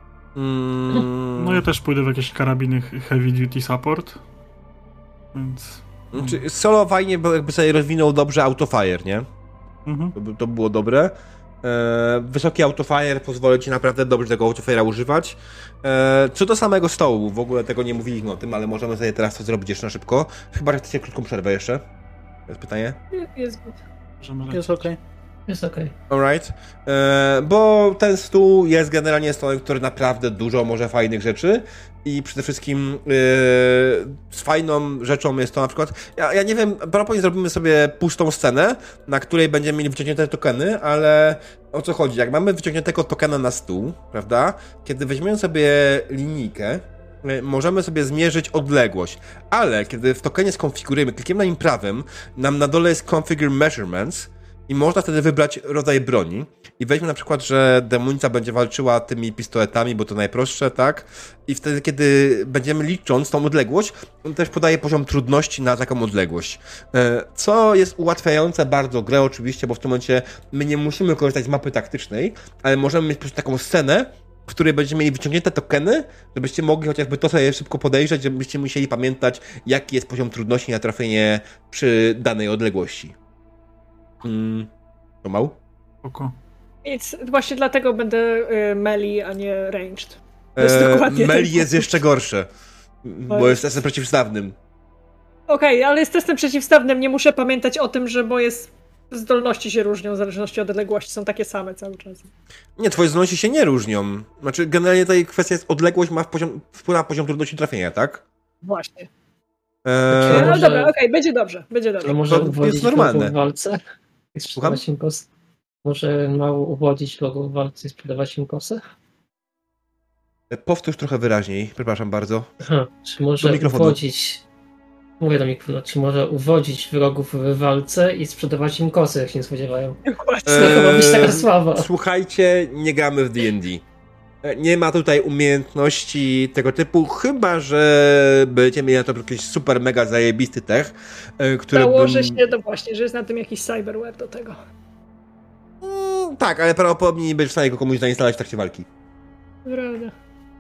Mm. No ja też pójdę w jakieś karabiny heavy duty support, więc... Znaczy, solo fajnie, bo jakby sobie rozwinął dobrze autofire, nie? Mhm. To, to było dobre. E, wysoki autofire pozwoli ci naprawdę dobrze tego autofire'a używać. E, co do samego stołu, w ogóle tego nie mówiliśmy o tym, ale możemy sobie teraz to zrobić jeszcze na szybko. Chyba, że chcecie krótką przerwę jeszcze. To jest pytanie? Jest good. Jest okej. Okay. Jest okej. Okay. Alright. E, bo ten stół jest generalnie stołem, który naprawdę dużo może fajnych rzeczy i przede wszystkim e, z fajną rzeczą jest to na przykład, ja, ja nie wiem, propos zrobimy sobie pustą scenę, na której będziemy mieli wyciągnięte tokeny, ale o co chodzi? Jak mamy wyciągniętego tokena na stół, prawda? Kiedy weźmiemy sobie linijkę, możemy sobie zmierzyć odległość, ale kiedy w tokenie skonfigurujemy, klikiem na nim prawym, nam na dole jest Configure Measurements i można wtedy wybrać rodzaj broni. I weźmy na przykład, że demonica będzie walczyła tymi pistoletami, bo to najprostsze, tak? I wtedy, kiedy będziemy licząc tą odległość, on też podaje poziom trudności na taką odległość. Co jest ułatwiające bardzo grę oczywiście, bo w tym momencie my nie musimy korzystać z mapy taktycznej, ale możemy mieć po prostu taką scenę, w której będziemy mieli wyciągnięte tokeny, żebyście mogli chociażby to sobie szybko podejrzeć, żebyście musieli pamiętać, jaki jest poziom trudności na trafienie przy danej odległości. Mm, to mał? Oko. Więc właśnie dlatego będę y, melee, a nie ranged. To jest eee, dokładnie melee jest jeszcze gorsze, bo jest testem przeciwstawnym. Okej, okay, ale jest testem przeciwstawnym, nie muszę pamiętać o tym, że moje zdolności się różnią w zależności od odległości, są takie same cały czas. Nie, twoje zdolności się nie różnią. Znaczy, generalnie tutaj kwestia jest, odległość ma poziom, wpływ na poziom trudności trafienia, tak? Właśnie. Eee, no może... dobra, okej, okay, będzie dobrze, będzie dobrze. No może to uwodzić jest normalne. wrogów w walce i sprzedawać im kosę? Może mało uwodzić wrogów w walce i sprzedawać im kosę? Powtórz trochę wyraźniej, przepraszam bardzo. Aha, czy może uwodzić... Mówię do mikrofonu, czy może uwodzić wrogów w walce i sprzedawać im kosy, jak się nie spodziewają? Właśnie. To chyba być taka sława. Słuchajcie, nie gramy w D and D. Nie ma tutaj umiejętności tego typu, chyba że będziecie mieli na to jakiś super mega zajebisty tech, który Założę bym... się, to właśnie, że jest na tym jakiś cyberware do tego. Mm, tak, ale prawdopodobnie nie będziesz w stanie go komuś zainstalować w trakcie walki. Prawda.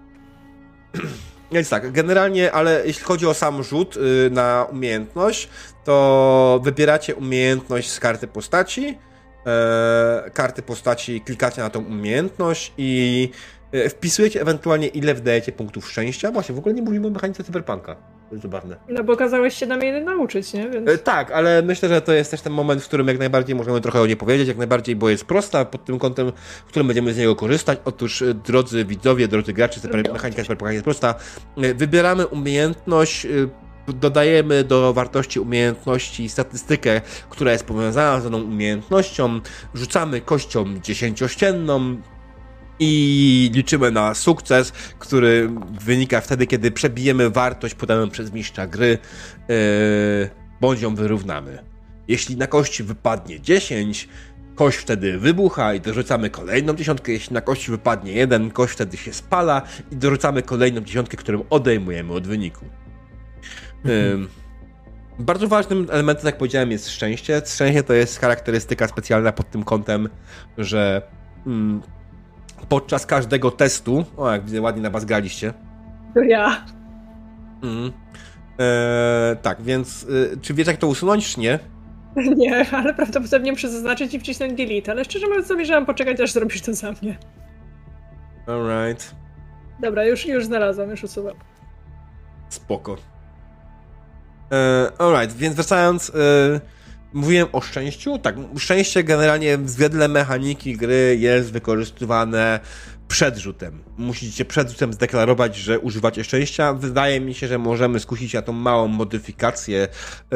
Więc tak, generalnie, ale jeśli chodzi o sam rzut yy, na umiejętność, to wybieracie umiejętność z karty postaci, yy, karty postaci, klikacie na tą umiejętność i yy, wpisujecie ewentualnie ile wdajecie punktów szczęścia. Właśnie, w ogóle nie mówimy o mechanice cyberpunka. To jest zabawne. No bo kazałeś się nam jej nauczyć, nie? Więc... Yy, tak, ale myślę, że to jest też ten moment, w którym jak najbardziej możemy trochę o niej powiedzieć, jak najbardziej, bo jest prosta pod tym kątem, w którym będziemy z niego korzystać. Otóż, drodzy widzowie, drodzy gracze, cyber, mechanika cyberpunka jest prosta. Yy, wybieramy umiejętność, yy, dodajemy do wartości umiejętności statystykę, która jest powiązana z daną umiejętnością, rzucamy kością dziesięciościenną i liczymy na sukces, który wynika wtedy, kiedy przebijemy wartość podaną przez mistrza gry, yy, bądź ją wyrównamy. Jeśli na kości wypadnie dziesięć, kość wtedy wybucha i dorzucamy kolejną dziesiątkę. Jeśli na kości wypadnie jeden, kość wtedy się spala i dorzucamy kolejną dziesiątkę, którą odejmujemy od wyniku. Mhm. Yy, bardzo ważnym elementem, jak powiedziałem, jest szczęście. Szczęście to jest charakterystyka specjalna pod tym kątem, że yy, podczas każdego testu, o jak widzę, ładnie na was graliście. To ja. Mm. Eee, tak, więc y, czy wiesz jak to usunąć, czy nie? Nie, ale prawdopodobnie muszę zaznaczyć i wcisnąć delete, ale szczerze mówiąc zamierzałam poczekać, aż zrobisz to za mnie. Alright. Dobra, już, już znalazłam, już usuwam. Spoko. Eee, alright, więc wracając, y, mówiłem o szczęściu. Tak, szczęście generalnie wedle mechaniki gry jest wykorzystywane przed rzutem. Musicie przed rzutem zdeklarować, że używacie szczęścia. Wydaje mi się, że możemy skusić na tą małą modyfikację,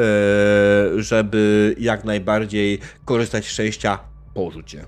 żeby jak najbardziej korzystać z szczęścia po rzucie.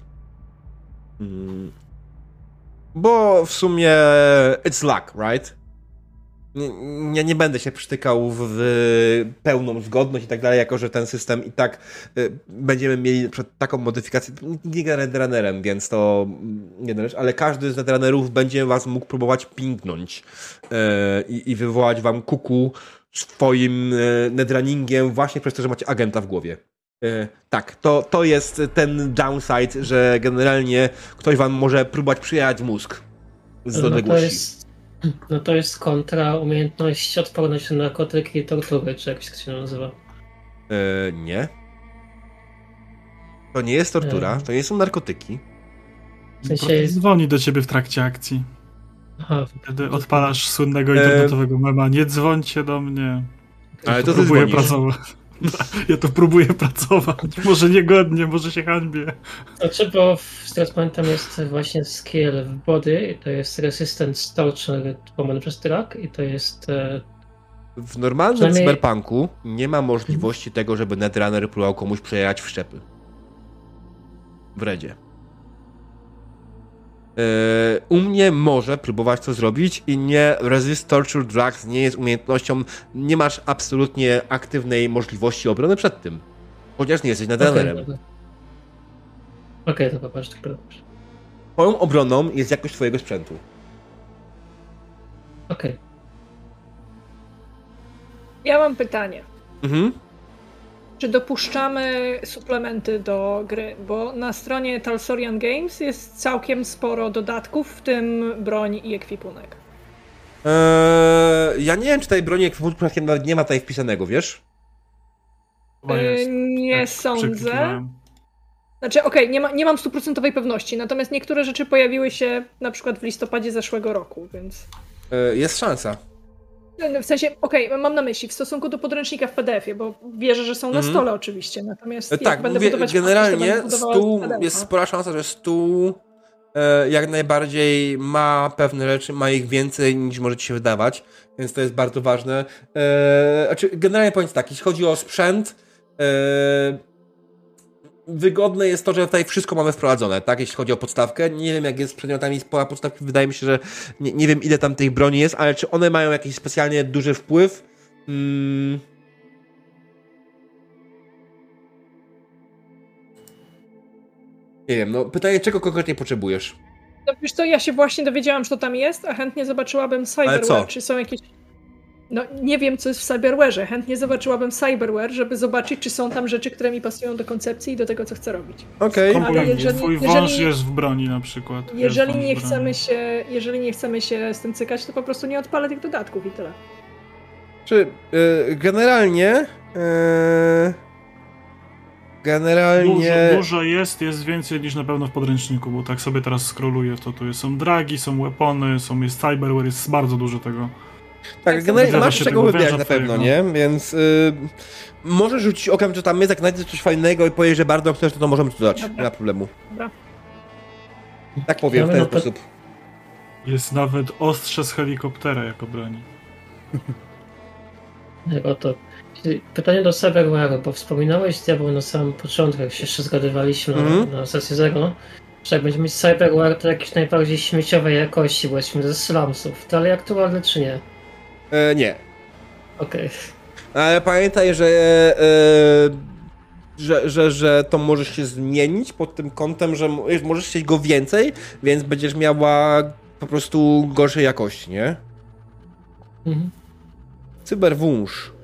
Bo w sumie it's luck, right? Nie, nie, nie będę się przytykał w, w pełną zgodność i tak dalej, jako że ten system i tak y, będziemy mieli przed taką modyfikację. Nie gra Netrunnerem, więc to nie rzecz, ale każdy z Netrunnerów będzie was mógł próbować pingnąć y, i wywołać wam kuku swoim y, Netrunningiem właśnie przez to, że macie agenta w głowie. Y, tak, to, to jest ten downside, że generalnie ktoś wam może próbować przyjechać mózg z no odległości. To jest... No to jest kontra umiejętność odporność na narkotyki i tortury, czy jak się to nazywa? E, nie. To nie jest tortura, to nie są narkotyki. W sensie jest... Dzwoni do ciebie w trakcie akcji. Aha. Wtedy odpalasz słynnego internetowego mema, nie dzwońcie do mnie. Ja ale to to próbuję ty pracować. Ja to próbuję pracować. Może niegodnie, może się hańbię. Znaczy, bo w Stratpoint jest właśnie skill w body i to jest resistance torture pomany przez track i to jest... E... W normalnym Przynajmniej... cyberpunku nie ma możliwości tego, żeby Netrunner próbował komuś przejechać w szczepy. W redzie. Yy, u mnie może próbować to zrobić i nie resist torture drugs nie jest umiejętnością, nie masz absolutnie aktywnej możliwości obrony przed tym. Chociaż nie jesteś Netrunnerem. Okej, okay, okay, to popatrz, tak popatrz. Twoją obroną jest jakość twojego sprzętu. Okej. Okay. Ja mam pytanie. Mhm. Czy dopuszczamy suplementy do gry? Bo na stronie Talsorian Games jest całkiem sporo dodatków, w tym broń i ekwipunek. Eee, ja nie wiem, czy tej broni ekwipunku nawet nie ma tutaj wpisanego, wiesz? Eee, nie tak, sądzę. Znaczy, okej, okay, nie, ma, nie mam stuprocentowej pewności, natomiast niektóre rzeczy pojawiły się na przykład w listopadzie zeszłego roku, więc... Eee, jest szansa. W sensie, okej, okay, mam na myśli w stosunku do podręcznika w P D F-ie, bo wierzę, że są na stole mm. oczywiście, natomiast tak, będę mówię, budować generalnie to stół, jest spora szansa, że stół e, jak najbardziej ma pewne rzeczy, ma ich więcej niż może ci się wydawać, więc to jest bardzo ważne. E, znaczy, generalnie powiem tak, jeśli chodzi o sprzęt, e, wygodne jest to, że tutaj wszystko mamy wprowadzone, tak, jeśli chodzi o podstawkę. Nie wiem, jak jest z przedmiotami z pola podstawki, wydaje mi się, że nie, nie wiem, ile tam tych broni jest, ale czy one mają jakiś specjalnie duży wpływ? Hmm. Nie wiem, no pytanie, czego konkretnie potrzebujesz? No wiesz co, ja się właśnie dowiedziałam, że to tam jest, a chętnie zobaczyłabym cyberware, czy są jakieś... No nie wiem, co jest w cyberware'ze. Chętnie zobaczyłabym cyberware, żeby zobaczyć, czy są tam rzeczy, które mi pasują do koncepcji i do tego, co chcę robić. Okej. Okay. Jeżeli, Twój jeżeli, wąż jest w broni na przykład. Jeżeli nie, chcemy się, jeżeli nie chcemy się z tym cykać, to po prostu nie odpalę tych dodatków i tyle. Czy yy, generalnie... Yy... Generalnie... Dużo, dużo jest, jest więcej niż na pewno w podręczniku, bo tak sobie teraz scrolluję, to tu są dragi, są weapony, są, jest cyberware, jest bardzo dużo tego. Tak, generalnie masz czego wybierać na pewno, twojego. nie? Więc yy, możesz rzucić okiem, czy tam jest, jak znajdziesz coś fajnego i powiesz, że bardzo chcesz, to, to możemy to dodać. Dobra. Nie ma problemu. Dobra. Tak powiem, w ten sposób. Jest nawet ostrze z helikoptera jako broni. No to pytanie do cyberware'u, bo wspominałeś, Diabeł, na samym początku, jak się jeszcze zgadywaliśmy mm. na, na sesję zero, że jak będziemy mieć cyberware, to jakieś najbardziej śmieciowej jakości, właśnie ze slumsów. To ale aktualne czy nie? E, nie. Okej. Okay. Ale pamiętaj, że, e, że, że, że to może się zmienić pod tym kątem, że możesz chcieć go więcej, więc będziesz miała po prostu gorszej jakości, nie? Mhm. Cyberwąż.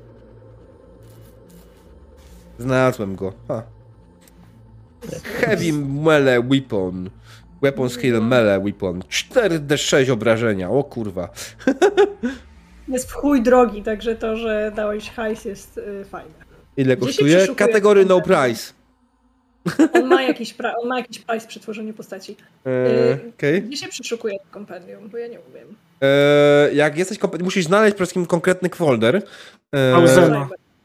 Znalazłem go. Ha. Heavy melee weapon. Weapon skill melee weapon. cztery d sześć obrażenia. O kurwa. Jest w chuj drogi, także to, że dałeś hajs jest y, fajne. Ile kosztuje? Kategorii no price. On ma jakiś, pra- on ma jakiś price przy tworzeniu postaci. Eee, okay. Gdzie się przeszukuje to kompendium? Bo ja nie umiem. Eee, jak jesteś komp- musisz znaleźć przede wszystkim konkretny folder. Eee, Pauzena.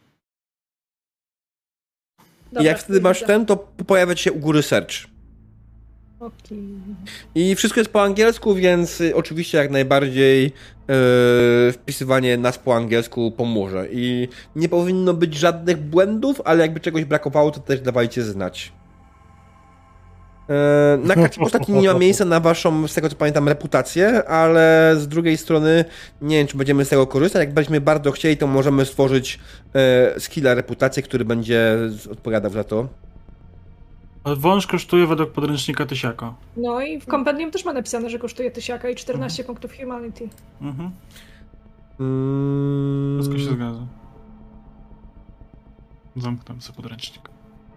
I jak wtedy masz ten, to pojawia się u góry search. Okay. I wszystko jest po angielsku, więc oczywiście jak najbardziej e, wpisywanie nas po angielsku pomoże. I nie powinno być żadnych błędów, ale jakby czegoś brakowało, to też dawajcie znać. E, na karcie postaci nie ma miejsca na waszą, z tego co pamiętam, reputację, ale z drugiej strony nie wiem, czy będziemy z tego korzystać. Jak będziemy bardzo chcieli, to możemy stworzyć e, skilla reputację, który będzie odpowiadał za to. Wąż kosztuje według podręcznika tysiaka. No i w kompendium też ma napisane, że kosztuje tysiaka i czternaście mhm. punktów humanity. Mhm. Mm. Wszystko się zgadza. Zamknę sobie podręcznik.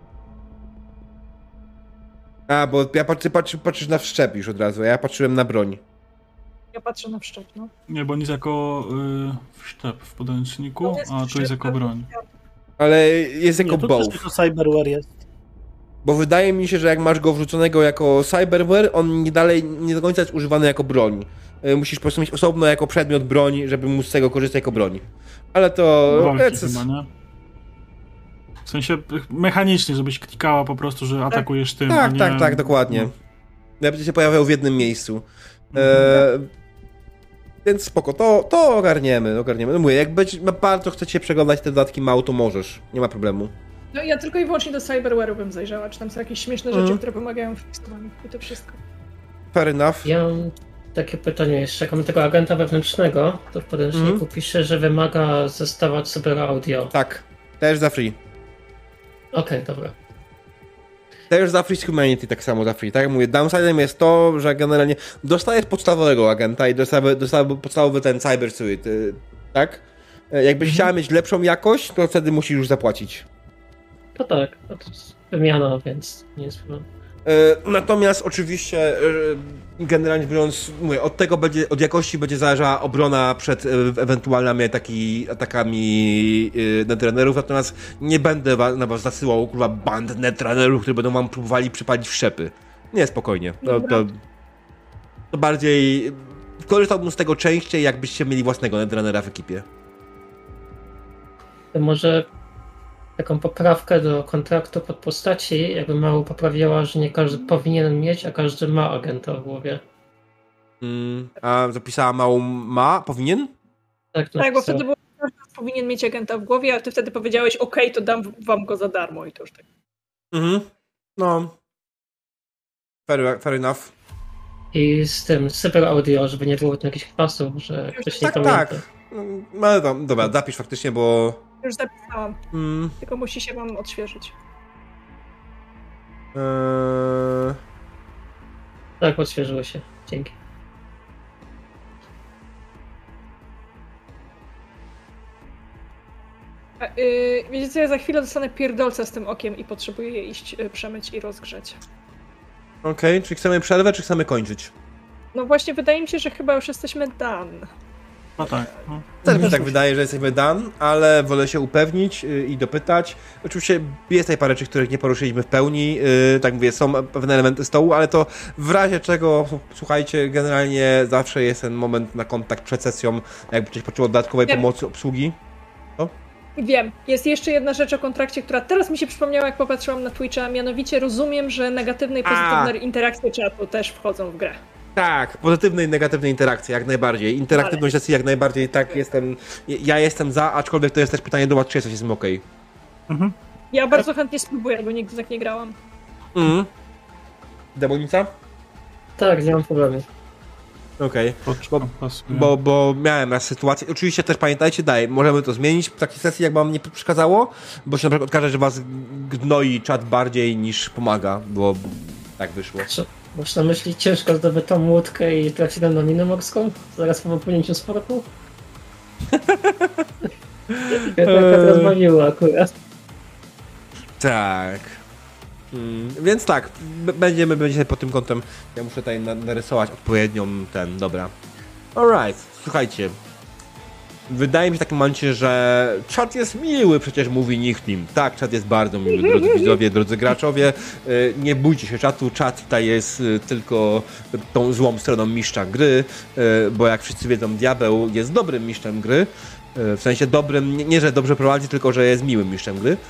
A, bo ja patrzę, patrzę, patrzysz na wszczep już od razu, a ja patrzyłem na broń. Ja patrzę na wszczep, no. Nie, bo on jest jako y, wszczep w podręczniku, jest a tu jest jako broń. Ale jest jako nie, to both. też to cyberware jest. Bo wydaje mi się, że jak masz go wrzuconego jako cyberware, on nie dalej nie do końca jest używany jako broń. Musisz po prostu mieć osobno jako przedmiot broni, żeby móc z tego korzystać jako broni. Ale to... Walki chyba, nie? W sensie mechanicznie, żebyś klikała po prostu, że atakujesz tym, Tak, a nie... tak, tak, dokładnie. No. Ja będzie się pojawiał w jednym miejscu. E, więc spoko, to, to ogarniemy, ogarniemy. No mówię, jak będzie, bardzo chcecie przeglądać te dodatki mało, to możesz. Nie ma problemu. No ja tylko i wyłącznie do cyberware'u bym zajrzała, czy tam są jakieś śmieszne rzeczy, mm. które pomagają w tekstowaniu i to wszystko. Fair enough. Ja mam takie pytanie jeszcze, jak mamy tego agenta wewnętrznego, to w podręczniku mm. pisze, że wymaga zestawa cyber audio. Tak, też za free. Okej, okay, dobra. Też za free z humanity, tak samo za free. Tak jak mówię, downside'em jest to, że generalnie dostajesz podstawowego agenta i dostajesz podstawowy ten cyber suit, tak? Jakbyś mm. chciała mieć lepszą jakość, to wtedy musisz już zapłacić. No tak, to jest wymiana, więc nie jest problem. Natomiast oczywiście generalnie biorąc, mówię, od tego będzie, od jakości będzie zależała obrona przed ewentualnymi ataki, atakami netrunnerów, natomiast nie będę na was zasyłał kurwa band netrunnerów, które będą wam próbowali przypalić wszczepy. Nie, spokojnie. To, to, to bardziej korzystałbym z tego częściej, jakbyście mieli własnego netrunnera w ekipie. To może taką poprawkę do kontraktu pod postaci, jakby mało poprawiała, że nie każdy powinien mieć, a każdy ma agenta w głowie. Mm, a zapisała małą ma? Powinien? Tak, Tak, bo wtedy było, że każdy powinien mieć agenta w głowie, a ty wtedy powiedziałeś, okej, okay, to dam wam go za darmo i to już tak. Mhm. No. Fair, fair enough. I z tym Cyber Audio, żeby nie było tu jakichś kwasów, że ktoś nie Tak, pamięta. tak. No, ale to, dobra, zapisz faktycznie, bo... Już zapisałam, Mm, tylko musi się wam odświeżyć. Eee... Tak, odświeżyło się. Dzięki. A, yy, wiecie co, ja za chwilę dostanę pierdolca z tym okiem i potrzebuję je iść yy, przemyć i rozgrzeć. Okej, okay, czy chcemy przerwę, czy chcemy kończyć? No właśnie, wydaje mi się, że chyba już jesteśmy done. No tak. No. Też mi się tak wydaje, że jesteśmy done, ale wolę się upewnić yy, i dopytać. Oczywiście jest tutaj parę rzeczy, których nie poruszyliśmy w pełni. Yy, tak mówię, są pewne elementy stołu, ale to w razie czego, słuchajcie, generalnie zawsze jest ten moment na kontakt przed sesją, jakby ktoś potrzebował dodatkowej Wiem. pomocy obsługi. Wiem, jest jeszcze jedna rzecz o kontrakcie, która teraz mi się przypomniała, jak popatrzyłam na Twitcha, mianowicie rozumiem, że negatywne i pozytywne A. interakcje czatu też wchodzą w grę. Tak, pozytywne i negatywne interakcje, jak najbardziej. Interaktywność sesji jak najbardziej, tak, jestem, ja jestem za, aczkolwiek to jest też pytanie do was, czy jesteś z tym okej. Mhm. Ja bardzo chętnie spróbuję, bo nigdy tak nie grałam. Mhm. Demonica? Tak, nie mam problemu. Okej, Poczko, bo, pasuje. bo, bo miałem raz sytuację, oczywiście też pamiętajcie, daj, możemy to zmienić w takiej sesji, jak wam nie przeszkadzało, bo się na przykład okaże, że was gnoi czat bardziej niż pomaga, bo tak wyszło. Co? Masz na myśli ciężko zdobytą łódkę i trafiłem na minę morską? Zaraz po wypłynięciu z portu? Ja tak rozbawiło akurat. Tak. Mm, więc tak, b- będziemy, będziemy pod tym kątem. Ja muszę tutaj na- narysować odpowiednią ten, dobra. Alright, słuchajcie. Wydaje mi się w takim momencie, że czat jest miły, przecież mówi Nichtim. Tak, czat jest bardzo miły, drodzy widzowie, drodzy graczowie. Y, Nie bójcie się czatu, czat tutaj jest y, tylko tą złą stroną mistrza gry, y, bo jak wszyscy wiedzą, diabeł jest dobrym mistrzem gry. Y, W sensie dobrym, nie, nie że dobrze prowadzi, tylko że jest miłym mistrzem gry.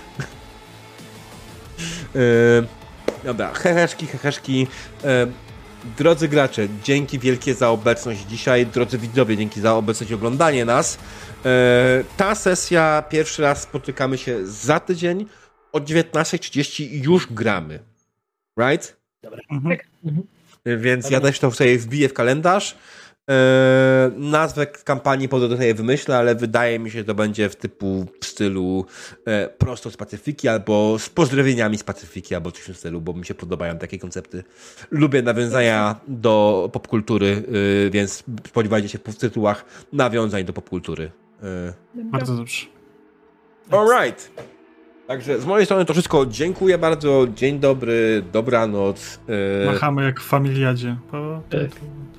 Yy, dobra, heheszki, heheszki. Yy, drodzy gracze, dzięki wielkie za obecność dzisiaj. Drodzy widzowie, dzięki za obecność i oglądanie nas. Yy, ta sesja, pierwszy raz spotykamy się za tydzień. O dziewiętnasta trzydzieści już gramy. Right? Mhm. Yy, więc ja też to sobie wbiję w kalendarz. Eee, nazwę kampanii potem tutaj wymyślę, ale wydaje mi się, że to będzie w typu w stylu e, prosto z Pacyfiki albo z pozdrowieniami z Pacyfiki albo coś w tym stylu, bo mi się podobają takie koncepty. Lubię nawiązania do popkultury, e, więc spodziewajcie się w tytułach nawiązań do popkultury. E, Bardzo dobrze. Alright. Także z mojej strony to wszystko. Dziękuję bardzo. Dzień dobry, dobranoc. E, Machamy jak w familiadzie. Po... Tak.